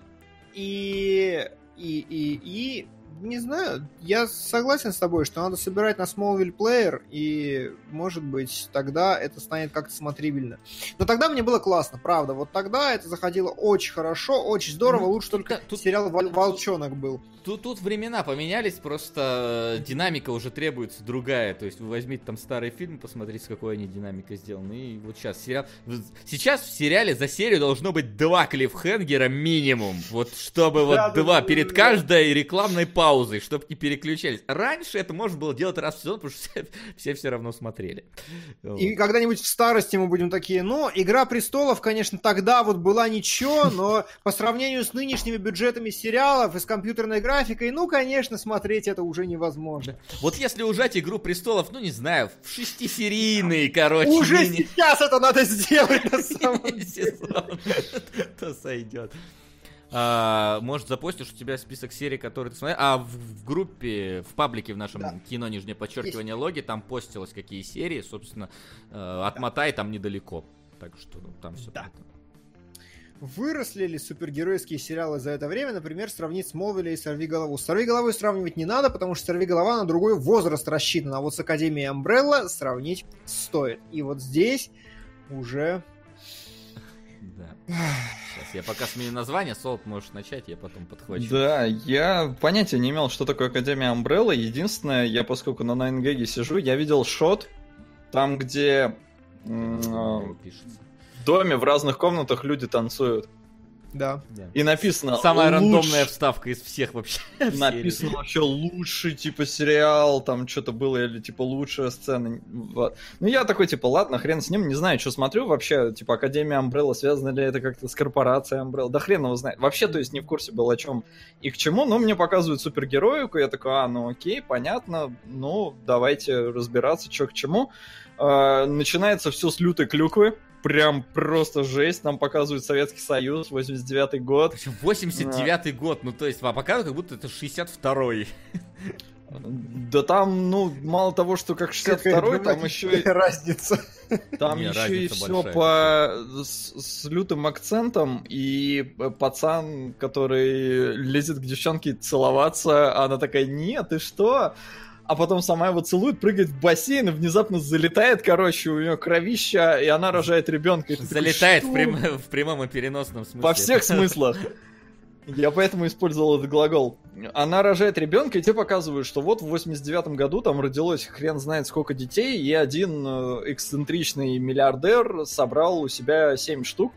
И, и, и, и, не знаю, я согласен с тобой, что надо собирать на Smallville Player, и, может быть, тогда это станет как-то смотрибельно. Но тогда мне было классно, правда. Вот тогда это заходило очень хорошо, очень здорово. Ну, Лучше тут- только тут- сериал «Вол- «Волчонок» был. Тут, тут времена поменялись, просто э, динамика уже требуется другая. То есть вы возьмите там старый фильм, посмотрите, с какой они динамикой сделаны. И вот сейчас сериал... Сейчас в сериале за серию должно быть два клиффхенгера минимум. Вот чтобы вот Да, да, два да, перед да. каждой рекламной паузой, чтобы не переключались. Раньше это можно было делать раз в сезон, потому что все все, все равно смотрели. Вот. И когда-нибудь в старости мы будем такие, ну, «Игра престолов», конечно, тогда вот была ничего, но по сравнению с нынешними бюджетами сериалов и с компьютерной графикой, ну, конечно, смотреть это уже невозможно. Вот если ужать «Игру престолов», ну не знаю, в шестисерийный, короче, Уже мини- сейчас это надо сделать на самом деле. сезон, то сойдет. А, может, запостишь у тебя список серий, которые ты смотрел. А в, в группе, в паблике в нашем Да. кино, нижнее подчеркивание, логи, там постилось какие серии, собственно, э, отмотай, там недалеко. Так что ну, там все. Да. Выросли ли супергеройские сериалы за это время, например, сравнить «Смолвиля» и «Сорвиголову». С «Сорвиголовой» сравнивать не надо, потому что «Сорвиголова» на другой возраст рассчитана, а вот с «Академией Амбрелла» сравнить стоит. И вот здесь уже... Да. Сейчас я пока сменю название, Солт, можешь начать, я потом подхвачу. Да, я понятия не имел, что такое Академия Umbrella. Единственное, я поскольку на Найнгеге сижу, я видел шот, там, где м, Как э, пишется. в доме в разных комнатах люди танцуют. Да. Да. И написано... Самая луч- рандомная вставка из всех вообще. в Написано серии. вообще лучший, типа, сериал, там что-то было, или, типа, лучшая сцена. Вот. Ну, я такой, типа, ладно, хрен с ним, не знаю, что смотрю вообще, типа, Академия Umbrella, связано ли это как-то с корпорацией Umbrella, да хрен его знает. Вообще, то есть, не в курсе был, о чем и к чему, но мне показывают супергероику, я такой, а, ну окей, понятно, ну, давайте разбираться, что к чему. А, начинается все с лютой клюквы. Прям просто жесть. Нам показывают Советский Союз, восемьдесят девятый год. Причем восемьдесят девятый год, ну то есть, а показывают, как будто это шестьдесят второй. Да там, ну, мало того, что как шестьдесят второй, там еще и... разница. Там Не, еще и разница все большая. по... с, с лютым акцентом, и пацан, который лезет к девчонке целоваться, а она такая, нет, ты что? А потом сама его целует, прыгает в бассейн и внезапно залетает, короче, у нее кровища, и она рожает ребенка. И ты такой, Залетает в, «Что?» прям- в прямом и переносном смысле. Во всех смыслах. Я поэтому использовал этот глагол. Она рожает ребенка, и тебе показывают, что вот в восемьдесят девятом году там родилось хрен знает сколько детей, и один э, эксцентричный миллиардер собрал у себя семь штук,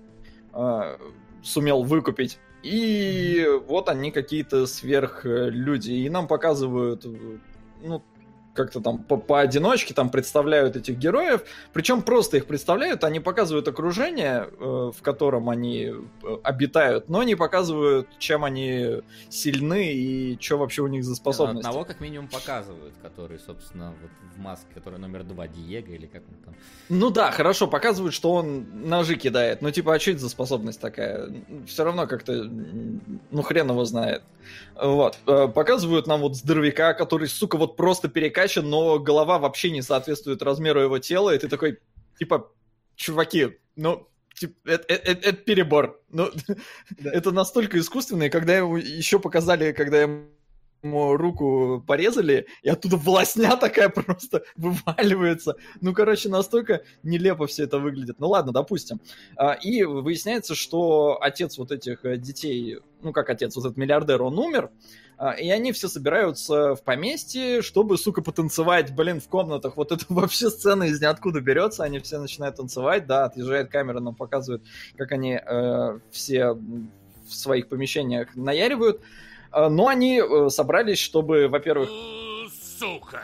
э, сумел выкупить. И вот они какие-то сверхлюди. И нам показывают, ну, как-то там по- поодиночке там представляют этих героев. Причем просто их представляют, они показывают окружение, э, в котором они э, обитают, но не показывают, чем они сильны и что вообще у них за способности. Одного как минимум показывают, который, собственно, вот в маске, который номер два, Диего, или как он там. Ну да, хорошо, показывают, что он ножи кидает. Ну типа, а что это за способность такая? Все равно как-то, ну хрен его знает. Вот. Э, Показывают нам вот здоровяка, который, сука, вот просто перекачан, но голова вообще не соответствует размеру его тела, и ты такой, типа, чуваки, ну, типа, это, это- это перебор. Ну, это настолько искусственно, и когда ему еще показали, когда ему руку порезали, и оттуда волосня такая просто вываливается. Ну, короче, настолько нелепо все это выглядит. Ну, ладно, допустим. А, И выясняется, что отец вот этих э, детей, ну, как отец, вот этот миллиардер, он умер, а, и они все собираются в поместье, чтобы, сука, потанцевать, блин, в комнатах. Вот это вообще сцена из ниоткуда берется, они все начинают танцевать, да, отъезжает камера, нам показывает, как они э, все в своих помещениях наяривают. А, Но они э, собрались, чтобы, во-первых, Э, Сука.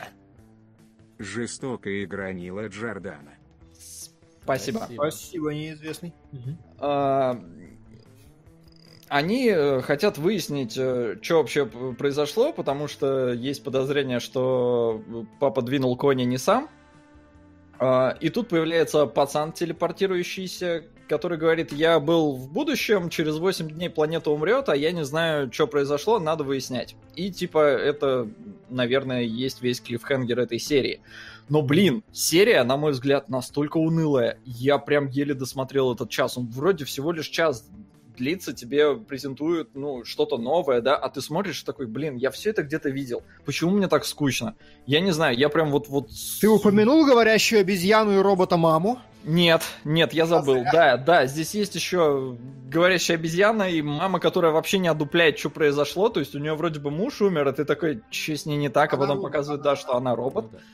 Жестокая игра Нила Джордана. спасибо, Спасибо, неизвестный. А, они э, хотят выяснить, что вообще п- произошло, потому что есть подозрение, что папа двинул коня не сам. А, И тут появляется пацан телепортирующийся, который говорит, я был в будущем, через восемь дней планета умрет, а я не знаю, что произошло, надо выяснять. И типа это, наверное, есть весь клиффхенгер этой серии. Но, блин, серия, на мой взгляд, настолько унылая. Я прям еле досмотрел этот час. Он вроде всего лишь час длится, тебе презентуют, ну, что-то новое, да, а ты смотришь такой, блин, я все это где-то видел. Почему мне так скучно? Я не знаю, я прям вот... вот... Ты упомянул говорящую обезьяну и робота-маму? Нет, нет, я забыл. Да, да, здесь есть еще говорящая обезьяна и мама, которая вообще не одупляет, что произошло. То есть у нее вроде бы муж умер, а ты такой, что с ней не так, а Она потом робот, показывают, она да, что она робот. Ну да.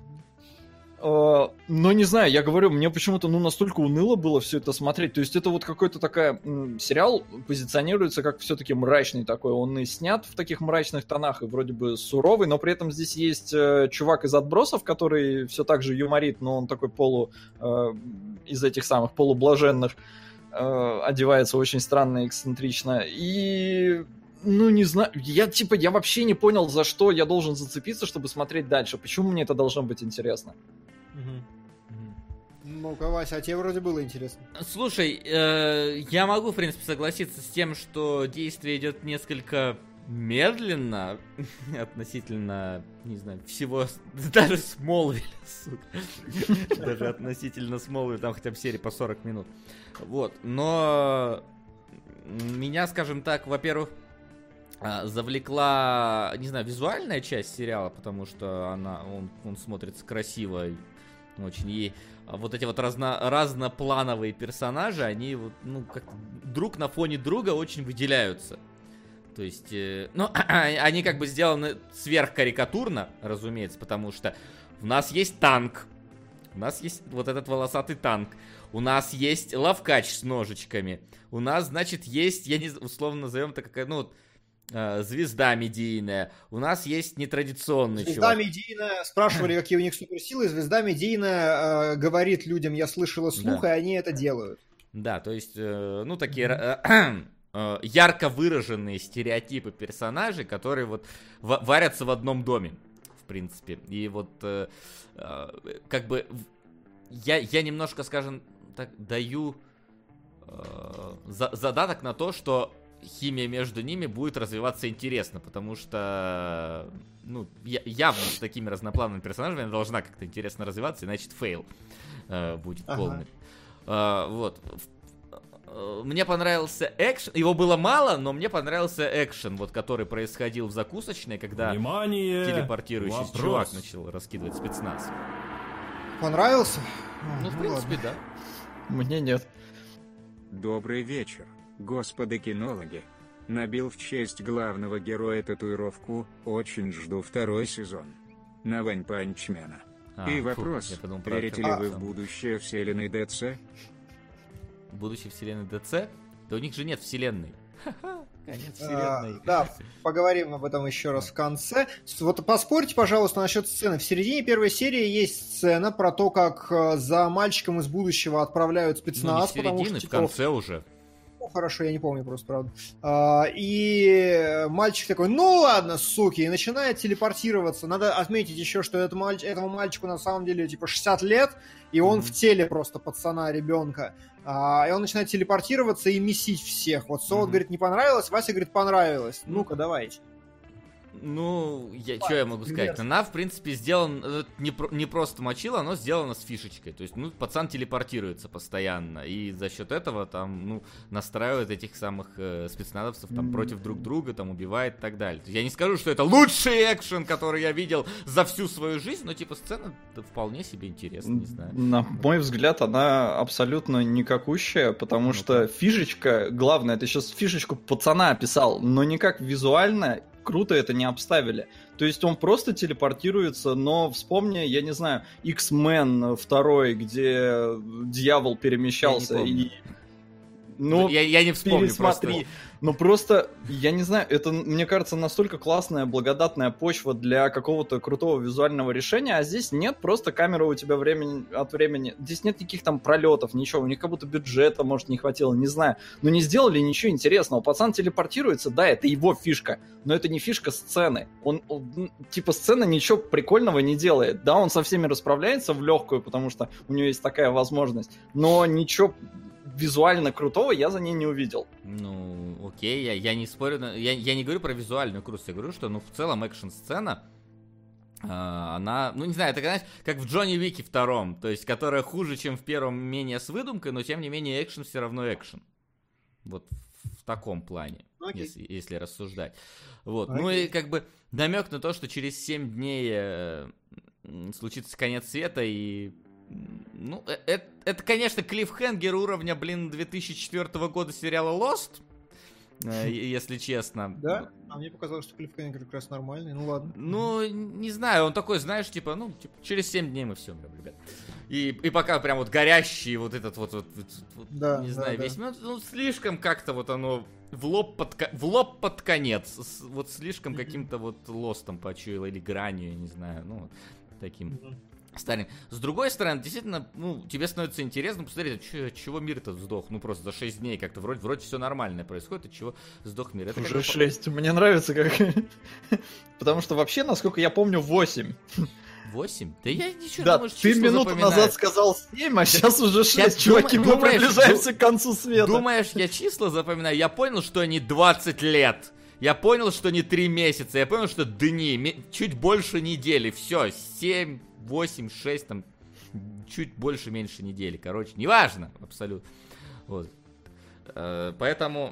Э, Но не знаю, я говорю, мне почему-то ну настолько уныло было все это смотреть. То есть это вот какой-то такая м, сериал позиционируется как все-таки мрачный такой. Он и снят в таких мрачных тонах и вроде бы суровый, но при этом здесь есть э, чувак из «Отбросов», который все так же юморит, но он такой полу э, из этих самых полублаженных э, одевается очень странно, эксцентрично. И ну, не знаю, я типа, я вообще не понял, за что я должен зацепиться, чтобы смотреть дальше. Почему мне это должно быть интересно? Ну-ка, Вася, а тебе вроде было интересно. Слушай, э, я могу, в принципе, согласиться с тем, что действие идет несколько медленно относительно, не знаю, всего, даже Смолвиля, сука. Даже относительно Смолвиля, там хотя бы серии по сорок минут. Вот, но меня, скажем так, во-первых, а, завлекла, не знаю, визуальная часть сериала, потому что она, он, он смотрится красиво очень, и вот эти вот разно, разноплановые персонажи, они вот, ну, как друг на фоне друга очень выделяются. То есть, э, ну, они как бы сделаны сверхкарикатурно, разумеется, потому что у нас есть танк, у нас есть вот этот волосатый танк, У нас есть лавкач с ножичками. У нас, значит, есть, я не условно назовем это какая, ну, э, звезда медийная. У нас есть нетрадиционный Звезда чувак. медийная, спрашивали, какие у них суперсилы. Звезда медийная э, говорит людям, я слышала слух, Да. и они это делают. Да, то есть, э, ну, такие э, э, ярко выраженные стереотипы персонажей, которые вот в- варятся в одном доме, в принципе. И вот, э, э, как бы, я, я немножко, скажем так, даю э, за- задаток на то, что химия между ними будет развиваться интересно, потому что, ну, я- явно с такими разноплановыми персонажами она должна как-то интересно развиваться, иначе фейл э, будет Ага. полный. А, вот. В- Мне понравился экшен. Его было мало, но мне понравился экшен, вот который происходил в закусочной, когда Внимание! телепортирующийся Вопрос. чувак начал раскидывать спецназ. Понравился? Ну, в Ну, принципе, ладно. да. Мне нет. Добрый вечер, господа кинологи. Набил в честь главного героя татуировку, очень жду второй сезон. На Ванпанчмена. А, И фу, вопрос, я подумал про верите ли Аркадия. вы в будущее вселенной ДЦ? Будущей вселенной ДЦ? Да у них же нет вселенной. Ха-ха, конец А, вселенной. да, поговорим об этом еще раз в конце. С- Вот поспорьте, пожалуйста, насчет сцены. В середине первой серии есть сцена про то, как э, за мальчиком из будущего отправляют Ну, не спецназ, в потому середине, что в типа, конце уже. ну, хорошо, я не помню просто, правда. А, и мальчик такой, ну ладно, суки, и начинает телепортироваться. Надо отметить еще, что этот мальч- этому мальчику на самом деле типа шестьдесят лет, и он Мгм. в теле просто пацана, ребенка. А, и он начинает телепортироваться и месить всех. Вот Солод Мгм. говорит, не понравилось, Вася говорит, понравилось. Ну-ка, давайте. Ну, я, что я могу сказать? Привет. Она, в принципе, сделана, не, про- не просто мочила, оно сделано с фишечкой. То есть, ну, пацан телепортируется постоянно. И за счет этого, там, ну, настраивает этих самых э, спецназовцев там М. против друг друга, там, убивает и так далее. То есть, я не скажу, что это лучший экшен, который я видел за всю свою жизнь, но, типа, сцена вполне себе интересна, не знаю. На мой взгляд, она абсолютно никакущая, потому Ну-ка. что фишечка, главное, ты сейчас фишечку пацана описал, но никак визуально круто это не обставили. То есть он просто телепортируется, но вспомни, я не знаю, X-Men второй, где дьявол перемещался Я не помню. и... Ну, я, я не вспомню пересмотри. просто. Ну просто, я не знаю, это, мне кажется, настолько классная, благодатная почва для какого-то крутого визуального решения, а здесь нет, просто камера у тебя времени, от времени, здесь нет никаких там пролетов, ничего, у них как будто бюджета, может, не хватило, не знаю, но не сделали ничего интересного. Пацан телепортируется, да, это его фишка, но это не фишка сцены. Он, он, типа, сцена ничего прикольного не делает, да, он со всеми расправляется в легкую, потому что у него есть такая возможность, но ничего визуально крутого я за ней не увидел. Ну, окей, я, я не спорю, на- я, я не говорю про визуальную крутость, я говорю, что, ну, в целом экшн-сцена, а, она, ну, не знаю, это, знаешь, как в Джонни Уике втором, то есть, которая хуже, чем в первом, менее с выдумкой, но, тем не менее, экшен все равно экшен. Вот в, в таком плане, Окей. если, если рассуждать. Вот, ну Окей. и как бы намек на то, что через семь дней э, м, случится конец света, и ну, это, это, конечно, клиффхенгер уровня, блин, две тысячи четвёртого года сериала Lost, э, если честно. Да? А мне показалось, что Клиффхенгер как раз нормальный. Ну ладно. Ну, не знаю, он такой, знаешь, типа, ну, типа, через семь дней мы все умрем, ребят. И, и пока прям вот горящий вот этот вот, вот, вот, вот, Да, не да, знаю, да. весь мир, ну, слишком как-то вот оно в лоб под, ко- в лоб под конец, с- вот слишком Мгм. каким-то вот лостом почуяло или гранью, я не знаю, ну, вот таким. Мгм. Старый. С другой стороны, действительно, ну, тебе становится интересно посмотреть, а чё- от чего мир-то сдох. Ну, просто за шесть дней как-то вроде, вроде все нормально происходит, от чего сдох мир. Это как Уже бы по- шесть. Мне нравится, как... Потому что вообще, насколько я помню, восемь. восемь? Да я ничего, Да, думаешь, ты числа минуту запоминаю. назад сказал семь, а сейчас уже Сейчас шесть. Чуваки, дума- мы думаешь, приближаемся к концу света. Думаешь, я числа запоминаю? Я понял, что они двадцать лет. Я понял, что не три месяца. Я понял, что дни, ме- чуть больше недели. Все, семь, восемь, шесть, там, чуть больше, меньше недели. Короче, неважно, абсолютно. Вот. Э, Поэтому,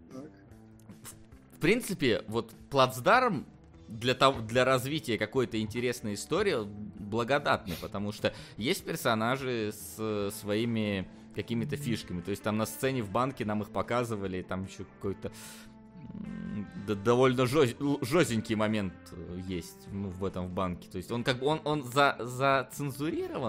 в принципе, вот плацдарм для, того, для развития какой-то интересной истории благодатный, потому что есть персонажи с э, своими какими-то фишками. То есть там на сцене в банке нам их показывали, там еще какой-то м, д- довольно жёз- л- жёстенький момент э, есть, ну, в этом в банке. То есть он как бы он, он за, зацензурирован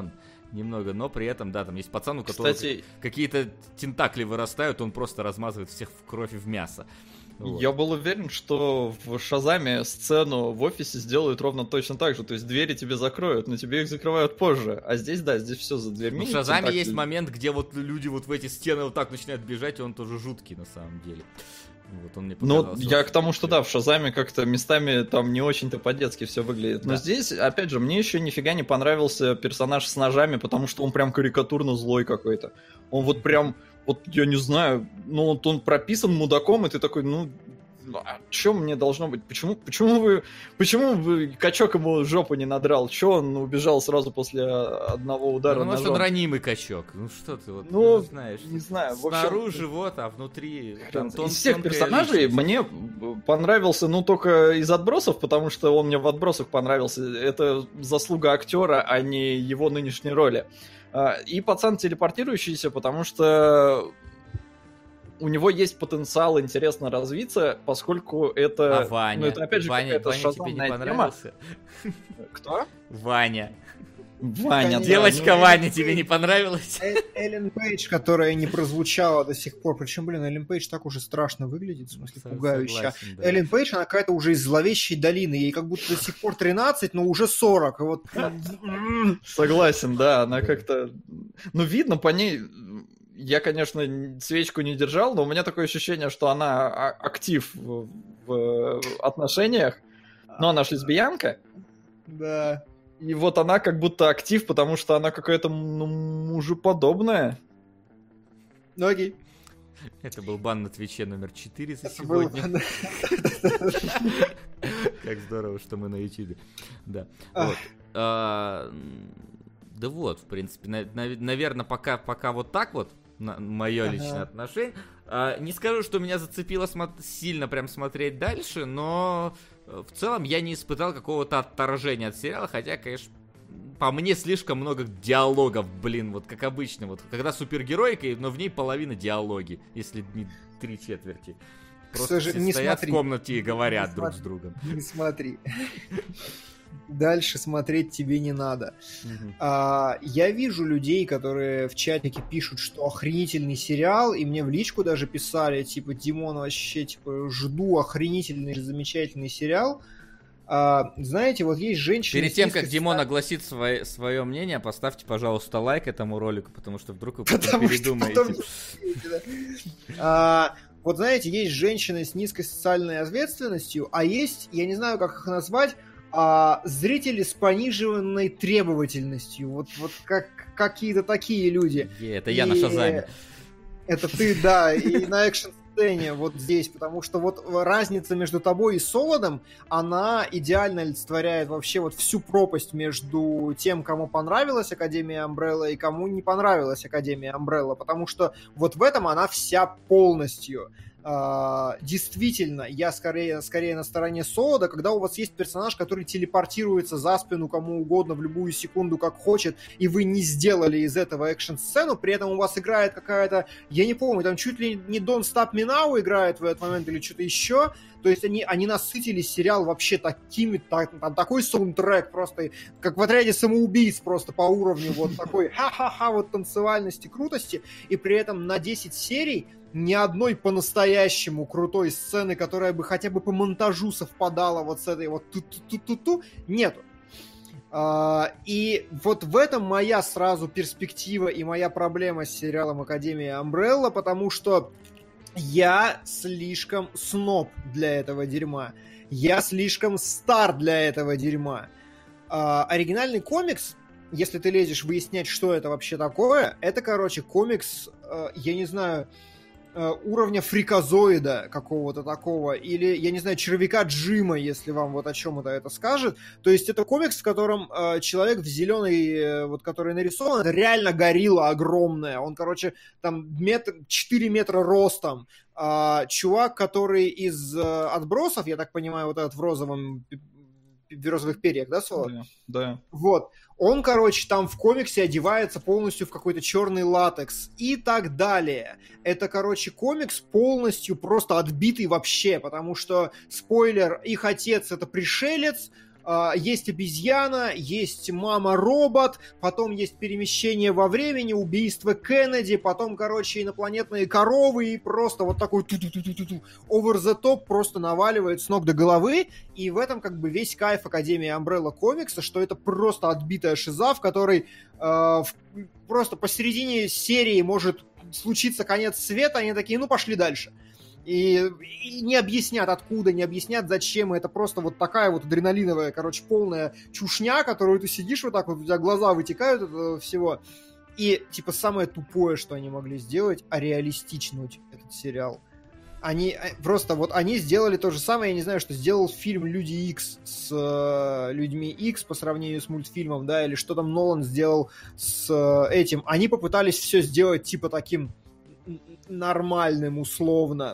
немного, но при этом, да, там есть пацан, у которого Кстати, какие-то тентакли вырастают, он просто размазывает всех в кровь и в мясо. Вот. Я был уверен, что в Шазаме сцену в офисе сделают ровно точно так же. То есть двери тебе закроют, но тебе их закрывают позже. А здесь, да, здесь все за дверьми. Ну, в Шазаме так... есть момент, где вот люди вот в эти стены вот так начинают бежать, и он тоже жуткий на самом деле. Вот он мне Ну, я к тому, что да, в Шазаме как-то местами там не очень-то по-детски все выглядит. Но да. Здесь, опять же, мне еще нифига не понравился персонаж с ножами, потому что он прям карикатурно злой какой-то. Он вот прям, вот я не знаю, ну вот он прописан мудаком, и ты такой, ну, а что мне должно быть? Почему, почему вы, почему вы качок ему жопу не надрал? Че он убежал сразу после одного удара ну, может, ножом? он ранимый качок. Ну что ты вот Ну, не знаешь. Не знаю. В общем, снаружи вот, а внутри там тон, из всех тонкая персонажей личность. мне понравился, ну, только из отбросов, потому что он мне в отбросах понравился. Это заслуга актера, а не его нынешней роли. И пацан телепортирующийся, потому что у него есть потенциал интересно развиться, поскольку это... А Ваня? Ну, это опять же Ваня, какая-то Ваня тебе не шазамная понравился? тема. Кто? Ваня. Ваня, да, Девочка ну, Ваня тебе не понравилась? Э- Эллен Пейдж, которая не прозвучала до сих пор. Причем, блин, Эллен Пейдж так уже страшно выглядит, в смысле, Со- пугающе. согласен, да. Эллен Пейдж, она какая-то уже из зловещей долины. Ей как будто до сих пор тринадцать, но уже сорок. И вот... Согласен, да, она как-то... Ну, видно по ней... Я, конечно, свечку не держал, но у меня такое ощущение, что она а- актив в, в отношениях. Но она же лесбиянка. Да. И вот она как будто актив, потому что она какая-то ну, мужеподобная. Ну окей. Это был бан на Твиче номер четыре за Это было... сегодня. Как здорово, что мы на Ютубе. Да. Ах. Вот. А, Да вот, в принципе, наверное, пока пока вот так вот мое Ага. личное отношение. А, Не скажу, что меня зацепило смо- сильно прям смотреть дальше, но э, в целом я не испытал какого-то отторжения от сериала, хотя, конечно, по мне слишком много диалогов, блин, вот как обычно, вот когда супергеройка, но в ней половина диалоги, если не три четверти. Просто сожа- все не стоят смотри. в комнате и говорят Не друг смотри. с другом. Не смотри. Дальше смотреть тебе не надо. Мгм. А, я вижу людей, которые в чатике пишут, что охренительный сериал, и мне в личку даже писали, типа, Димон, вообще, типа, жду охренительный, замечательный сериал. А, знаете, вот есть женщины... Перед с тем, низкой как Димон соци- огласит свое, свое мнение, поставьте, пожалуйста, лайк этому ролику, потому что вдруг вы потом Потому что передумаете. потом не да. А, Вот знаете, есть женщины с низкой социальной ответственностью, а есть, я не знаю, как их назвать, а, зрители с пониженной требовательностью. Вот, вот как какие-то такие люди. Е, это я на И Шазаме. Это ты, да, и на экшн-сцене вот здесь, потому что вот разница между тобой и Солодом, она идеально олицетворяет вообще вот всю пропасть между тем, кому понравилась Академия Амбрелла и кому не понравилась Академия Амбрелла, потому что вот в этом она вся полностью. Uh, действительно, я скорее, скорее на стороне Солода, когда у вас есть персонаж, который телепортируется за спину кому угодно в любую секунду, как хочет, и вы не сделали из этого экшн-сцену, при этом у вас играет какая-то, я не помню, там чуть ли не Don't Stop Me Now играет в этот момент или что-то еще, то есть они, они насытили сериал вообще такими, так, там такой саундтрек просто, как в отряде самоубийц просто по уровню вот такой ха-ха-ха вот танцевальности, крутости, и при этом на десять серий ни одной по-настоящему крутой сцены, которая бы хотя бы по монтажу совпадала вот с этой вот ту-ту-ту-ту-ту, нету. А, и вот в этом моя сразу перспектива и моя проблема с сериалом Академия Амбрелла, потому что я слишком сноб для этого дерьма. Я слишком стар для этого дерьма. А, оригинальный комикс, если ты лезешь выяснять, что это вообще такое, это, короче, комикс, я не знаю, уровня фриказоида какого-то такого, или, я не знаю, червяка Джима, если вам вот о чем это это скажет. То есть это комикс, в котором э, человек в зеленый, э, вот который нарисован, это реально горилла огромная. Он, короче, там метр, четыре метра ростом. Э, чувак, который из э, отбросов, я так понимаю, вот этот в розовом в розовых перьях, да, Солод? Да, да. Вот. Он, короче, там в комиксе одевается полностью в какой-то черный латекс и так далее. Это, короче, комикс полностью просто отбитый вообще, потому что, спойлер, их отец — это пришелец, э, есть обезьяна, есть мама-робот, потом есть перемещение во времени, убийство Кеннеди, потом, короче, инопланетные коровы, и просто вот такой ту-ту-ту-ту-ту over the top просто наваливает с ног до головы, и в этом как бы весь кайф Академии Umbrella Комикса, что это просто отбитая шиза, в которой э, в, просто посередине серии может случиться конец света, они такие, ну, пошли дальше. И, и не объяснят откуда, не объяснят зачем, это просто вот такая вот адреналиновая, короче, полная чушня, которую ты сидишь вот так вот, у тебя глаза вытекают от этого всего. И, типа, самое тупое, что они могли сделать, реалистичнуть этот сериал. Они просто, вот они сделали то же самое, я не знаю, что сделал фильм «Люди Икс» с э, «Людьми Икс» по сравнению с мультфильмом, да, или что там Нолан сделал с э, этим. Они попытались все сделать, типа, таким нормальным, условно,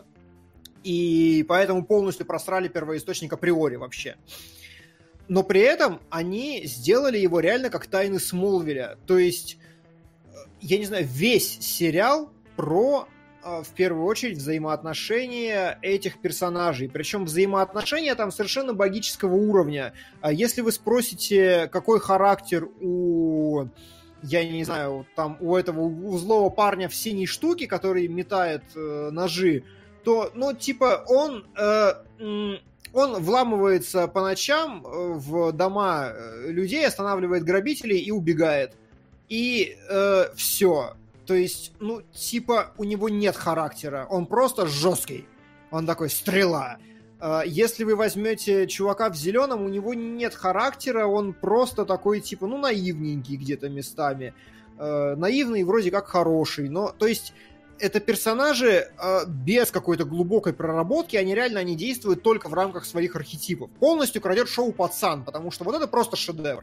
и поэтому полностью просрали первоисточник априори вообще. Но при этом они сделали его реально как «Тайны Смолвиля». То есть, я не знаю, весь сериал про... в первую очередь, взаимоотношения этих персонажей. Причем взаимоотношения там совершенно богического уровня. Если вы спросите, какой характер у, я не знаю, там у этого у злого парня в синей штуке, который метает э, ножи, то, ну, типа, он... Э, он вламывается по ночам в дома людей, останавливает грабителей и убегает. И э, все. То есть, ну, типа, у него нет характера. Он просто жесткий. Он такой, стрела. Если вы возьмете чувака в зеленом, у него нет характера, он просто такой, типа, ну, наивненький где-то местами. Наивный, вроде как хороший. Но, то есть, это персонажи без какой-то глубокой проработки, они реально, они действуют только в рамках своих архетипов. Полностью крадет шоу «Пацан», потому что вот это просто шедевр.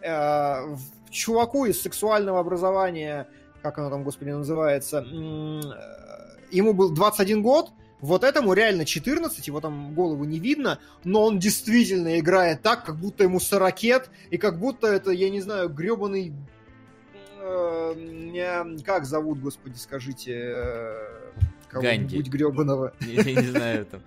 Чуваку из сексуального образования... как оно там, господи, называется, ему был двадцать один год, вот этому реально четырнадцать, его там голову не видно, но он действительно играет так, как будто ему сорокет, и как будто это, я не знаю, гребаный... Э, как зовут, господи, скажите, э, кого-нибудь гребаного. Я не знаю там.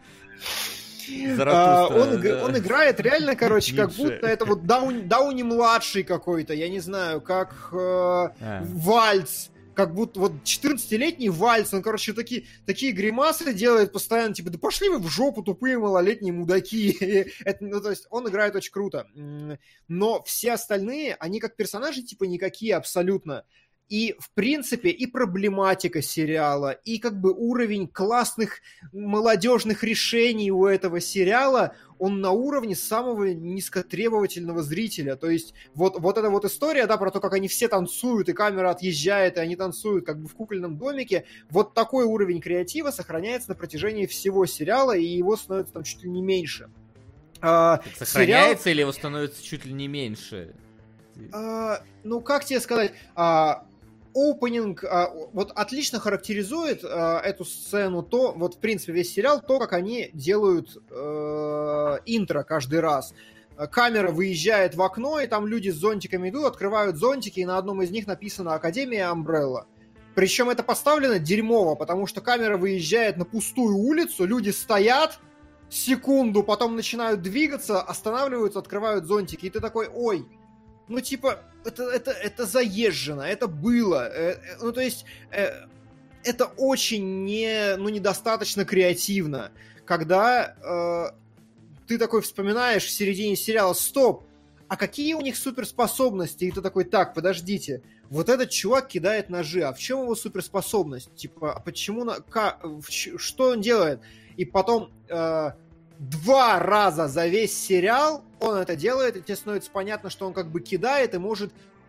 А, он, да. он играет реально, короче, как будто это вот Дауни, Дауни младший какой-то, я не знаю, как э, а. Вальц, как будто вот четырнадцатилетний Вальц, он, короче, такие, такие гримасы делает постоянно, типа, да пошли вы в жопу, тупые малолетние мудаки. Это, ну, то есть он играет очень круто. Но все остальные, они как персонажи, типа, никакие абсолютно. И, в принципе, и проблематика сериала, и как бы уровень классных молодежных решений у этого сериала, он на уровне самого низкотребовательного зрителя. То есть вот, вот эта вот история, да, про то, как они все танцуют, и камера отъезжает, и они танцуют как бы в кукольном домике, вот такой уровень креатива сохраняется на протяжении всего сериала, и его становится там чуть ли не меньше. А, сохраняется сериал... или его становится чуть ли не меньше? А, ну, как тебе сказать... А... Опенинг а, вот отлично характеризует а, эту сцену, то, вот, в принципе, весь сериал, то, как они делают э, интро каждый раз. Камера выезжает в окно, и там люди с зонтиками идут, открывают зонтики, и на одном из них написано «Академия Umbrella». Причем это поставлено дерьмово, потому что камера выезжает на пустую улицу, люди стоят секунду, потом начинают двигаться, останавливаются, открывают зонтики, и ты такой «Ой». Ну, типа, это, это, это заезжено, это было. Э, э, ну, то есть, э, это очень не, ну, недостаточно креативно. Когда э, ты такой вспоминаешь в середине сериала, стоп, а какие у них суперспособности? И ты такой, так, подождите, вот этот чувак кидает ножи, а в чем его суперспособность? Типа, а почему, на, как, что он делает? И потом... Э, Два раза за весь сериал он это делает, и тебе становится понятно, что он как бы кидает и может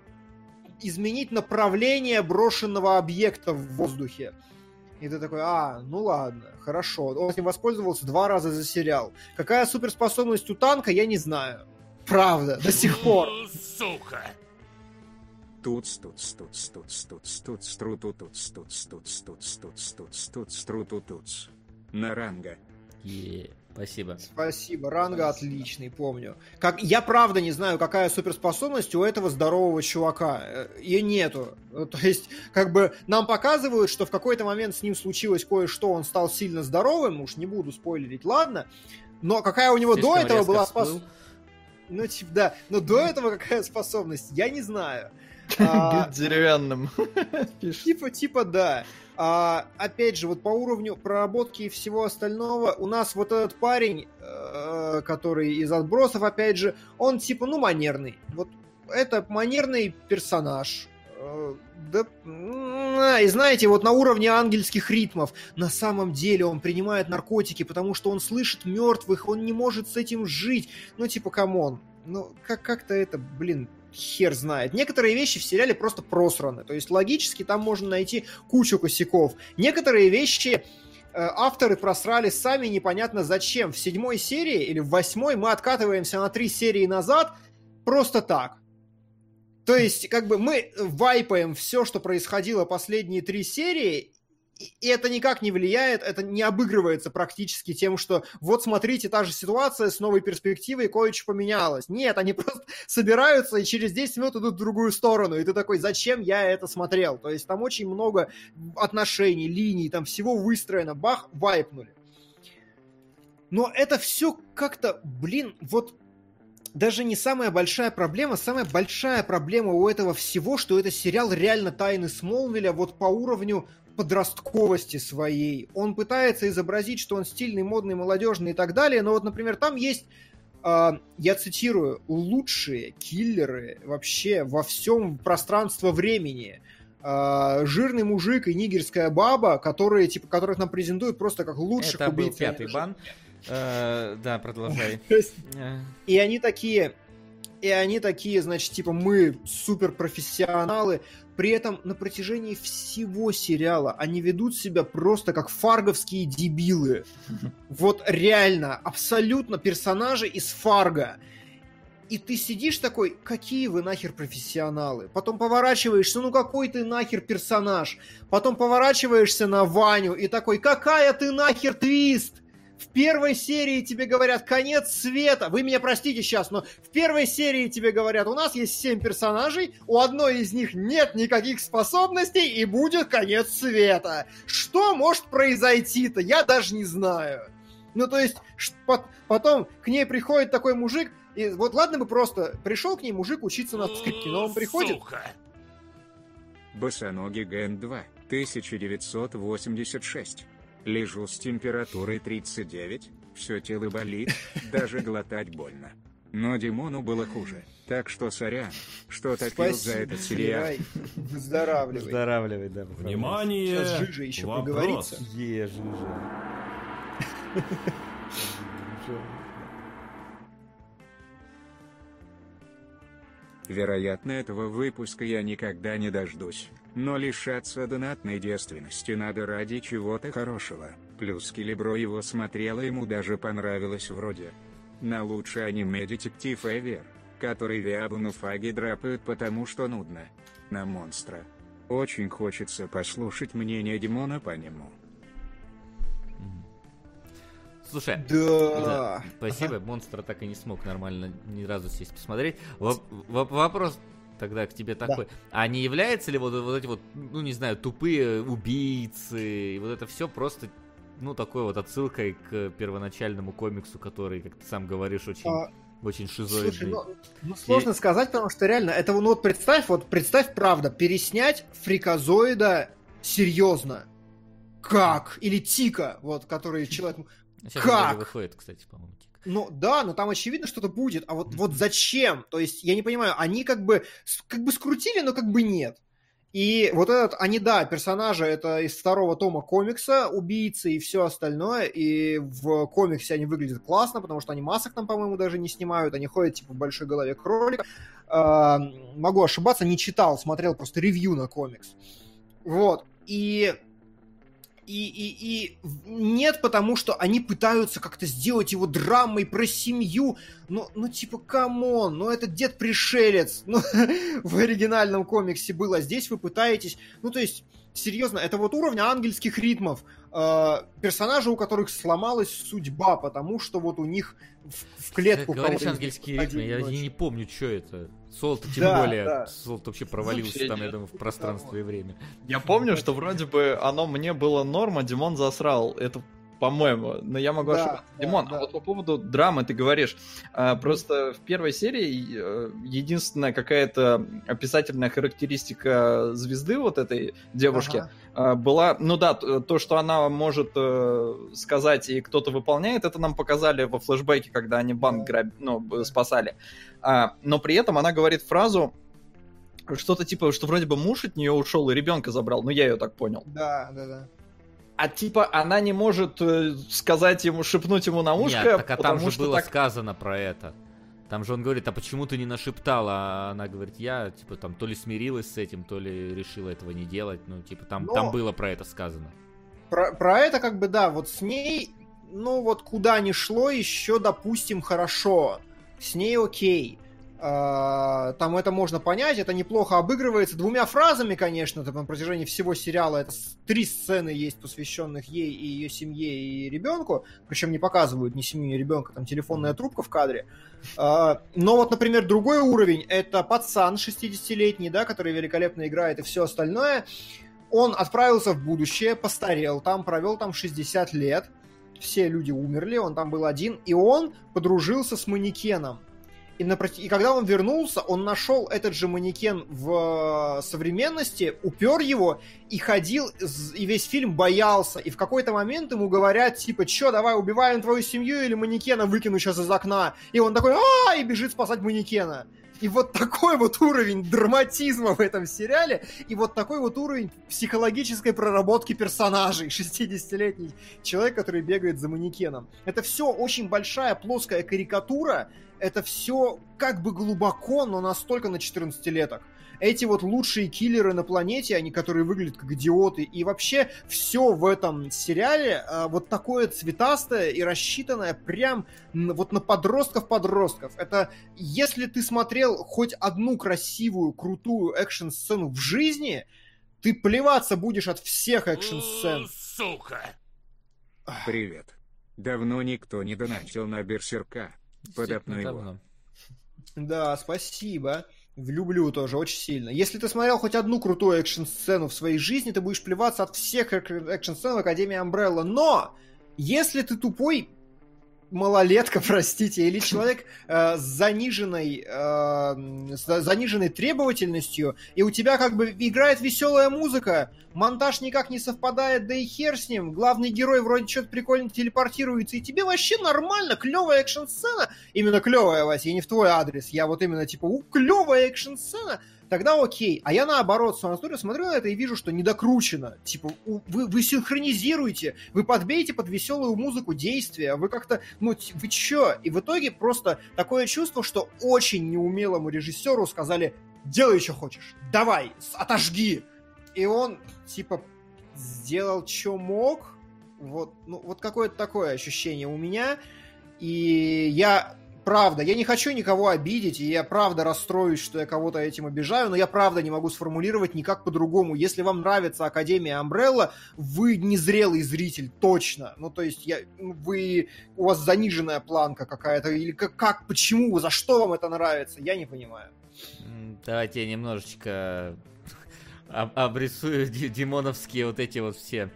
изменить направление брошенного объекта в воздухе. И ты такой, а, ну ладно, хорошо. Он этим воспользовался два раза за сериал. Какая суперспособность у танка, я не знаю. Правда, до сих пор. Сука! Туц, туц, туц, туц, туц, туц, труту, туц, туц, туц, туц, туц, туц, туц, труту, туц. Наранга. Yeah. Спасибо. Спасибо. Ранга отличный, помню. Как, я правда не знаю, какая суперспособность у этого здорового чувака. Ее нету. То есть, как бы, нам показывают, что в какой-то момент с ним случилось кое-что, он стал сильно здоровым, уж не буду спойлерить, ладно. Но какая у него Слишком до этого была способность... Ну, типа, да. Но до этого какая способность, я не знаю. Быть деревянным. Типа, типа, да. А, опять же, вот по уровню проработки и всего остального, у нас вот этот парень, э, который из отбросов, опять же, он типа, ну, манерный. Вот это манерный персонаж. Э, да, и знаете, вот на уровне ангельских ритмов, на самом деле он принимает наркотики, потому что он слышит мертвых, он не может с этим жить. Ну, типа, камон. Ну, как- как-то это, блин, хер знает. Некоторые вещи в сериале просто просраны. То есть логически там можно найти кучу косяков. Некоторые вещи э, авторы просрали сами непонятно зачем. В седьмой серии или в восьмой мы откатываемся на три серии назад просто так. То есть, как бы мы вайпаем все, что происходило последние три серии, и это никак не влияет, это не обыгрывается практически тем, что вот смотрите, та же ситуация с новой перспективой, кое-что поменялось. Нет, они просто собираются и через десять минут идут в другую сторону, и ты такой, зачем я это смотрел? То есть там очень много отношений, линий, там всего выстроено, бах, вайпнули. Но это все как-то, блин, вот даже не самая большая проблема, самая большая проблема у этого всего, что это сериал реально «Тайны Смолвиля» вот по уровню подростковости своей. Он пытается изобразить, что он стильный, модный, молодежный и так далее, но вот, например, там есть, э, я цитирую, лучшие киллеры вообще во всем пространстве-времени. Э, жирный мужик и нигерская баба, которые, типа, которых нам презентуют просто как лучших Это был убийц. пятый бан. Э, Да, продолжай. И они такие, и они такие, значит, типа, мы суперпрофессионалы. При этом на протяжении всего сериала они ведут себя просто как фарговские дебилы. Вот реально, абсолютно персонажи из Фарго. И ты сидишь такой, какие вы нахер профессионалы? Потом поворачиваешься, ну какой ты нахер персонаж? Потом поворачиваешься на Ваню и такой, какая ты нахер твист? В первой серии тебе говорят конец света. Вы меня простите сейчас, но в первой серии тебе говорят, у нас есть семь персонажей, у одной из них нет никаких способностей и будет конец света. Что может произойти-то? Я даже не знаю. Ну, то есть, потом к ней приходит такой мужик, и вот ладно бы просто пришел к ней мужик учиться на скрипке, но он приходит... Сука. Босоногий Ген два, тысяча девятьсот восемьдесят шесть. Лежу с температурой тридцать девять, все тело болит, даже глотать больно. Но Димону было хуже, так что сорян, что топил за этот сериал. Выздоравливай. Выздоравливай, да. Внимание! Сейчас Жижа еще Вопрос. поговорится. Е, Жижа. Вероятно, этого выпуска я никогда не дождусь. Но лишаться донатной девственности надо ради чего-то хорошего. Плюс Килибро его смотрела, ему даже понравилось вроде. На лучший аниме-детектив ever, который виабуну-фаги драпают потому что нудно. На монстра. Очень хочется послушать мнение Димона по нему. Слушай, Да. спасибо, монстра так и не смог нормально ни разу сесть посмотреть. Воп- воп- вопрос тогда к тебе такой. А не является ли вот, вот эти вот, ну не знаю, тупые убийцы, и вот это все просто, ну такой вот отсылкой к первоначальному комиксу, который, как ты сам говоришь, очень, А, очень шизоидный. Слушай, ну, ну, сложно сказать, потому что реально, это ну вот представь, вот представь, правда, переснять фриказоида серьезно. Как? Или Тика, вот, который человек... Сейчас как? вроде выходит, кстати, по-моему. Тик. Ну да, но там очевидно что-то будет. А вот, вот зачем? То есть, я не понимаю, они как бы, с- как бы скрутили, но как бы нет. И вот этот, они, да, персонажи, это из второго тома комикса, убийцы и все остальное, и в комиксе они выглядят классно, потому что они масок там, по-моему, даже не снимают, они ходят, типа, в большой голове кролика. А, могу ошибаться, не читал, смотрел просто ревью на комикс. Вот, и... И, и, и нет, потому что они пытаются как-то сделать его драмой про семью. Ну, ну типа, камон, ну этот дед-пришелец. Ну, в оригинальном комиксе было. Здесь вы пытаетесь... Ну, то есть, серьезно, это вот уровня ангельских ритмов. Э, персонажи, у которых сломалась судьба, потому что вот у них в, в клетку... Ты говоришь кого-то ангельские ритмы, я один не, не помню, что это. Солт, тем Да, более, да. Солт вообще провалился Вообще там, я нет. думаю, в пространство и время. Я помню, что вроде бы оно мне было норм, а Димон засрал. Это по-моему, но я могу Да, ошибаться. да, Димон, да. а вот по поводу драмы ты говоришь, а, просто в первой серии э, единственная какая-то описательная характеристика звезды вот этой девушки Ага. а, была, ну да, т- то, что она может э, сказать и кто-то выполняет, это нам показали во флешбеке, когда они банк граб... ну, б- спасали. А, но при этом она говорит фразу, что-то типа, что вроде бы муж от нее ушел и ребенка забрал, ну я ее так понял. Да, да, да. А типа она не может э, сказать ему, шепнуть ему на ушко, Нет, так а там потому же что было так... сказано про это. Там же он говорит, а почему ты не нашептала? А она говорит, я, типа, там, то ли смирилась с этим, то ли решила этого не делать. Ну, типа, там, Но- там было про это сказано. Про, про это как бы, да, вот с ней, ну вот куда ни шло, еще, допустим, хорошо. С ней окей. А, там это можно понять, это неплохо обыгрывается двумя фразами, конечно, там, на протяжении всего сериала. Это с- три сцены есть, посвященных ей и ее семье и ребенку. Причем не показывают ни семью, ни ребенка, там телефонная трубка в кадре. А, но вот, например, другой уровень, это пацан шестидесятилетний, да, который великолепно играет и все остальное. Он отправился в будущее, постарел там, провел там шестьдесят лет. Все люди умерли, он там был один. И он подружился с манекеном. И, напротив... и когда он вернулся, он нашел этот же манекен в современности, упер его и ходил, и весь фильм боялся. И в какой-то момент ему говорят, типа, чё, давай убиваем твою семью или манекена выкину сейчас из окна. И он такой, а и бежит спасать манекена. И вот такой вот уровень драматизма в этом сериале, и вот такой вот уровень психологической проработки персонажей. шестидесятилетний человек, который бегает за манекеном. Это все очень большая плоская карикатура, это все как бы глубоко, но настолько на четырнадцатилеток. Эти вот лучшие киллеры на планете, они, которые выглядят как идиоты, и вообще все в этом сериале а, вот такое цветастое и рассчитанное прям н- вот на подростков-подростков. Это если ты смотрел хоть одну красивую, крутую экшн-сцену в жизни, ты плеваться будешь от всех экшн-сцен. Сука! Привет. Давно никто не доначил на Берсерка. Подопну его. Давно. Да, спасибо. Люблю тоже очень сильно. Если ты смотрел хоть одну крутую экшн-сцену в своей жизни, ты будешь плеваться от всех экшн-сцен в Академии Umbrella. Но! Если ты тупой малолетка, простите, или человек э, с заниженной, э, с заниженной требовательностью, и у тебя как бы играет веселая музыка, монтаж никак не совпадает, да и хер с ним, главный герой вроде что-то прикольно телепортируется, и тебе вообще нормально, клевая экшн-сцена, именно клевая, Вася, и не в твой адрес, я вот именно типа, у, клевая экшн-сцена, тогда окей. А я наоборот смотрю, смотрю на это и вижу, что недокручено. Типа, у, вы, вы синхронизируете, вы подбейте под веселую музыку действия, вы как-то, ну, вы чё? И в итоге просто такое чувство, что очень неумелому режиссеру сказали, делай, что хочешь, давай, отожги. И он, типа, сделал, что мог. Вот, ну, вот какое-то такое ощущение у меня. И я... Правда, я не хочу никого обидеть, и я правда расстроюсь, что я кого-то этим обижаю, но я правда не могу сформулировать никак по-другому. Если вам нравится Академия Umbrella, вы незрелый зритель, точно. Ну, то есть, я, вы, у вас заниженная планка какая-то, или как, как, почему, за что вам это нравится, я не понимаю. Давайте я немножечко обрисую димоновские вот эти вот все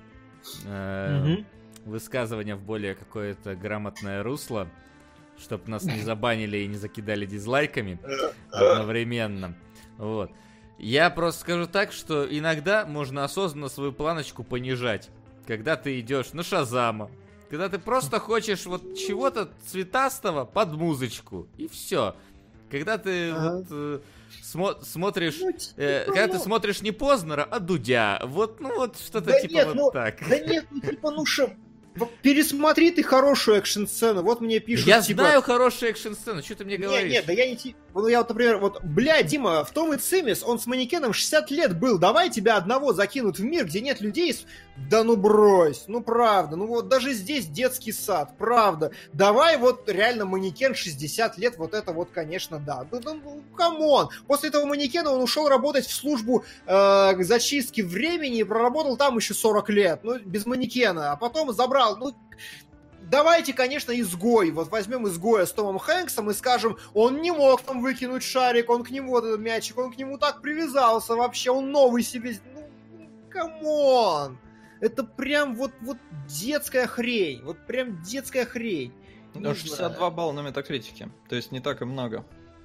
высказывания в более какое-то грамотное русло. Чтоб нас не забанили и не закидали дизлайками одновременно. Вот. Я просто скажу так, что иногда можно осознанно свою планочку понижать. Когда ты идешь на Шазама. Когда ты просто хочешь вот чего-то цветастого под музычку. И все. Когда ты ага. вот, э, смо- смотришь... Ну, типа, э, когда ну... ты смотришь не Познера, а Дудя. Вот, ну вот что-то да типа нет, вот ну, так. Да нет, ну типа, ну что... Пересмотри ты хорошую экшн-сцену. Вот мне пишут, я типа... знаю хорошую экшн-сцену, что ты мне говоришь? Нет, нет, да я не... Ну, я вот, например, вот, бля, Дима, в Том и Цимис, он с манекеном шестьдесят лет был. Давай тебя одного закинут в мир, где нет людей. Да ну брось, ну правда. Ну вот даже здесь детский сад, правда. Давай вот реально манекен шестьдесят лет, вот это вот, конечно, да. Ну, ну, камон. После этого манекена он ушел работать в службу э, зачистки времени и проработал там еще сорок лет. Ну, без манекена. А потом забрал, ну... Давайте, конечно, изгой. Вот возьмем изгоя с Томом Хэнксом и скажем, он не мог там выкинуть шарик, он к нему, вот этот мячик, он к нему так привязался вообще, он новый себе... Ну, камон! это прям вот, вот детская хрень. Вот прям детская хрень. Ну, шестьдесят два балла на метакритике. То есть не так и много.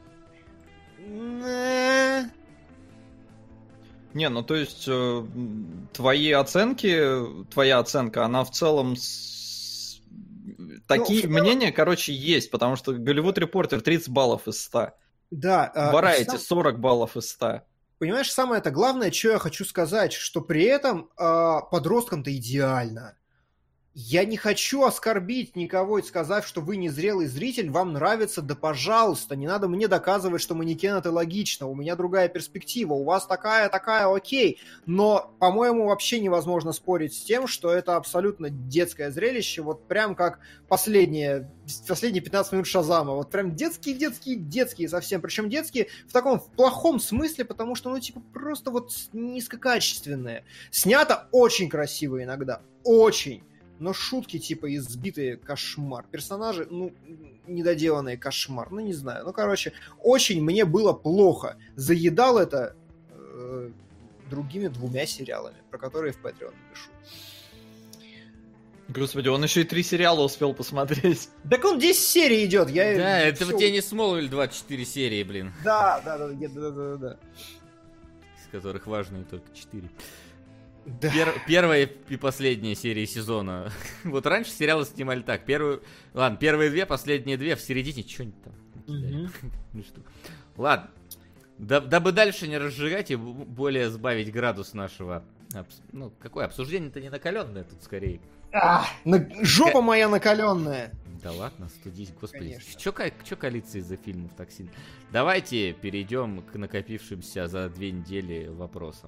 Не, Не, ну то есть э, твои оценки, твоя оценка, она в целом... С... Такие Ну, в мнения, короче, есть, потому что Голливуд Репортер тридцать баллов из ста. Да. Variety сам- сорок баллов из ста. Понимаешь, самое это главное, что я хочу сказать, что при этом а, подросткам-то идеально. Я не хочу оскорбить никого и сказать, что вы незрелый зритель, вам нравится, да пожалуйста, не надо мне доказывать, что манекен это логично, у меня другая перспектива, у вас такая, такая, окей. Но, по-моему, вообще невозможно спорить с тем, что это абсолютно детское зрелище, вот прям как последние, последние пятнадцать минут Шазама, вот прям детские, детские, детские совсем, причем детские в таком в плохом смысле, потому что, ну, типа, просто вот низкокачественные. Снято очень красиво иногда, очень. Но шутки, типа, избитые кошмар. Персонажи, ну, недоделанные кошмар. Ну, не знаю. Ну, короче, очень мне было плохо. Заедал это э, другими двумя сериалами, про которые в Patreon напишу. Господи, он еще и три сериала успел посмотреть. Так он десять серий идет. Я... Да, это всё- тебе не Смолвиль двадцать четыре серии, блин. Да, да, да, да, да, да, да. Из которых важные только четыре. Да. Пер- первая и последняя серии сезона. Вот раньше сериалы снимали так. Первую... Ладно, первые две, последние две, в середине что-нибудь там. Мгм. Ну что. Ладно. Да- дабы дальше не разжигать и б- более сбавить градус нашего... обс- Ну, какое обсуждение-то не накаленное тут скорее. А, на- жопа моя накаленная. Да ладно, студись, господи. Конечно. Чё, ка- чё колиться из-за фильмов так сильно? Давайте перейдем к накопившимся за две недели вопросам.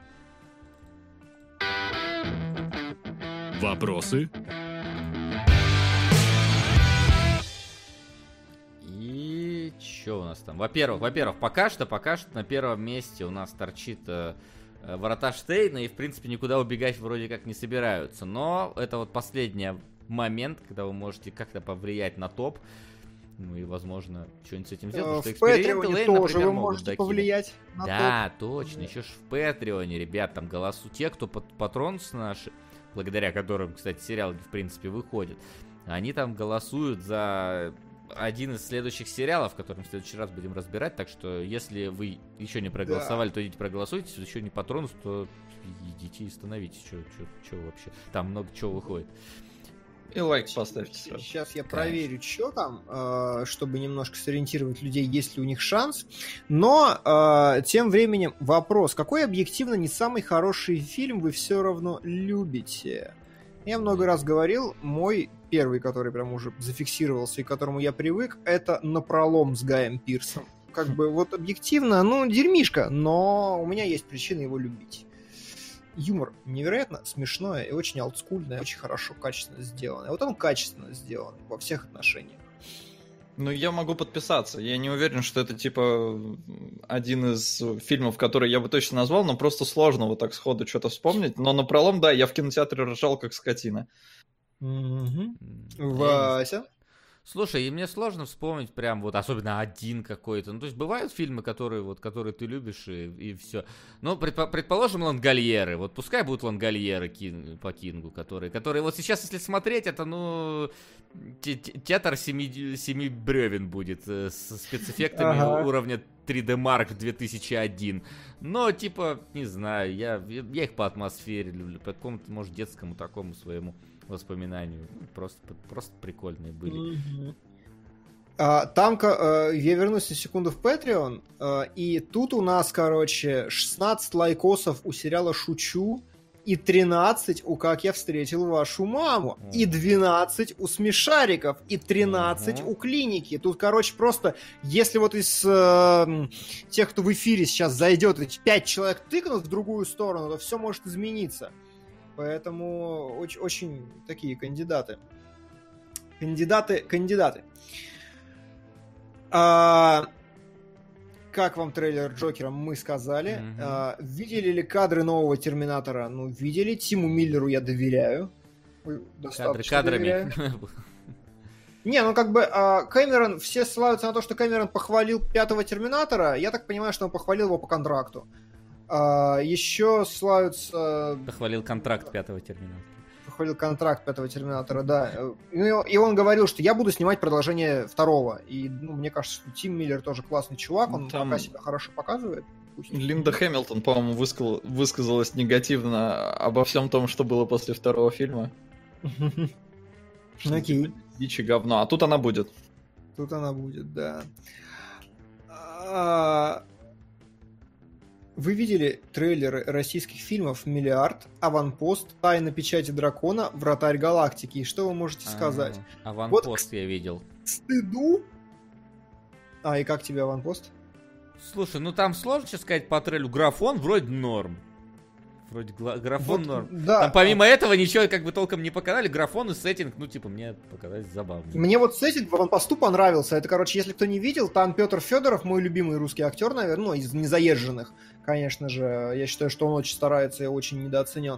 Вопросы? И чё у нас там? Во-первых, во-первых, пока что, пока что на первом месте у нас торчит э, э, ворота Штейна, и в принципе никуда убегать вроде как не собираются. Но это вот последний момент, когда вы можете как-то повлиять на топ. Ну и, возможно, что-нибудь с этим сделать. Э, потому В что эксперименты Патреоне Лейн, тоже например, вы могут можете докинуть. повлиять на Да, топ. точно. Да. Еще ж в Патреоне, ребят, там голосу те, кто под патронс наши, благодаря которым, кстати, сериал в принципе выходит, они там голосуют за один из следующих сериалов, который в следующий раз будем разбирать. Так что, если вы еще не проголосовали, то идите проголосуйте. Если еще не патронус, то идите и становитесь. Что вообще? Там много чего выходит. И лайк поставьте сразу. Сейчас я Конечно. проверю, что там, э, чтобы немножко сориентировать людей, есть ли у них шанс. Но э, тем временем вопрос. Какой объективно не самый хороший фильм вы все равно любите? Я много раз говорил, мой первый, который прям уже зафиксировался и к которому я привык, это «Напролом» с Гаем Пирсом. Как бы вот объективно, ну, дерьмишко, но у меня есть причины его любить. Юмор невероятно смешное и очень олдскульное, очень хорошо, качественно сделанное. Вот он качественно сделан во всех отношениях. Ну, я могу подписаться. Я не уверен, что это, типа, один из фильмов, которые я бы точно назвал, но просто сложно вот так сходу что-то вспомнить. Но напролом, да, я в кинотеатре ржал как скотина. Угу. М, Вася? Слушай, и мне сложно вспомнить прям вот, особенно один какой-то. Ну, то есть бывают фильмы, которые вот, которые ты любишь и, и все. Ну, предпо- предположим, Лангольеры. Вот пускай будут Лангольеры Кин- по Кингу, которые, которые вот сейчас, если смотреть, это, ну, те- те- театр семи, семи бревен будет э, с спецэффектами Ага. уровня три дэ Mark две тысячи один. Но, типа, не знаю, я, я, я их по атмосфере люблю, по какому-то, может, детскому такому своему воспоминанию. Ну, Просто, просто прикольные были. Мгм. А, там, ка- э, я вернусь на секунду в Patreon, э, и тут у нас, короче, шестнадцать лайкосов у сериала «Шучу», и тринадцать у «Как я встретил вашу маму», О. и двенадцать у «Смешариков», и тринадцать Ага. у «Клиники». Тут, короче, просто, если вот из э, м, тех, кто в эфире сейчас зайдет, и пять человек тыкнут в другую сторону, то все может измениться. Поэтому очень, очень такие кандидаты. Кандидаты, кандидаты. А, как вам трейлер Джокера, мы сказали. Мгм. А, видели ли кадры нового Терминатора? Ну, видели. Тиму Миллеру я доверяю. Ой, Кадры достаточно доверяю. кадрами. Не, ну как бы а, Кэмерон, все ссылаются на то, что Кэмерон похвалил пятого Терминатора. Я так понимаю, что он похвалил его по контракту. А, еще славится... Похвалил контракт пятого Терминатора. Похвалил контракт пятого Терминатора, да. И он говорил, что я буду снимать продолжение второго. И ну, мне кажется, что Тим Миллер тоже классный чувак, он Там... пока себя хорошо показывает. Пусть. Линда Хэмилтон, по-моему, высказал... высказалась негативно обо всем том, что было после второго фильма. Окей. Дичь и говно. А тут она будет. Тут она будет, да. А... Вы видели трейлеры российских фильмов «Миллиард», «Аванпост», «Тайна печати дракона», «Вратарь галактики». И что вы можете сказать? А, «Аванпост» вот я видел. К стыду. А, и как тебе «Аванпост»? Слушай, ну там сложно сейчас сказать по трейлеру. Графон вроде норм. Вроде гла- графон Вот, норм. да. Там помимо этого ничего как бы толком не показали. Графон и сеттинг, ну типа, мне показались забавными. Мне вот сеттинг в «Аванпосту» понравился. Это, короче, если кто не видел, там Петр Федоров, мой любимый русский актер, наверное, ну, из незаезженных, конечно же. Я считаю, что он очень старается и очень недооценен.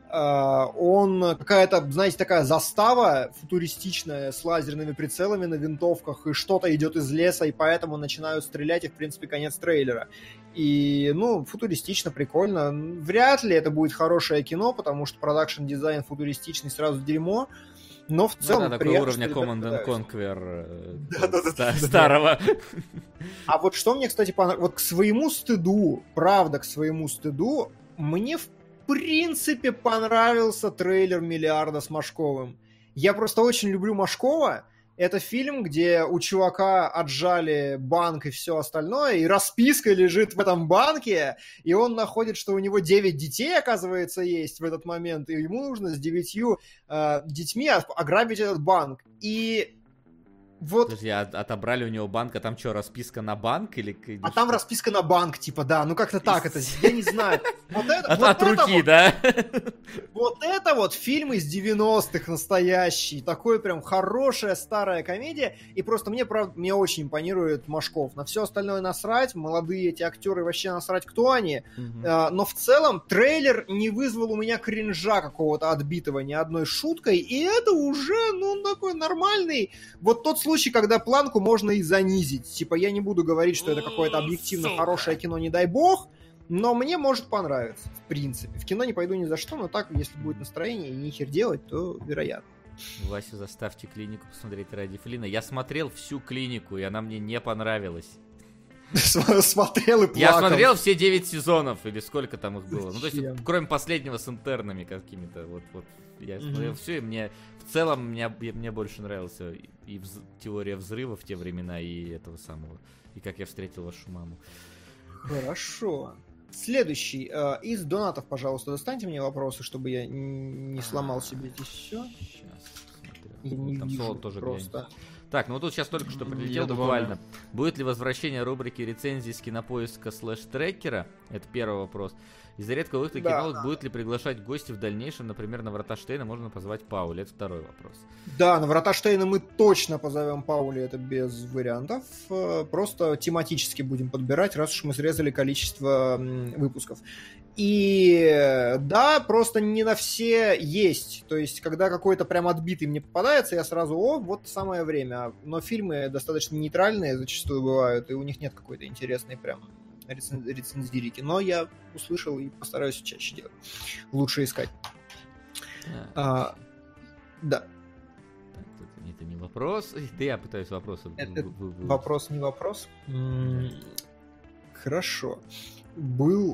Он какая-то, знаете, такая застава футуристичная с лазерными прицелами на винтовках, и что-то идет из леса, и поэтому начинают стрелять, и, в принципе, конец трейлера. И, ну, футуристично, прикольно. Вряд ли это будет хорошее кино, потому что продакшн-дизайн футуристичный сразу дерьмо. Но в целом... Ну, да, такой приятно, уровня что Command ребята and Conquer Да, да, да, да, да. старого. А вот что мне, кстати, понравилось... Вот к своему стыду, правда, к своему стыду, мне в принципе понравился трейлер «Миллиарда» с Машковым. Я просто очень люблю Машкова. Это фильм, где у чувака отжали банк и все остальное, и расписка лежит в этом банке, и он находит, что у него девять детей, оказывается, есть в этот момент, и ему нужно с девятью э, детьми ограбить этот банк. И вот... Подожди, а отобрали у него банк, а там что, расписка на банк? Или... А там расписка на банк, типа, да, ну как-то так это, я не знаю. Вот это, от вот от это руки, вот, да? Вот это вот фильм из девяностых настоящий, такой прям хорошая старая комедия, и просто мне, правда, мне очень импонирует Машков. На все остальное насрать, молодые эти актеры вообще насрать, кто они, Мгм. а, но в целом трейлер не вызвал у меня кринжа какого-то отбитого ни одной шуткой, и это уже, ну, такой нормальный, вот тот случай, когда планку можно и занизить. Типа, я не буду говорить, что это какое-то объективно Сука. хорошее кино, не дай бог, но мне может понравиться, в принципе. В кино не пойду ни за что, но так, если будет настроение и нихер делать, то вероятно. Васю, заставьте клинику посмотреть ради Флина. Я смотрел всю клинику, и она мне не понравилась. Смотрел и плакал. Я смотрел все девять сезонов, или сколько там их было. Ну, то есть, Зачем? кроме последнего с интернами какими-то. Вот, вот. Я Мгм. смотрел все, и мне в целом мне, мне больше нравился и, и вз- теория взрыва в те времена, и этого самого. И как я встретил вашу маму. Хорошо. Следующий. э, Из донатов, пожалуйста, достаньте мне вопросы, чтобы я н- не сломал себе здесь все. Сейчас посмотрю. Я не Там вижу соло тоже просто. глянь. Так, ну вот тут сейчас только что Я прилетел добавлю. буквально. Будет ли возвращение рубрики рецензий с кинопоиска слэш-трекера? Это первый вопрос. Из-за редкого выхода Да, кинолог да. будет ли приглашать гостей в дальнейшем, например, на Врата Штейна можно позвать Пауля? Это второй вопрос. Да, на Врата Штейна мы точно позовем Паули, это без вариантов. Э, Просто тематически будем подбирать, раз уж мы срезали количество м, выпусков. И э, да, просто не на все есть. То есть, когда какой-то прям отбитый мне попадается, я сразу, о, вот самое время. Но фильмы достаточно нейтральные зачастую бывают, и у них нет какой-то интересной прям рецен- рецензирики. Но я услышал и постараюсь чаще делать. Лучше искать. Так, А, да. так, это, это не вопрос. Да я пытаюсь вопросы. Это вы- вы- вы- Вопрос не вопрос. М, Хорошо. Был...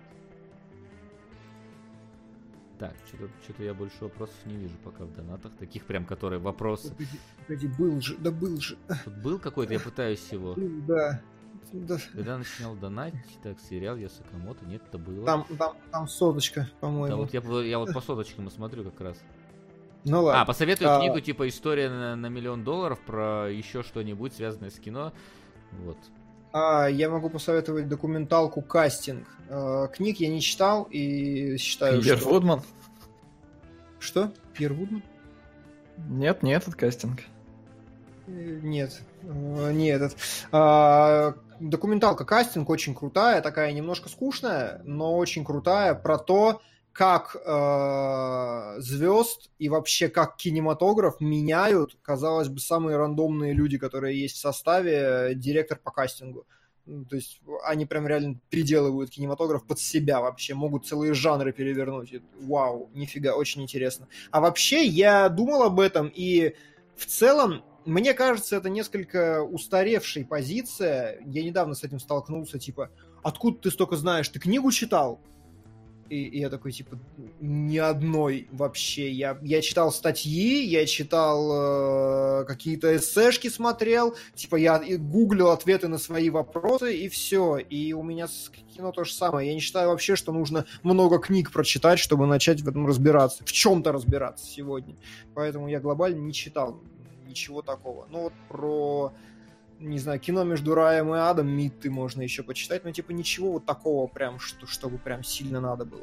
Так, что-то, что-то я больше вопросов не вижу пока в донатах. Таких прям, которые вопросы. Погоди, погоди, был же, да был же. Тут был какой-то, я пытаюсь его. Был, да. Да. Когда начинал донатить, так, сериал Я Сакамото, нет, это было. Там, там, там соточка, Да, по-моему. вот я, по- я вот по соточкам и смотрю как раз. Ну ладно. А, посоветую А, книгу типа «История на, на миллион долларов» про еще что-нибудь, связанное с кино. Вот. а, я могу посоветовать документалку «Кастинг». А, книг я не читал и считаю, Пьер что... Вудман? Что? Пьер Вудман? Нет, не этот кастинг. Э, Нет, э, не этот. А, Документалка «Кастинг» очень крутая, такая немножко скучная, но очень крутая, про то, как э, звезд и вообще как кинематограф меняют, казалось бы, самые рандомные люди, которые есть в составе, директор по кастингу. Ну, то есть они прям реально переделывают кинематограф под себя вообще, могут целые жанры перевернуть. И, вау, нифига, очень интересно. А вообще я думал об этом, и в целом, мне кажется, это несколько устаревшая позиция. Я недавно с этим столкнулся, типа, откуда ты столько знаешь? Ты книгу читал? И, и я такой, типа, ни одной вообще. Я, я читал статьи, я читал э, какие-то эссешки смотрел, типа, я гуглил ответы на свои вопросы, и все. И у меня с кино то же самое. Я не считаю вообще, что нужно много книг прочитать, чтобы начать в этом разбираться, в чем-то разбираться сегодня. Поэтому я глобально не читал ничего такого. Ну вот про... не знаю, кино между раем и адом, миты можно еще почитать, но типа ничего вот такого прям, что, чтобы прям сильно надо было.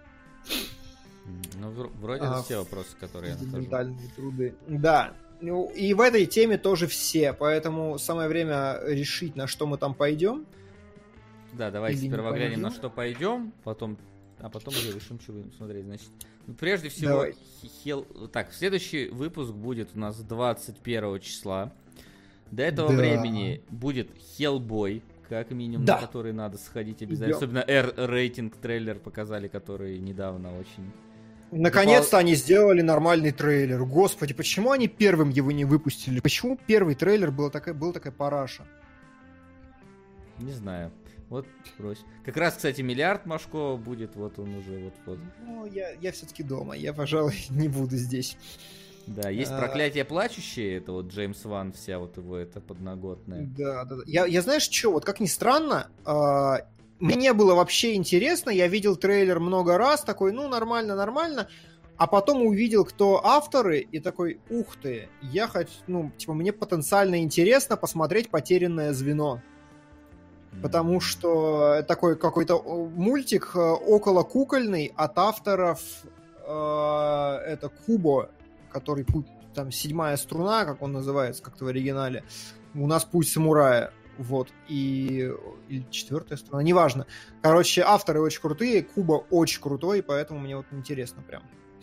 Ну, вроде а, все вопросы, которые я нахожу. Ментальные труды. Да. Ну, и в этой теме тоже все, поэтому самое время решить, на что мы там пойдем. Да, давайте Или сперва глянем, на что пойдем, потом, а потом уже решим, что будем смотреть. Значит, ну, прежде всего, хел... так, следующий выпуск будет у нас двадцать первого числа. До этого да. времени будет Hellboy, как минимум, да. на который надо сходить обязательно. Идем. Особенно R-рейтинг трейлер показали, который недавно очень... Наконец-то Допол... они сделали нормальный трейлер. Господи, почему они первым его не выпустили? Почему первый трейлер был такая, был такая параша? Не знаю. Вот брось. Как раз, кстати, миллиард Машкова будет, вот он уже вот-вот. Ну, я, я все-таки дома, я, пожалуй, не буду здесь. Да, есть а... «Проклятие плачущее», это вот Джеймс Ван, вся вот его это подноготная. Да, да, да. Я, я знаешь, что, вот как ни странно, э, мне не было вообще интересно, я видел трейлер много раз, такой, ну, нормально, нормально, а потом увидел, кто авторы, и такой, ух ты, я хочу, ну, типа, мне потенциально интересно посмотреть «Потерянное звено». Потому что такой какой-то мультик около кукольный от авторов э, это Кубо, который там седьмая струна, как он называется, как-то в оригинале. У нас Путь самурая. Вот. И... Или четвертая струна, неважно. Короче, авторы очень крутые, Кубо очень крутой, поэтому мне вот интересно прям.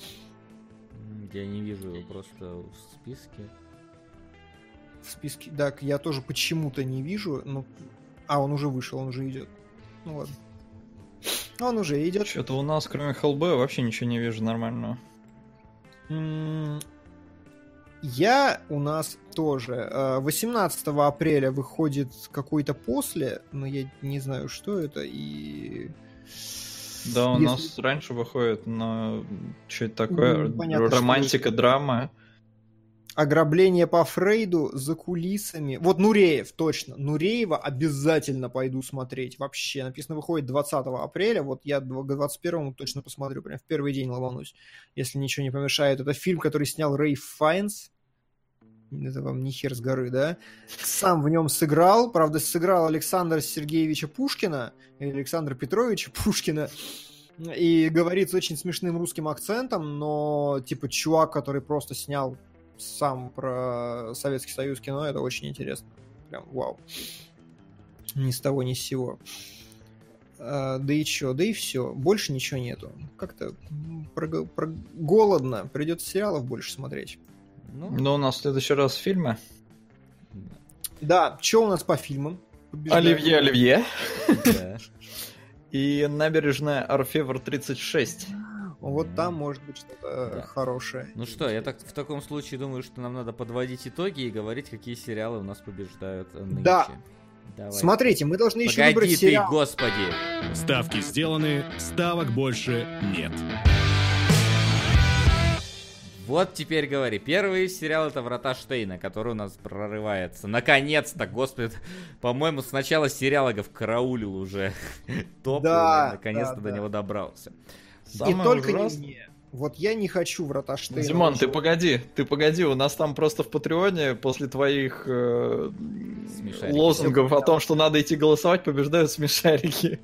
Я не вижу его просто в списке. В списке, да, я тоже почему-то не вижу, но... А, он уже вышел, он уже идет. Ну ладно. Он уже идет. Что-то у нас, кроме Hellboy, вообще ничего не вижу нормального. Я у нас тоже. восемнадцатого апреля выходит какой-то после, но я не знаю, что это, и... Да, у Если... нас раньше выходит, но что это такое? Понятно, романтика, это... драма. Ограбление по Фрейду за кулисами. Вот Нуреев, точно. Нуреева обязательно пойду смотреть. Вообще, написано, выходит двадцатого апреля. Вот я двадцать первого точно посмотрю. Прям в первый день ломанусь, если ничего не помешает. Это фильм, который снял Рэй Файнс. Это вам не хер с горы, да? Сам в нем сыграл. Правда, сыграл Александра Сергеевича Пушкина. Или Александра Петровича Пушкина. И говорит с очень смешным русским акцентом. Но, типа, чувак, который просто снял сам про Советский Союз кино, это очень интересно. Прям вау. Ни с того, ни с сего. А, да и чё, да и все. Больше ничего нету. Как-то про, про... голодно. Придется сериалов больше смотреть. Ну, Но у нас в следующий раз фильмы. Да, что у нас по фильмам? Побеждаем. Оливье, Оливье. И набережная Орфевр тридцать шесть. Вот там может быть что-то да. хорошее. Ну что, я так в таком случае думаю, что нам надо подводить итоги и говорить, какие сериалы у нас побеждают нынче. Да. Давай. Смотрите, мы должны Погоди еще выбрать ты, сериал. Господи. Ставки сделаны, ставок больше нет. Вот теперь говори. Первый сериал — это «Врата Штейна», который у нас прорывается. Наконец-то, господи. По-моему, с начала сериалогов караулил уже топ, да, наконец-то да, до да. него добрался. Самое и только ужасное... не мне. Вот я не хочу «Врата Штейна». Димон, ты погоди, ты погоди, у нас там просто в Патреоне после твоих э, лозунгов о том, что надо идти голосовать, побеждают смешарики.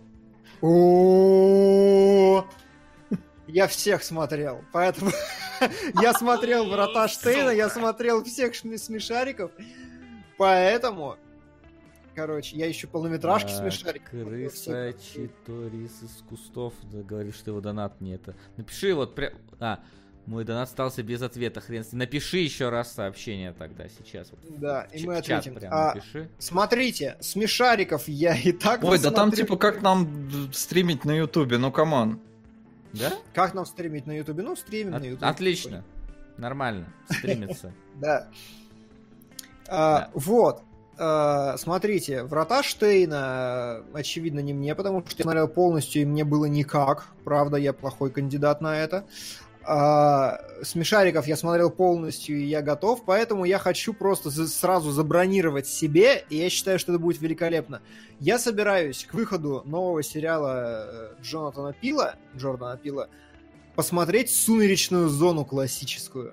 О, я всех смотрел, поэтому я смотрел «Врата Штейна», я смотрел всех смешариков, поэтому... Короче, я еще полнометражки а, смешарик. Крыса Читорис из кустов. Да, говоришь, что его донат не это. Напиши вот прям... А, Мой донат остался без ответа, хрен с ним. Напиши еще раз сообщение тогда, сейчас. Вот. Да, и Ч- мы в чат ответим. прям А, напиши. смотрите, смешариков я и так Ой, да там посмотрю. типа как нам стримить на Ютубе, ну камон. Да? Как нам стримить на Ютубе? Ну, стримим От- на Ютубе. Отлично. Нормально. Стримится. Да. А, Да. Вот. А, смотрите, «Врата Штейна», очевидно, не мне, потому что я смотрел полностью, и мне было никак. Правда, я плохой кандидат на это. А, «Смешариков» я смотрел полностью, и я готов, поэтому я хочу просто за- сразу забронировать себе, и я считаю, что это будет великолепно. Я собираюсь к выходу нового сериала э, Джонатана Пила, Джордана Пила, посмотреть «Сумеречную зону» классическую.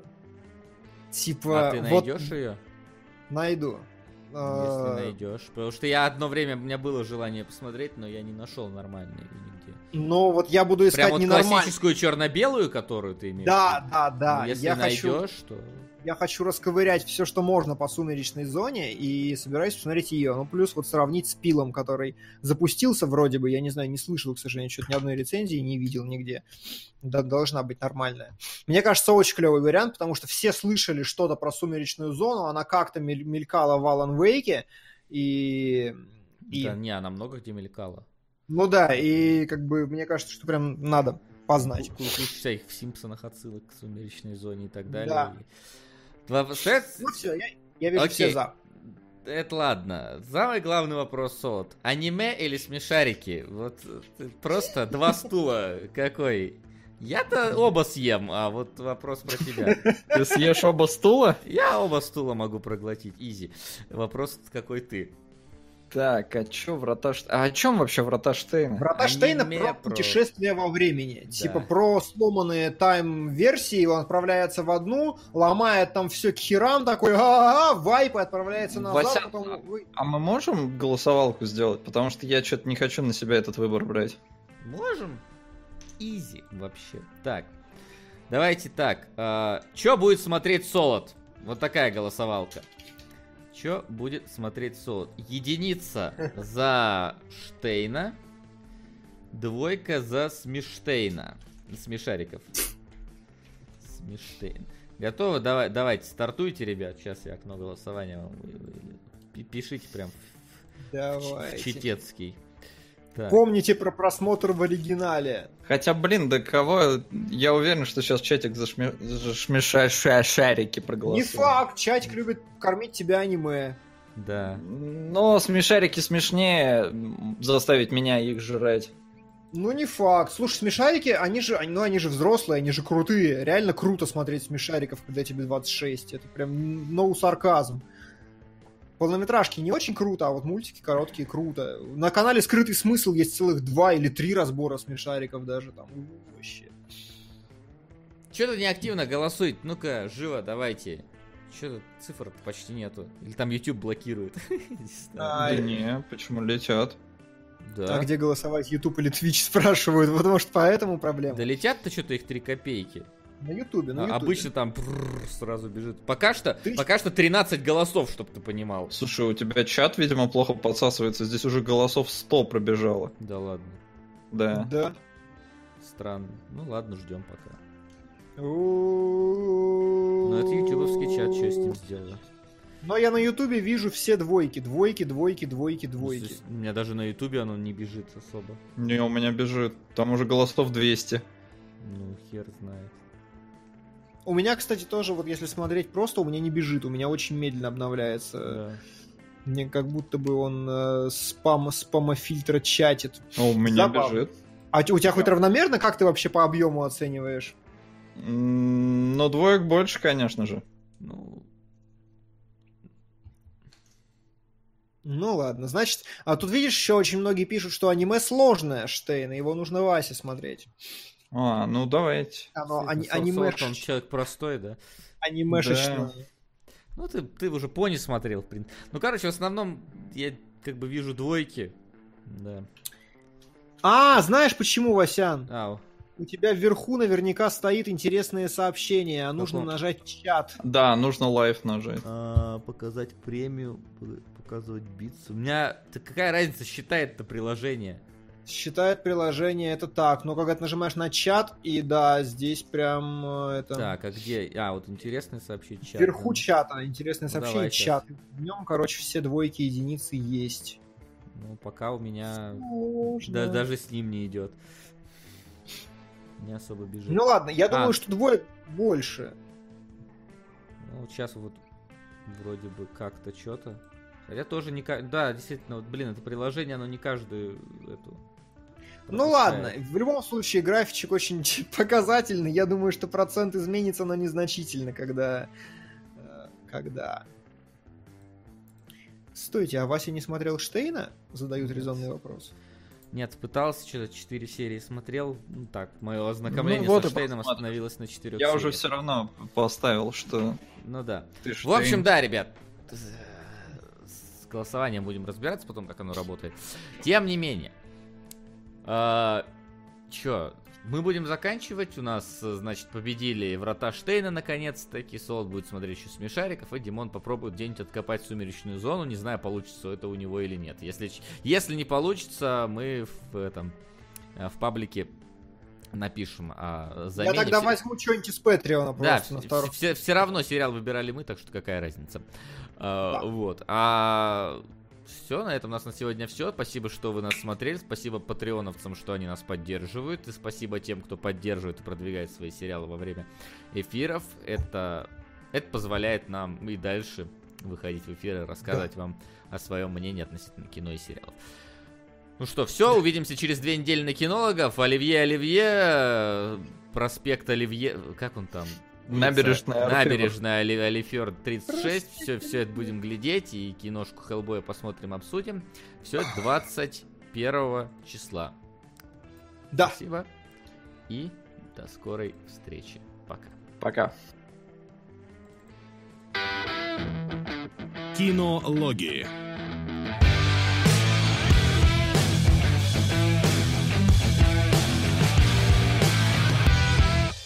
Типа, А ты вот найдешь ее? найду. Если А, найдешь. Потому что я одно время, у меня было желание посмотреть, но я не нашел нормальной нигде. Но вот я буду искать Прям вот ненормально. классическую черно-белую, которую ты имеешь? Да, в виду? да, да. Ну, если я найдешь, хочу, то... я хочу расковырять все, что можно по «Сумеречной зоне», и собираюсь посмотреть ее. Ну, плюс вот сравнить с Пилом, который запустился вроде бы, я не знаю, не слышал, к сожалению, что-то ни одной рецензии не видел нигде. Да, должна быть нормальная. Мне кажется, очень клевый вариант, потому что все слышали что-то про «Сумеречную зону», она как-то мель- мелькала в Алан Вейке, и... и... Да не, она много где мелькала. Ну да, и как бы мне кажется, что прям надо познать. Куча всяких в «Симпсонах» отсылок к «Сумеречной зоне» и так далее. Да. И- Два- Сэт- Ну все, я, я вижу Окей. все за. Это ладно. Самый главный вопрос, Солод. Аниме или смешарики? Вот э, просто два стула. Какой? Я-то оба съем, а вот вопрос про тебя. Ты съешь оба стула? Я оба стула могу проглотить, изи. Вопрос, какой ты? Так, а чё Врата Штейна? А о чем вообще Врата Штейна? Врата Аниме Штейна про про- путешествие во времени. Да. Типа про сломанные тайм-версии. Он отправляется в одну, ломает там все к херам, такой а-а-а, вайп и отправляется назад. Вася, потом... вы- А мы можем голосовалку сделать? Потому что я что-то не хочу на себя этот выбор брать. Можем? Изи вообще. Так, давайте так. А, чё будет смотреть Солод? Вот такая голосовалка. Чё будет смотреть Солод? Единица за Штейна, двойка за Смештейна. Смешариков. Смештейн. Готовы? Давай, давайте, стартуйте, ребят. Сейчас я окно голосования вам вы- вы- пи- пишите прям в Давайте. читецкий. Так. Помните про просмотр в оригинале. Хотя, блин, да кого... Я уверен, что сейчас чатик зашме... зашмеша ша- шарики проголосует. Не факт, чатик любит кормить тебя аниме. Да. Но смешарики смешнее м, заставить меня их жрать. Ну, не факт. Слушай, смешарики, они же, они- ну, они же взрослые, они же крутые. Реально круто смотреть смешариков, когда тебе двадцать шесть. Это прям no сарказм. Полнометражки не очень круто, а вот мультики короткие круто. На канале «Скрытый смысл» есть целых два или три разбора смешариков даже там. Ну, вообще. Че-то неактивно голосует. Ну-ка, живо, давайте. Че-то цифр почти нету. Или там YouTube блокирует. Не знаю. А, Да не, почему летят? Да. А где голосовать, YouTube или Twitch, спрашивают, потому что поэтому проблема. Да летят-то что-то их три копейки. На Ютубе, на А Ютубе. обычно там прррр сразу бежит. Пока что, Ты- пока что тринадцать голосов, чтобы ты понимал. Слушай, у тебя чат, видимо, плохо подсасывается. Здесь уже голосов сто пробежало. Да ладно. Да. Да. Странно. Ну ладно, ждем пока. Ну, Ну это ютубовский чат, что с ним сделала? Но я на Ютубе вижу все двойки. Двойки, двойки, двойки, Ну, то двойки. есть у меня даже на ютубе оно не бежит особо. Не, у меня бежит. Там уже голосов двести. Ну, хер знает. У меня, кстати, тоже, вот если смотреть просто, у меня не бежит. У меня очень медленно обновляется. Да. Мне как будто бы он э, спам, спамофильтра чатит. А у меня Забавно. бежит. А у тебя хоть равномерно? Как ты вообще по объему оцениваешь? М, Ну, двоек больше, конечно же. Ну, Ну ладно, значит, а тут видишь, еще очень многие пишут, что аниме сложное, Штейн, и его нужно Васе смотреть. А, ну давайте. Оно ани- Сол- аниме, Солод, он человек простой, да? анимешечное. Ну, ты, ты уже пони смотрел, в принципе. Ну, короче, в основном я как бы вижу двойки. Да. А, знаешь почему, Васян? Ау. У тебя вверху наверняка стоит интересные сообщения, а нужно Каком? нажать чат. Да, нужно лайв нажать. А, показать премию, п- показывать битс. У меня... Да какая разница, считает это приложение? Считает приложение, это так. Но когда ты нажимаешь на чат, и да, здесь прям э, это... Так, а где? А, вот интересное сообщение. Чат, Вверху да. чата, интересное Ну, сообщение, давай чат. В нем, короче, все двойки, единицы есть. Ну, пока у меня Сложно. да, даже с ним не идет. Не особо бежит. Ну ладно, я А. думаю, что двоек больше. Ну, вот сейчас вот вроде бы как-то что-то. Хотя тоже не... ка- Да, действительно, вот, блин, это приложение, оно не каждую эту... Ну пропускает. ладно, в любом случае графичек очень показательный. Я думаю, что процент изменится, но незначительно, когда... э, Когда... Стойте, а Вася не смотрел Штейна? Задают резонный вопрос. Нет, пытался, что-то четыре серии смотрел. Ну так, мое ознакомление Ну, вот со и Штейном посмотрим. остановилось на четырех Я сериях. уже все равно поставил, что Ну да. ты В общем, Штейн. да, ребят. С голосованием будем разбираться потом, как оно работает. Тем не менее. А, чё, мы будем заканчивать. У нас, значит, победили Врата Штейна наконец-таки. Солод будет смотреть еще смешариков, и Димон попробует где-нибудь откопать сумеречную зону. Не знаю, получится это у него или нет. Если, если не получится, мы в этом в паблике напишем о замене. Я тогда Все- возьму что-нибудь из Патреона Да, просто на втором. все, все равно сериал выбирали мы, так что какая разница. А, Да. Вот. А все, на этом у нас на сегодня все. Спасибо, что вы нас смотрели. Спасибо патреоновцам, что они нас поддерживают. И спасибо тем, кто поддерживает и продвигает свои сериалы во время эфиров. Это, это позволяет нам и дальше выходить в эфир и рассказывать вам о своем мнении относительно кино и сериалов. Ну что, все, увидимся через две недели на Кинологов. Оливье Оливье, проспект Оливье, как он там? Улица- Набережная Орфева. Набережная Оли- Алифер тридцать шесть. Все, все это будем глядеть. И киношку Хеллбоя посмотрим, обсудим. Все это двадцать первого числа. Да. Спасибо. И до скорой встречи. Пока. Пока. Кинологии.